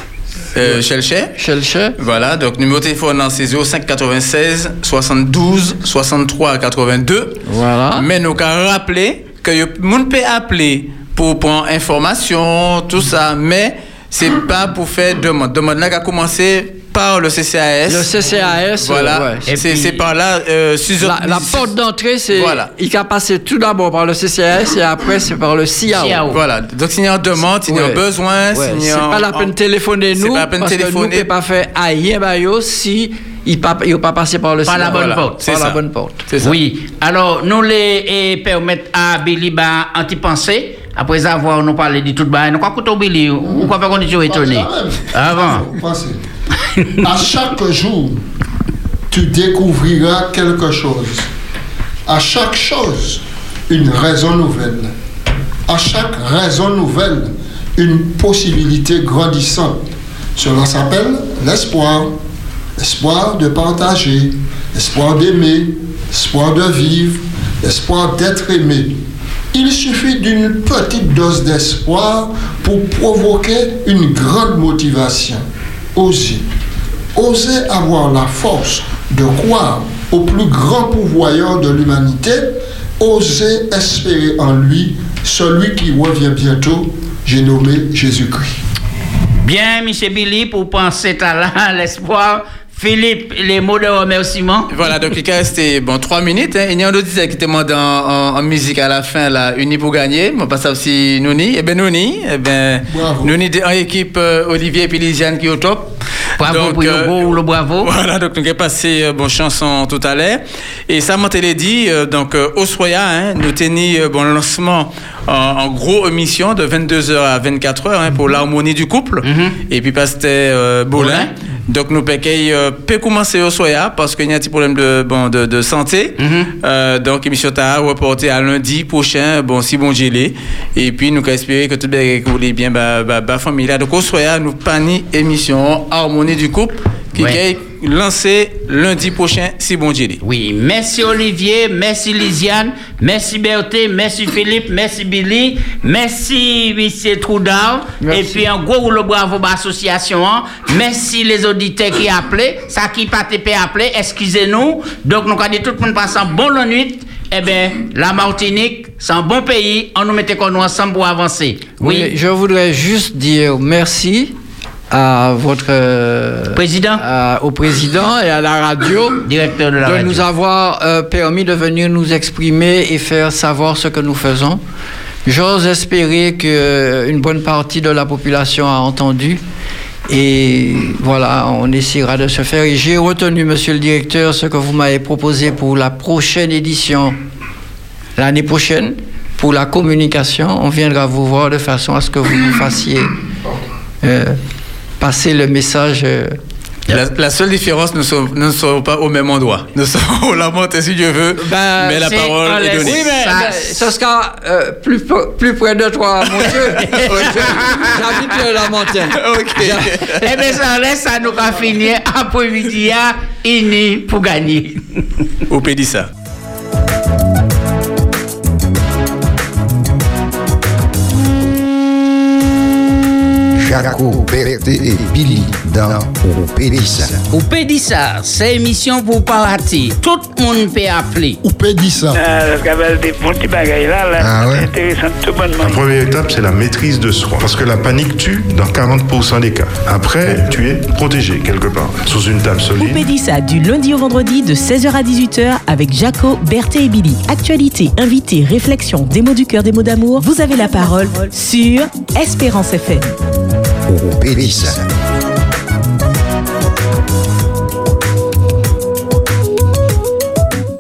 Chelcher. Voilà, donc numéro de téléphone c'est 05 96 72 63 82. Voilà. Mais nous avons rappelé que le monde peut appeler pour prendre information, tout ça, mais c'est pas pour faire demande. Demande là qui a commencé par le CCAS. Le CCAS, voilà. ouais. C'est par là. La porte d'entrée, c'est. Voilà. Il a passé tout d'abord par le CCAS et après c'est par le CIAO. Voilà. Donc s'il y a une demande, s'il y a un besoin, s'il y a. C'est pas la peine de téléphoner nous. C'est pas la peine de téléphoner. Nous ne pouvons pas faire aïe si il n'a pas passé par le CIAO. Par la bonne porte. Par la bonne porte. Oui. Alors nous les permettre à Billy anti-penser. Après avoir nous parlé de tout bas, nous quoi couteau Billy ou quoi faire condition étonnée. Avant. À chaque jour, tu découvriras quelque chose. À chaque chose, une raison nouvelle. À chaque raison nouvelle, une possibilité grandissante. Cela s'appelle l'espoir. L'espoir de partager, l'espoir d'aimer, l'espoir de vivre, l'espoir d'être aimé. Il suffit d'une petite dose d'espoir pour provoquer une grande motivation. Oser. Oser avoir la force de croire au plus grand pourvoyeur de l'humanité. Oser espérer en lui, celui qui revient bientôt, j'ai nommé Jésus-Christ. Bien, M. Billy, pour penser à l'espoir. Philippe, les mots de remerciement. Voilà, donc il restait 3 minutes. Hein. Il y a un auditeur qui demande en musique à la fin, là, Uni pour gagner. On passe aussi Nouni. Nouni, Nouni en équipe Olivier et puis Lisiane qui est au top. Bravo pour le bravo. Voilà, donc nous avons passé chanson tout à l'heure. Et ça m'a dit, au Soya, nous tenons le lancement en gros émission de 22h à 24h pour l'harmonie du couple. Et puis pasteur Boulin. Donc nous peut commencer au Soya parce qu'il y a un petit problème de santé. Donc émission ta reportée à lundi prochain, si bon gelé. Et puis nous espérons que tout le monde bien famille là. Donc au Soya nous pani émission harmonie du couple qui est lancé lundi prochain si bon gelé. Oui, merci Olivier, merci Lisiane, merci Berthé, merci Philippe, merci Billy, merci M. Troudard. Et puis un gros rouleau bravo à l'association. Merci les auditeurs qui appelaient, ça qui pas appelé, excusez-nous. Donc nous avons dit tout le monde passe une bonne nuit. Eh bien, la Martinique, c'est un bon pays, on nous mettait nous ensemble pour avancer. Oui, je voudrais juste dire merci à votre président, au président et à la radio, directeur de la radio, nous avoir permis de venir nous exprimer et faire savoir ce que nous faisons. J'ose espérer qu'une bonne partie de la population a entendu. Et voilà, on essaiera de se faire. Et j'ai retenu, monsieur le directeur, ce que vous m'avez proposé pour la prochaine édition, l'année prochaine, pour la communication. On viendra vous voir de façon à ce que vous nous fassiez passer le message. La seule différence, nous ne sommes pas au même endroit. Nous sommes au Lamonte, si Dieu veut, mais la parole est donnée. Oui, mais ce sera plus près de toi, mon Dieu. J'habite la montagne. Eh bien, ça laisse, ça nous a fini après-midi, Uni pour gagner. Au Pédissa. Jaco, Berthé et Billy dans Oupédissa. Oupédissa, c'est émission pour parler. Tout le monde peut appeler. Oupédissa. Des petits bagailles là, c'est intéressant tout bonnement. La première étape, c'est la maîtrise de soi. Parce que la panique tue dans 40% des cas. Après, tu es protégé quelque part, sous une table solide. Oupédissa, du lundi au vendredi de 16h à 18h avec Jaco, Berthé et Billy. Actualité, invité, réflexion, des mots du cœur, des mots d'amour. Vous avez la parole sur Espérance FM. Oupédissa.